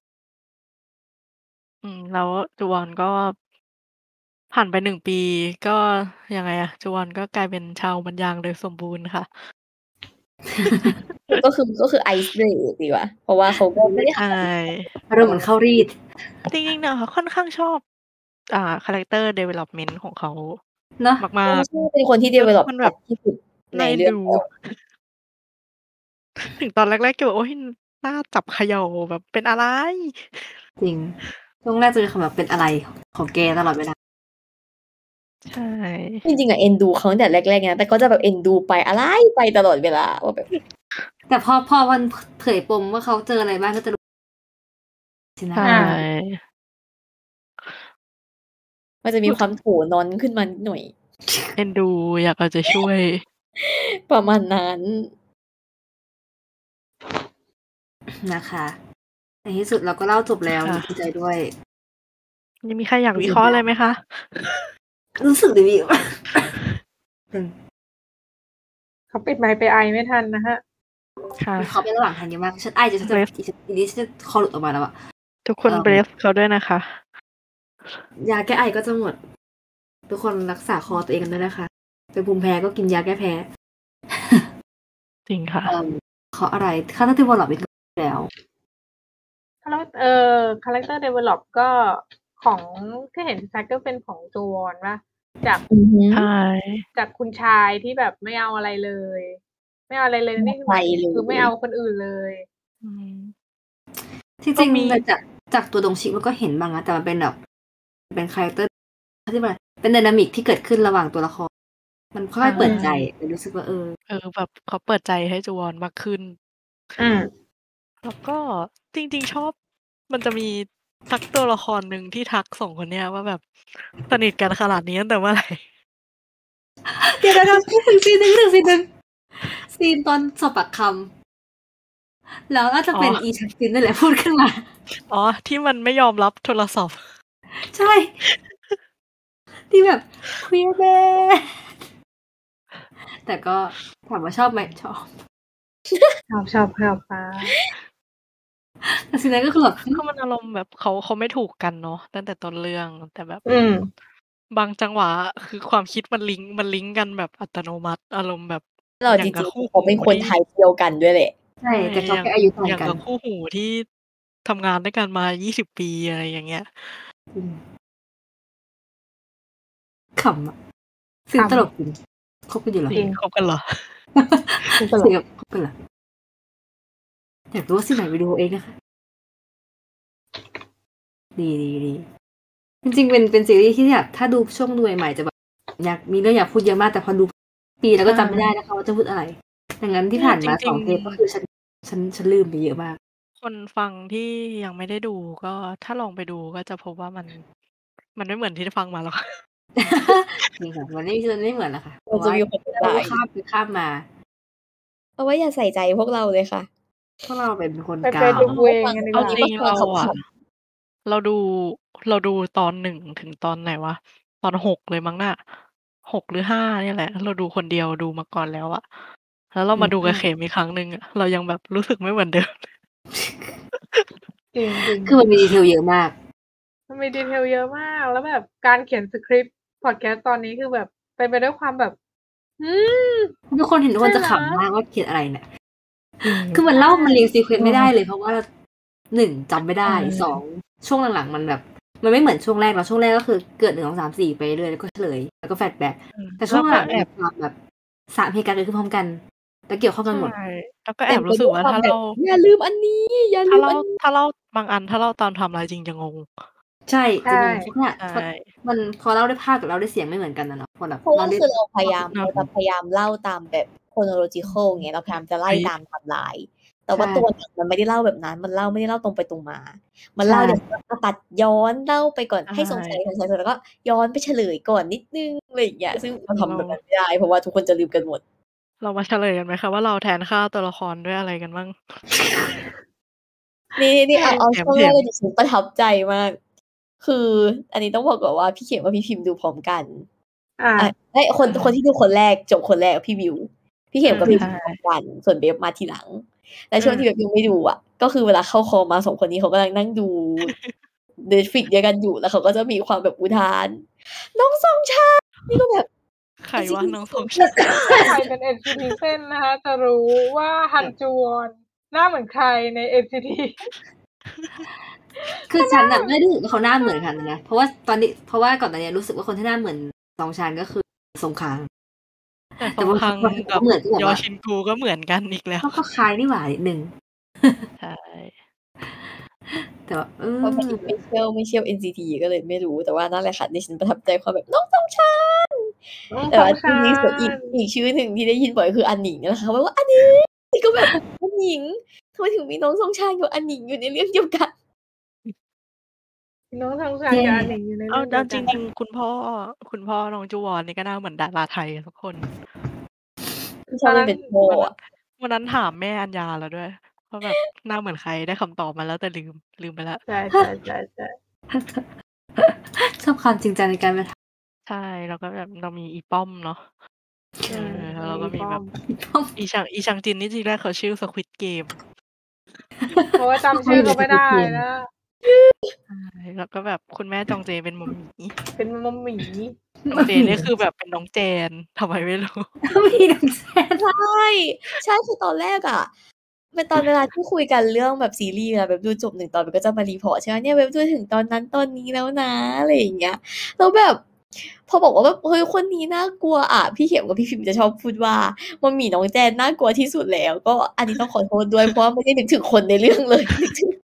อืม แล้วจูวอนก็ ผ่านไป หนึ่ง ปี ก็ยังไงอะ จูวอนก็กลายเป็นชาวบันยางโดยสมบูรณ์ค่ะก็คือ ก็คือ Ice Break ดีกว่า เพราะว่าเขาก็ไม่ได้ใช่ทำอะไรอารมณ์เหมือนเข้ารีดจริง ๆ เนี่ยค่ะ ค่อนข้างชอบ อ่า character development ของเขาเนาะมาเออกใช่ เป็นคนที่ๆ คือ develop มันชแบับดที่สุดในน่าเอ็นเรื่อดงูแล้วถึงตอนแรก ๆ ก็แบบ โอ๊ย หน้าจับเขย่าแบบเป็นอะไร? จริง ช่วงแรกจะมีคำแบบ "เป็นอะไรของแก?" ตลอดเวลาใช่จริง ๆ อะเอ็นดูเขาตั้งแต่แรก ๆ นะ แต่ก็จะแบบเอ็นดูไป อะไรไปตลอดเวลาว่าแบบแต่พอ พอมัน ผ เผยปมว่าเขาเจออะไรบ้างก็จะรู้ สินะใช่อามันจะมีความโถนอนขึ้นมานิดหน่อยเอ็นดู อยากเอาใจช่วยประมาณนั้นนะคะ ในที่สุดเราก็เล่าจบแล้วค่ะดีใจด้วยยังมีใครอยากวิรู้สึเคกราะห์แอะบไรไหมคะ? รู้สึกดี อืมเขาปิดไมค์ไปไอไม่ทันนะคะค่ะวิเคราะห์ไประหว่างทางเยอะมาก ฉันไอจนฉันจะ Bless อีฉัน อีนี้ฉันจะคอหลุดออกมาแล้วอะทุกคเอ่นอ Bless เขาด้วยนะคะยาแก้ไอก็จะหมด ทุกคนรักษาคอตัวเองกันด้วยนะคะ เป็นภูมิแพ้ก็กินยาแก้แพ้จริงค่ะเอ่อ เคาะอะไร character develop อีกแล้วคาแรก เอ่อ character develop ก็ของที่เห็นชัดก็เป็นของจูวอนเปล่า? จากอือฮึใช่จากคุณชายที่แบบไม่เอาอะไรเลย ไม่เอาอะไรเลยไม่นี่เอาคือใคหรมายถึงเลคือไม่ยเอาคนอื่นเลยอืมที่กจ็ริงมีแต่จาก จากตัวดงชิมันก็เห็นบ้างนะ แต่มันเป็นแบบ เป็น character เขาเรียกว่าอะไร เป็น dynamic ที่เกิดขึ้นระหว่างตัวละคร มันค่ใชอย ๆ เปิดใจ่เลยรู้สึกว่า เออเออ แบบเขาเปิดใจให้จูวอนมากขึ้นอืมแล้วก็จริง ๆ ชอบ มันจะมีสักตัวละครหนึ่งที่ทัก สอง คนเนี้ยว่าแบบสนิทกันขนาดนี้ตั้งแต่เมื่อ ไหร่? เดี๋ยว ๆ ๆ นึกถึงซีนหนึ่ง นึกถึงซีนหนึ่ง ซีนตอนสอบปากคำ แล้วน่าจะอ๋อเป็นอีชักซินนั่นแหละ พูดขึ้นมาอ๋อ ที่มันไม่ยอมรับโทรศัพท์ใช่ ที่แบบ Queer Man แต่ก็ถามว่าชอบไหม ชอบชอบ ชอบ ชอบค่ะแต่ซีนนั้นก็คือแบบ หือคือมันอารมณ์แบบเขา เขาไม่ถูกกันเนาะตั้งแต่ต้นเรื่อง แต่แบบอืมบางจังหวะอะ คือความคิดมันลิงก์ มันลิงก์กันแบบอัตโนมัติ อารมณ์แบบเราอย่จางกัรบิงคู่ๆ เหขาูเป็นคนที่ type เดียวกันด้วยแหละใช่ แต่เขาอย่างแค่อายุต่าอย่างงกักนับคู่หูที่ทำงานด้วยกันมา ยี่สิบ ปี อะไรอย่างเงี้ยอืม ขำอะ ซีนขำตลกจริง คบกันอยู่เหรอ? จริง คบกันเหรอ? ซีนตลซีนกแบบคบกันเหรอ? อยากรู้ว่าซีนไหนไปดูเอาเองนะคะ ดี ๆ ๆ จริง ๆ เป็น เป็นซีรีส์ที่แบบถ้าดูช่วงดูใหม่ ๆ จะแบบอยาก มีเรื่องอยากพูดเยอะมาก แต่พอดูปีแล้วก็จำไม่ได้นะคะว่าจะพูดอะไร ดังนั้นที่เนี่ยผ่านจมาจสอง เทป ก็คือฉัน ฉัน ฉันลืมไปเยอะมากคนฟังที่ยังไม่ได้ดู ก็ถ้าลองไปดูก็จะพบว่ามัน มันไม่เหมือนที่ได้ฟังมาหรอกจริงค่ะ มันไม่ มันไม่เหมือนหรอกค่ะ เพมันราะจะว่ามีความเราก็ข้ามไปข้ามมาเอาไว้อย่าใส่ใจพวกเราเลยค่ะพวกเราเป็นคนไปกไปลางดูเองกันดีเอกว่าจริง เราอะขำเราดู เราดูตอน หนึ่ง ถึงตอนไหนวะ ตอน หก เลยมั้งน่ะ หก หรือ ห้า เนี่ยแหละ เราดูคนเดียว ดูมาก่อนแล้วอะ แล้วเราอืมาดูกับเขมมอีกครั้งหนึ่งอะ เรายังแบบรู้สึกไม่เหมือน เดิมจริงจริงคือมันมีดีเทลเยอะมากมันมีดีเทลเยอะมาก แล้วแบบการเขียนสคริปต์พอดแคสต์ตอนนี้คือแบบเป็นไปด้วยความแบบอืมทุกคนเห็นทุกคนจะใช่เหรอขำมากว่าเขียนอะไรเนี่ย คือมันเล่ามันเรียงซีเควนต์ไม่ได้เลย เพราะว่าหนึ่งจำไม่ได้สองช่วงหลังๆมันแบบ มันไม่เหมือนช่วงแรกเราช่วงแรกก็คือเกิดหนึ่งสองสามสี่ไปเรื่อยแล้วก็เฉลยแล้วก็แฟลชแบ็กแต่ช่วงหลังแอมีบความแบบสามเหตุการณ์เกิดขึ้นพร้อมกัน แล้วเกี่ยวข้องกันหมดใช่แล้วก็แอบรู้สึกว่าถ้าเราอย่าลืมอันนี้ อย่าลืถ้าม เราอันนี้ถ้าเราบางอันถ้าเราตามไทม์ไลน์จริงจะงงใช่ใช่จริงๆเพราะเนี่ยใช่มันพอเล่าด้วยภาพกับเล่าด้วยเสียงไม่เหมือนกันนะเนาะพอแบบเพราะว่าได้คือเราพยายามเนอะเราจะพยายามเล่าตามแบบ chronological ไงเราพยายามจะไล่ตามไทม์ไลน์แต่ว่าใช่ตัวหนังมันไม่ได้เล่าแบบนั้น มันเล่าไม่ได้เล่าตรงไปตรงมา มันใช่เล่าเดี๋ยวก็ตัดย้อนเล่าไปก่อนใช่ให้สงสัยสงสัยเสร็จแล้วก็ย้อนไปเฉลยก่อนนิดนึงอะไรอย่างเงี้ยซึ่งเราทำเราแบบนั้นไม่ได้ เพราะว่าทุกคนจะลืมกันหมดเรามาเฉลยกันไหมคะว่าเราแทนค่าตัวละครด้วยอะไรกันบ้างนี่นี่เอาเอาแถมช่วงแถแรกมเลยดิฉันประทับใจมาก คืออันนี้ต้องบอกก่อนว่าพี่เข็มกับพี่พิมพ์ดูพร้อมกันอ่าอ่ะไอ้คนคนที่ดูคนแรกจบคนแรกพี่วิว พี่เข็มกับพี่พิมพ์ใช่พร้อมกัน ส่วนเบฟมาทีหลัง และช่วงอืมที่เบฟยังไม่ดูอ่ะ ก็คือเวลาเข้าคอลมาสองคนนี้เขากำลังนั่งดู Netflix ด้วยกันอยู่ แล้วเขาก็จะมีความแบบอุทาน น้องสองชายนี่ก็แบบใครวะน้องสองเชายถ้าใครเป็น เอ็น ซี ที เส้นนะคะ จะรู้ว่าฮันจูวอนหน้าเหมือนใครใน เอ็น ซี ทีคือฉันน่ะไม่ได้รู้สึกว่าเขาหน้าเหมือนกันนะ เพราะว่าตอนนี้เพราะว่าก่อนหน้านี้รู้สึกว่าคนที่หน้าเหมือนสองชานก็คือสงครามแต่สแต่องว่าครั้งพอกับเหมือนที่แบบยอว่าชินกูก็เหมือนกันอีกแล้วก็ก็คล้ายนี่หว่านิดนึงใช่แต่ว่าเอเพราะเป็นอไม่เชี่ยวไม่เชี่ยว เอ็น ซี ที ก็เลยไม่รู้ แต่ว่านั่นแหละค่ะดิฉันประทับใจความแบบน้องสองชายน้องแต่สอว่างชาที่นี้ส่วนอีกยอีกชื่อหนึ่งที่ได้ยินบ่อยคืออันหนิงนะคะว่าว่าอันหนิงนี่ก็แบบอันหนิงทำไมถึงมีน้องสองชายกับอันหนิงอยู่ในเรื่องเดียวกันน้องทองชายกับอันหนิงอยู่ในเอาเรื่องจเดียวริกันงๆคุณพ่อ คุณพ่อน้องจูวอนนี่ก็หน้าเหมือนดาราไทยทุกคนที่ชอบเล่นเป็นโพวันนั้อะนวันนั้นถามแม่อัญญาแล้วด้วยว่าแบบหน้าเหมือนใครได้คำตอบมาแล้วแต่ลืมลืมไปแล้วใช่ใช่ใช่ใช่ชอบความจริงจังในการไปทใช่แล้วก็แบบเรามีอีป้อมเนาะ เออืมอแล้วเราก็มีมีป้แบอบ มำอีชังอีชังจินนี่จริงๆแล้วเขาชื่อ Squid Game เพราะว่าจำชื่อเขาไม่ได้นะใช่แล้วก็แบบคุณแม่จองเจเป็นหมอหมีเป็นมัมหมีจองเจนี่คือแบบเป็นน้องแจนทำไมไม่รู้มีน้องแซนใช่ ใช่คือตอนแรกอะเป็นตอนเวลาที่คุยกันเรื่องแบบซีรีส์อะแบบดูจบหนึ่งตอนมันก็จะมารีพอร์ตใช่ไหมเนี่ยเว็บดูถึงตอนนั้นตอนนี้แล้วนะอะไรอย่างเงี้ยแล้วแบบ พอบอกว่าแบบเฮ้ยคนนี้น่ากลัวอะพี่เข็มกับพี่พิมจะชอบพูดว่ามันมีน้องแจนน่ากลัวที่สุดแล้ว ก็อันนี้ต้องขอโทษด้วยเพราะว่าไม่ได้นึกถึงคนในเรื่องเลยนึกถึง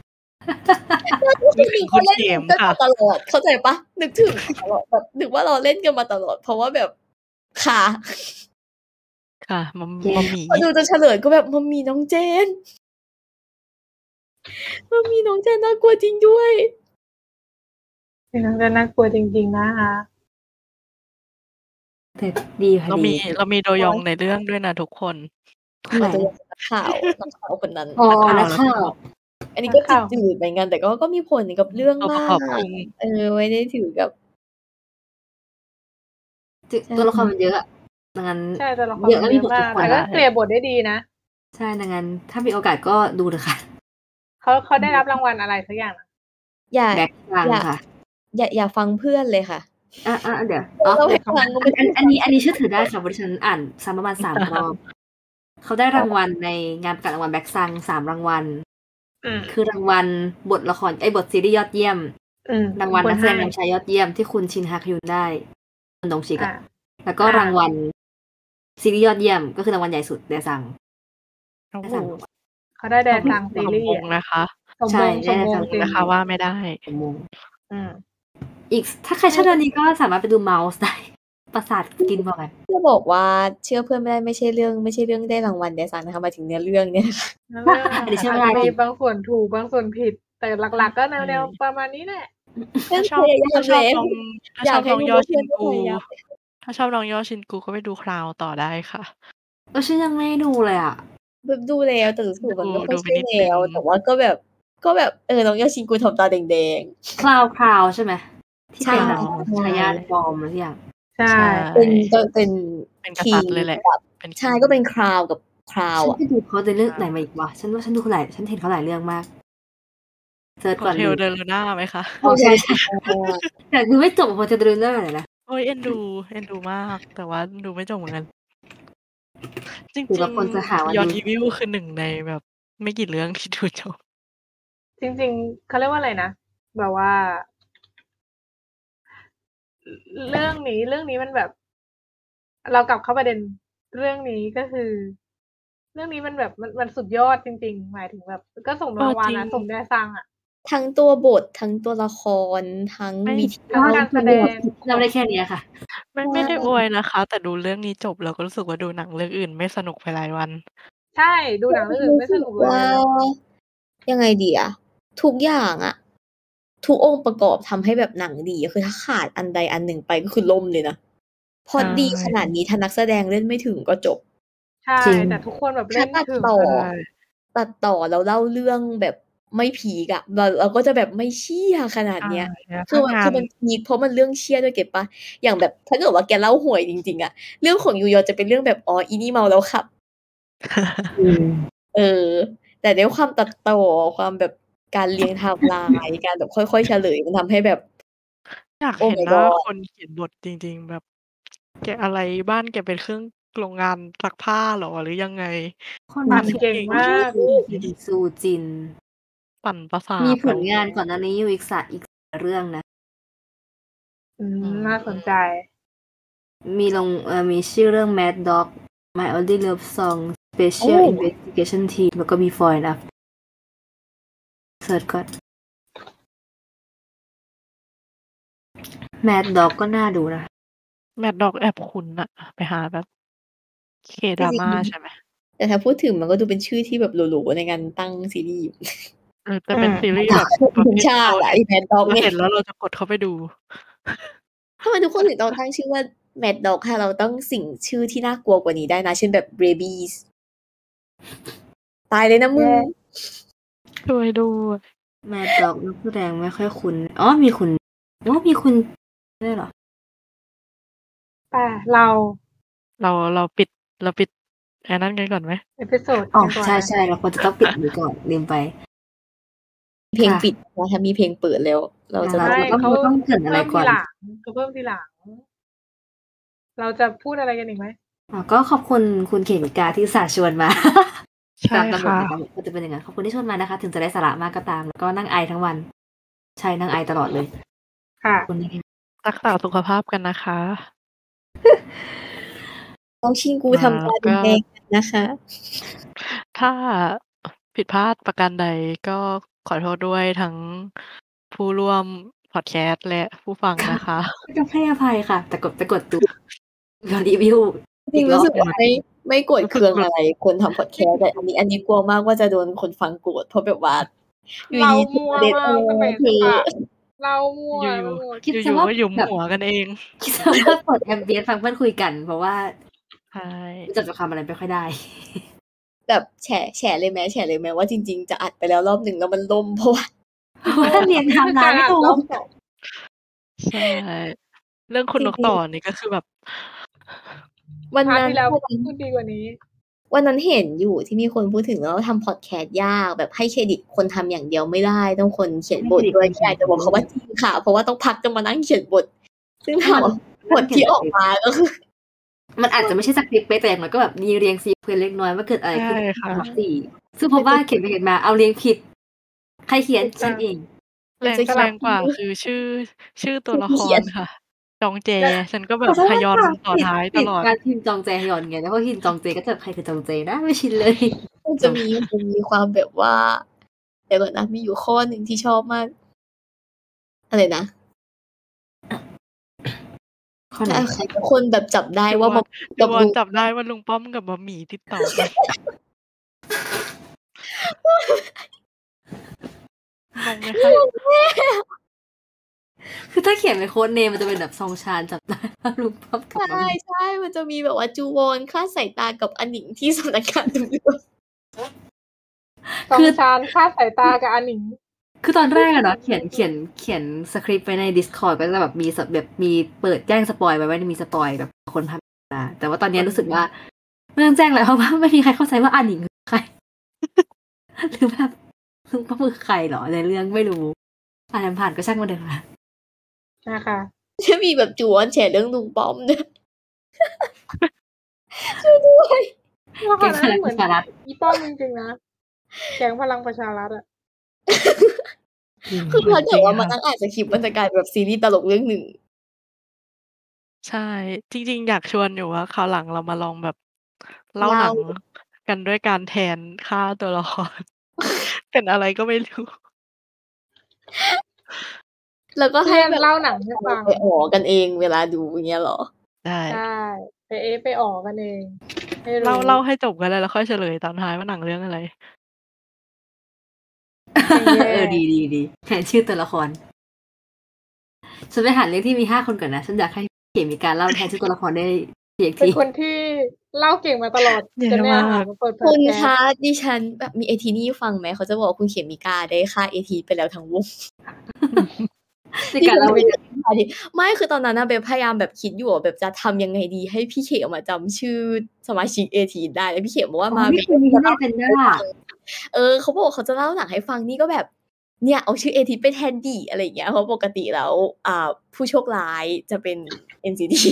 นึกถึงคุณเข็มกันค่ะมาตลอดเข้าใจปะนึกถึงตลอดแบบนึกว่าเราเล่นกันมาตลอด เพราะว่าแบบค่ะค่ะมัมมัมหมีพอดูจะเฉลยก็แบบมันมีน้องเจนมันมีน้องเจนน่ากลัวจริงด้วยเป็นน้องจะน่ากลัวจริงๆนะคะแต่ดีค่ะเราดีมีเรามีโดยองในเรื่องด้วยนะทุกคนคนไหนอาจจะนักข่าวนักข่าวคนนั้นอ๋อนันักกข่าข่าว วอันนี้ก็นักข่าวจืดๆเหมือนกันแต่ก็ก็มีผลกับเรื่องตัวปมาระกกอบคุงเออไม่ได้ถือกับจริงตัวละครมันเยอะอะดังนั้นใช่ตัวละครเยอะมัแล้วนเยมีบอะททุมากกคนแต่ก็อะเกลี่ยบทได้ดีนะใช่ดังนั้น ถ้ามีโอกาสก็ดูเถอะค่ะเขาเขาได้รับรางวัลอะไรสักอย่างนะอย่าแบ็คกลางอย่าค่ะอย่าอย่าฟังเพื่อนเลยค่ะอ่ะอ่ะเดี๋ยวอ๋อเราให้ฟังก็ไม่อันอันนี้อันนี้เชื่อถือได้ค่ะบริฉันอ่านซ้ำประมาณสามรอบ เขาได้รางวัลในงานประกาศรางวัลแบ็คซังสามรางวัลอืมคือรางวัลบทละครไอ้ยบทซีรีส์ยอดเยี่ยมอืมรางวัลคนักแสดงให้นำชายยอดเยี่ยมที่คุณชินฮาคยุนได้คุณดงชิกอ่าอะแล้วก็อ่ารรางวัลซีรีส์ยอดเยี่ยมก็คือรางวัลใหญ่สุดแดซังโอ้แดโหซังเขาได้แดนซังซีสมรีมส์งอะนะคะสมใช่มงสมมงได้แดนซังจริงนะคะว่าไม่ได้สมมงอืมอีกถ้าใครชอบเรื่องนี้ก็สามารถไปดูเมาส์ได้ ประสาทกินพอกันจะบอกว่าเชื่อเพื่อนไม่ได้ไม่ใช่เรื่องไม่ใช่เรื่องได้รางวัลเดซันนะคะหมายถึงเนื้อเรื่องเนี่ยนะคะนั่นเรื่องอันนี้เชื่ออาจไม่ได้จะจมีริงบางส่วนถูกบางส่วนผิด แต่หลักๆก็แนวใช่แนวประมาณนี้แหละเพื่อนถ้าชพอบยายาถ้าม ชอบแล้วน้องถ้าอชยาอก บให้น้องรู้ยอว่าชิเพื่อนนก็กูพยายามถ้าชอบน้องยอชินกูก็ไปดูคราวต่อได้ค่ะเออฉันยังไม่ดูเลยอ่ะแบบดูแล้วแต่รู้สึกมันไม่ค่อยดูไปใช่นิดนึแล้งว แต่ว่าก็แบบก็แบบเออน้องยาชินกูทำตาแดงคลาวคลาวใช่ไหมที่ใช่เป็นทายาทปลอมหรืออย่างใช่ใช่ๆเป็นก็เป็นเป็นกคิษังตริย์เลยแหละกับเป็นใช่ king ก็เป็นคราวกับพราวฉันอ่ะไปดูเขาในเรื่องไหนมาอีกวะฉันว่าฉันดูเขาหลายฉันเห็นเขาหลายเรื่องมากเซิร์ชโฮก่อนเทเลลยเดลูน่าไหมคะอ๋อใช่ใช่ ๆ แต่ดูไม่จบ Hotel de Luna เลยนะโอ๊ย เอ็นดู เอ็นดูมาก แต่ว่าดูไม่จบเหมือนกัน จหรือริว่าง คนจะหาว่า Beyond ดู Evil คือหนึ่งในแบบไม่กี่เรื่องที่ดูจบจริง ๆ เขาเรียกว่าอะไรนะ แบบว่า ร เรื่องนี้ เรื่องนี้มันแบบ เรากลับเข้าประเด็นเรื่องนี้ ก็คือ เรื่องนี้มันแบบ มัน มันสุดยอดจริง ๆ หมายถึงแบบ ก็สมเออรางวัลจริงนะ สมแด่สร้างอะทั้งตัวบท ทั้งตัวละคร ทั้งไม่วิธีทั้งเล่าการแสดงเล่าได้แค่เนี้ยค่ะไม่ใชไม่ได้อว่ยนะคะ แต่ดูเรื่องนี้จบเราก็รู้สึกว่าดูหนังเรื่องอื่นไม่สนุกไปหลายวันใช่ ดูหนังเรื่องอื่นรู้ไม่สึสกนุกเลว่ายยังไงดีอะ ทุกอย่างอะ ทุกองค์ประกอบทำให้แบบหนังดี คือถ้าขาดอันใดอันหนึ่งไปก็คือล่มเลยนะ พใล็ชอตดีขนาด่นี้ถ้านักแสดงเล่นไม่ถึงก็จบใช่จริงแต่ทุกคนแบบเลถ้า่นตัดถึงต่อใช่ตัดต่อแล้วเล่าเรื่องแบบไม่พีกอะ เรา เราก็จะแบบไม่เชี่ยขนาดใช่เนี้ยแล้วคืถ้าอมันงาคือน มันพีกเพราะมันเรื่องเชี่ยด้วยเก็ตเปล่า อย่างแบบถ้าเกิดว่าแกเล่าห่วยจริง ๆ อะ เรื่องของยูยอนจะเป็นเรื่องแบบ อ๋อ อีนี่เมาแล้วขับอืมเออ แต่ด้วยความตัดต่อ ความแบบการเรียง ไทม์ไลน์ การแบบค่อย ๆ เฉลย มันทำให้แบบอยาก Oh เห็น my หน้า god คนเขียนบทจริง ๆ แบบ แกอะไร บ้านแกเป็นเครื่อง โรงงานซักผ้าเหรอ หรือยังไง? คนปัปั่่นนเก่งเก่งมากอีซูจินปั่นประสามีทผลงานก่อนหน้านี้อยู่อีก ส อีก เรื่องนะอืมอืมน่าสนใจมีลง เอ่อ มีชื่อเรื่อง Mad Dog My Only Love Song โอ้ Special Investigation Team แล้วก็ Before and After เซิร์ชก่อน Mad Dog ก็น่าดูนะ Mad Dog แอบคุ้นอะ ไปหาแบบจริง K-drama ๆใช่ไหม? แต่ถ้าพูดถึงมันก็ดูเป็นชื่อที่แบบหรู ๆ ในการตั้งซีรีส์อยู่เออ แต่อืมเป็นซีรีส์แบแบบ บประทุเภกชาเราติอะเไหอ็น้ Mad Dog เราเนี่เห็ยนแล้วเราจะกดเข้าไปดูทำไมทุกคนถึงต้องตั้งชื่อว่า Mad Dog ถ้าเราตั้งสิ่ง ชื่อที่น่ากลัวกว่านี้ได้นะ เช่นแบบ Rabies ตายเลยนะมึแย่งช่วยด้วย Mad Dog นักแสดงไม่ค่อยคุ้น อ๋อ มีคุณ อ๋อ มีคุณ ด้วยเหรอ? ไป เราเรา เราปิด เราปิดไอ้นั่นกันก่อนไหม? เอพิโซดอ๋อกันก่อนในะช่ ๆ เราควรจะต้องปิดอันนี้ก่อน ลืมไปเพลงค่ะปิดนะ ถ้ามีเพลงเปิดแล้ว เราอ่าจะเราต้องไม่เราต้องเขาเราต้องเกริ่นอะเไรพิ่มก่ทีอนหลัง เขาเพิ่มทีหลัง เราจะพูดอะไรกันอีกไหม? อ๋อ ก็ขอบคุณคุณเขมิกาที่อุตส่าห์ชวนมาใช่ตาม ตามบคท่ะนะคะ ก็จะเป็นอย่างงั้น ขอบคุณที่ชวนมานะคะ ถึงจะได้สาระมากก็ตาม แล้วก็นั่งไอทั้งวัน ใช่ นั่งไอตลอดเลยค่ะขอบคุณนะคะรักษาสุขภาพกันนะคะน้องชินกูอ่าทำตาก็แดง ๆ นะคะถ้าผิดพลาดประการใดก็ขอโทษด้วยทั้งผู้ร่วมพอดแคสต์และผู้ฟังค่ะนะคะต้องให้อภัยค่ะ แต่กด ไปกดดู Beyond Evil จริงอีกรรูอ้สึกบหนึ่งว่านะไม่ ไม่โกรธรู้เคสึกืองแบอะไร คนทำพอดแคสต์ แต่อันนี้ อันนี้กลัวมากว่าจะโดนคนฟังโกรธ เพราะแบบว่า อยู่เราดี ๆมจุดั่วประเด็นมาเอกส เปอะเธอสปะ เรามั่วอเรยูา่มั่วคิดๆ อเสียู่ว่าๆ ก็หยุมแบบหัวกันเองคิด เสียว่า เปิด Ambient ฟังเพื่อนคุยกัน เพราะว่าใช่จับใจความอะไรไม่ค่อยได้แบบแฉ แฉเลยไหม แฉเลยไหมว่าจริง ๆ จะอัดไปแล้วรอบหนึ่งแล้วมันล่ม เพราะว่าเพราะว่า เรียง ไทม์ไลน์ ไม่ตรงรอบ สองใช่ เรื่องคุจรณนกต่ิอง ๆนี่ก็คือแบบวันนพาร์ตั้นที่แล้ววันนั้นพูดดีกว่านี้วันนั้นเห็นอยู่ที่มีคนพูดถึงว่าทำพอดแคสต์ยาก แบบให้เครดิตคนทำอย่างเดียวไม่ได้ ต้องคนเขียนให้บทเครดิตด้วยคนก็เขีอย ยาน กจะบบอกทเขาว่าจริงค่ะ เพราะว่าต้องพักจะมานั่งเขียนบท ซึ่งให้ถามมันว่า บนั่ทงเขีทียน่อสอกคริปต์มาก็คือมันอาจจะไม่ใช่สคริปต์เป๊ะ แต่อย่างน้อยก็แบบมีเรียง sequence เล็กน้อยว่าเกิดอะไรใช่ขึ้นค่ะพาร์ต สี่ ซึ่งพบว่าเขียนไปเขียนมา อ้าว เรียงผิด ใครเขียนถูกฉตั้นงเองแรงจะแรเขียนงกว่าคือชื่อ ชื่อตัชืว่อละผู้คเขียรนค่ะ จองเจและฉันก็แบขอบ โทษฮยอนค่ะต่อติดท้ายต ติดตลอดการพิมพ์จองแจ ฮยอนไง แล้วพอพิมพ์จองเจก็จะแบบใครคือจองเจนะ ไม่ชินเลยมันจะมี มันมีความแบบว่า เดี๋ยวก่อนนะ มีอยู่ข้อหนึ่งที่ชอบมาก อะไรนะ? ข้อไหน? ถ้าใครสักคนแบบจับได้จูว่าวบะจูกับวอลุนงจับได้ว่าลุงป้อมกับบะหมี่ติดต่อ กัน งงไหมคะ? งงแม่คือถ้าเขียนเป็น code name มันจะเป็นแบบซองชานจับ ได้ว่า ลุงป้อมกัใบบะหมี่ช่ ๆ มันจะมีแบบว่าจูวอนคลาดสายตากับอาหนิงที่ สำนักงานตำรวจซอคืงอชานคลาดสายตากับอาหนิงคือตอนแรกอะเนาะ เขียน เขียน เขียนสคริปต์ไว้ใน Discord ก็จะแบบมี ส แบบมีเปิดแจ้งสปอยล์ไว้ว่ามีสปอยล์แบบคนทำมา แต่ว่าตอนเนี้ยรู้สึกว่าไม่ต้องแจ้งเลยเพราะว่าไม่มีใครเข้าใจว่าอันหนิงคือใคร หรือแบบมึงป้ามือใครเหรอในเรื่องไม่รู้ผ่านผ่านก็ช่างมาเดิมละนะคะจะมีแบบจูวอนแฉเรื่องลุงป้อมด้วยช่วยด้วยว่าแกเขางพลัน่าง เหปมือนระชารัฐอีป้อมจริงๆนะแก๊งพลังประชารัฐอะคือพอจเกิริดงว่ามาค่ะนั่งอ่านสคริปต์มันจะกลายเป็นแบบซีรีส์ตลกเรื่องหนึ่งใช่ จริง ๆ อยากชวนอยู่ว่าคราวหลังเรามาลองแบบเล่าเล่าหนังกันด้วยการแทนค่าตัวละคร เป็นอะไรก็ไม่รู้แล้วก็เพืให้่อนแบบเล่าหนังให้ฟังไปอ๋อกันเองเวลาดู อย่างเงี้ยเหรอ? ได้ใช่ ไปเอ๊ะ ไปอ๋อกันเอง ให้เล่ารู้เล่าให้จบก็ได้ แล้วค่อยเฉลยตอนท้ายว่าหนังเรื่องอะไรไม่แย่เออ ดี ๆ ๆ แทนชื่อตัวละคร ฉันไปหาเรื่องที่มี ห้า คนก่อนนะ ฉันอยากให้เขมิกาเล่าแทนชื่อตัวละครได้ทีอีกเป็ทีนคนที่เล่าเก่งมาตลอดแย่จนเนี่ยมาหาก มาเปิดพคุอดณแคคสต์ดิฉันแบบมี เอ ที นี่ฟังไหม เขาจะบอกว่าคุณเขมิกาได้ฆ่า เอ ที ไปแล้วทั้งวงในการเล่าดิฉัน ไม่ คือตอนนั้นน่ะเบลพยายามแบบคิดอยู่ว่าแบบจะทำยังไงดีให้พี่เขมอะจำชื่อสมาชิก เอ ที ได้ แล้วพี่เขมบอกว่าอ๋อมาพี่เบลเขมจะที่เล่าเป็นหนัง Panda ให้ฟัง เออ เขาบอกว่าเขาจะเล่าหนังให้ฟัง นี่ก็แบบ เนี่ยเอาชื่อ เอ ที ไปแทนดิ อะไรอย่างเงี้ย เพราะปกติแล้ว อ่า ผู้โชคร้ายจะเป็น เอ็น ซี ที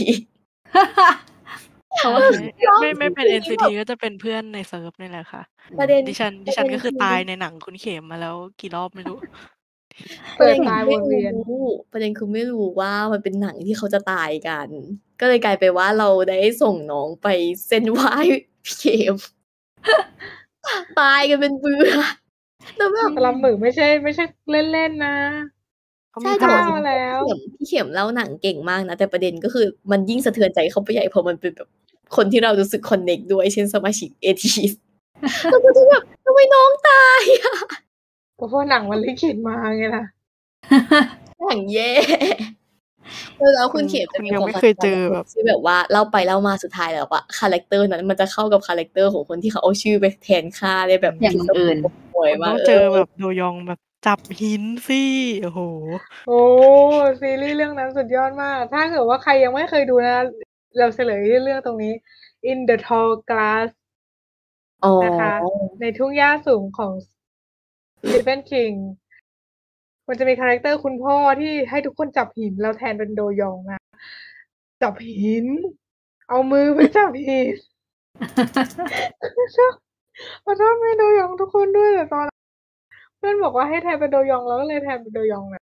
ใช่เขาก็คือไม่ ไม่เป็นแบเอ็น ซี ทีบก็จะเป็นเพื่อนในเซิร์ฟนี่แหละค่ะประเด็นดิฉันปดิระฉัเดน็นก็คืคือ อตายในหนังคุณเขมมาแล้วกี่รอบไม่รู้เปิประเด็ดนตายคือวไม่นเวียนรู้ ประเด็นคือไม่รู้ว่ามันเป็นหนังที่เขาจะตายกัน ก็เลยกลายเป็นว่าเราได้ส่งน้องไปเส้น ไหว้ พี่เขม ตายกันเป็นเบื่อ แล้วแบบสลัมหมึกไม่ใช่ ไม่ใช่เล่น ๆ นะเขาใช่มีแต่พว่าฆ่ามาแล้วพี่เขม พี่เขมเล่าหนังเก่งมากนะ แต่ประเด็นก็คือมันยิ่งสะเทือนใจเข้าไปใหญ่ เพราะมันเป็นแบบคนที่เรารู้สึกคอนเน็กต์ด้วย เช่น สมาชิก เอ ที เราก็จะแบบทำไมน้องตาย อะก็เพราะหนังมันลิขิตมาไงล่ะอย่างแย่ เออ แล้วคุคุณณเขมคุจะณมียังความไม่ประเคยทับเจใจอในแบบที่แบบว่าเล่าไปเล่ามาสุดท้ายแล้วอะ คาแรกเตอร์นั้นมันจะเข้ากับคาแรกเตอร์ของคนที่เขาเอาชื่อไปแทนค่าได้แบบอย่างผิดบังเอิญบ่อยคุณมาต้กองเอเจอแบอบโดยองแบบจับหินสิ โอ้โฮโอ้ ซีรีส์เรื่องนั้นสุดยอดมาก ถ้าเกิดว่าใครยังไม่เคยดูนะ เราเฉลยเรื่องตรงนี้ In the Tall Grass อ๋อนะคะ ในทุ่งหญ้าสูงของ Stephen King มันจะมีคาแรกเตอร์คุณพ่อที่ให้ทุกคนจับหิน แล้วแทนเป็นโดยองนะ จับหิน เอามือไปจับหิน คือชอบ ขอโทษแม่โดยองทุกคนด้วย แต่ตอน เพื่อนบอกว่าให้แทนเป็นโดยอง เราก็เลยแทนเป็นโดยองน่ะ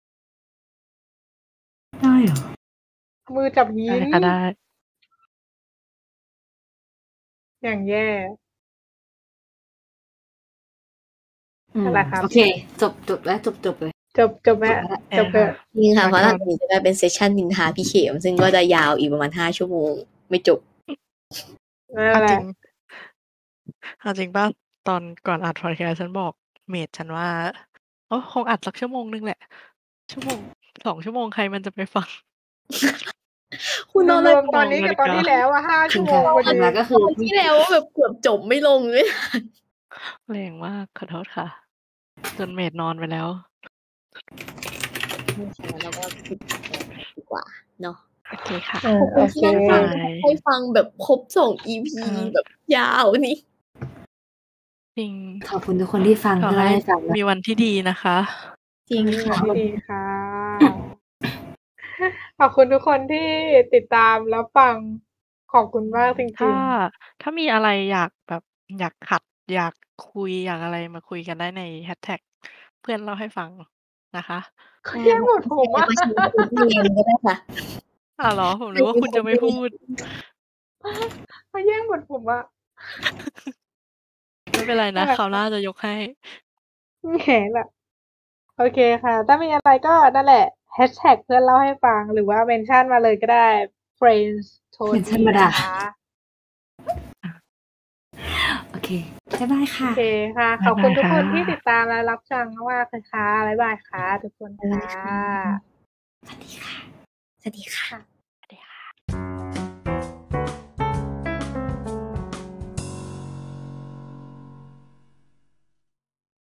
ได้เหรอ? มือจับหิได้นค่ะ ได้อย่างแย่อืนั่มนแหละครับโอเค จบ จบแล้ว จบ ๆ เลยจบ จบไหมจบแล้วแอจบเถค่ะอะจริงค่ะ เพพัราะกหลัก่งอนจากนี้จะกลายเป็นเซสชันนินทาพี่เขม ซึ่งก็จะยาวอีกประมาณ ห้า ชั่วโมง ไม่จบนั่เอานแหลจริะง เอาจริงเปล่า ตอนก่อนอัดพอดแคสต์ฉันบอกเมตฉันว่า "โอ้ คงอัดสักชั่วโมงหนึ่งแหละ ชั่วโมง สอง ชั่วโมงใครมันจะไป ฟัง" คุณนอนรมวม ๆ ตอนนี้กับตอนที่แล้วอะ ห้าจชั่วโมค่ะงพอถัดดีมาก็คืตออนที่แล้วแบบเกือบจบไม่ลงเลยแรงมาก ขอโทษค่ะ จนเมตนอนไปแล้วโอเค งั้นเราก็ปิด ดีกว่าเนาะโอเคค่ะเออขอบโอคุณเคที่นั่งบ๊าฟัยงบายให้ฟังแบบครบ สอง อี พีเออแบบยาวนี่จริงขอบคุณทุกคนที่ฟังขอที่ให้เล่าให้ฟังนะมีวันที่ดีนะคะจริงมีค่ะวันที่ดีค่ะ ขอบคุณทุกคนที่ติดตามรับฟัง ขอบคุณมากจถ้าริง ๆถ้ามีอะไรอยากแบบ อยากขัด อยากคุย อยากอะไร มาคุยกันได้ในแฮชแท็กเพื่อนเล่าให้ฟังนะคะเขาใช่แย่งบบทผมแล้อะวก็ใช้ username ก็ได้ค่ะอ้าวเหรอ? ผมใคนึกว่าเป็นคุณคจะไม่พูดเขาแย่งบทผมอะไม่เป็นไรนั่นะนแหละคราวหน้าจะยกให้แหมล่ะ โอเคค่ะ ถ้ามีอะไรก็นั่นแหละ แฮชแท็กเพื่อนเล่าให้ฟัง หรือว่าเมนชันมาเลยก็ได้ Friends เมนชั Tony นมาด่านะคะโอเค บ๊ายบายโอค่ะเคค่ะบข๊าอย บบาคุณยทุกค่คนที่ติะดตามและรับฟังมาก ๆ เลยค่ะ บ๊ายบายค่ะทุกคนบ๊ายค่บายค่ะะสวัสดีค่ะสวัสดีค่ะค่ะ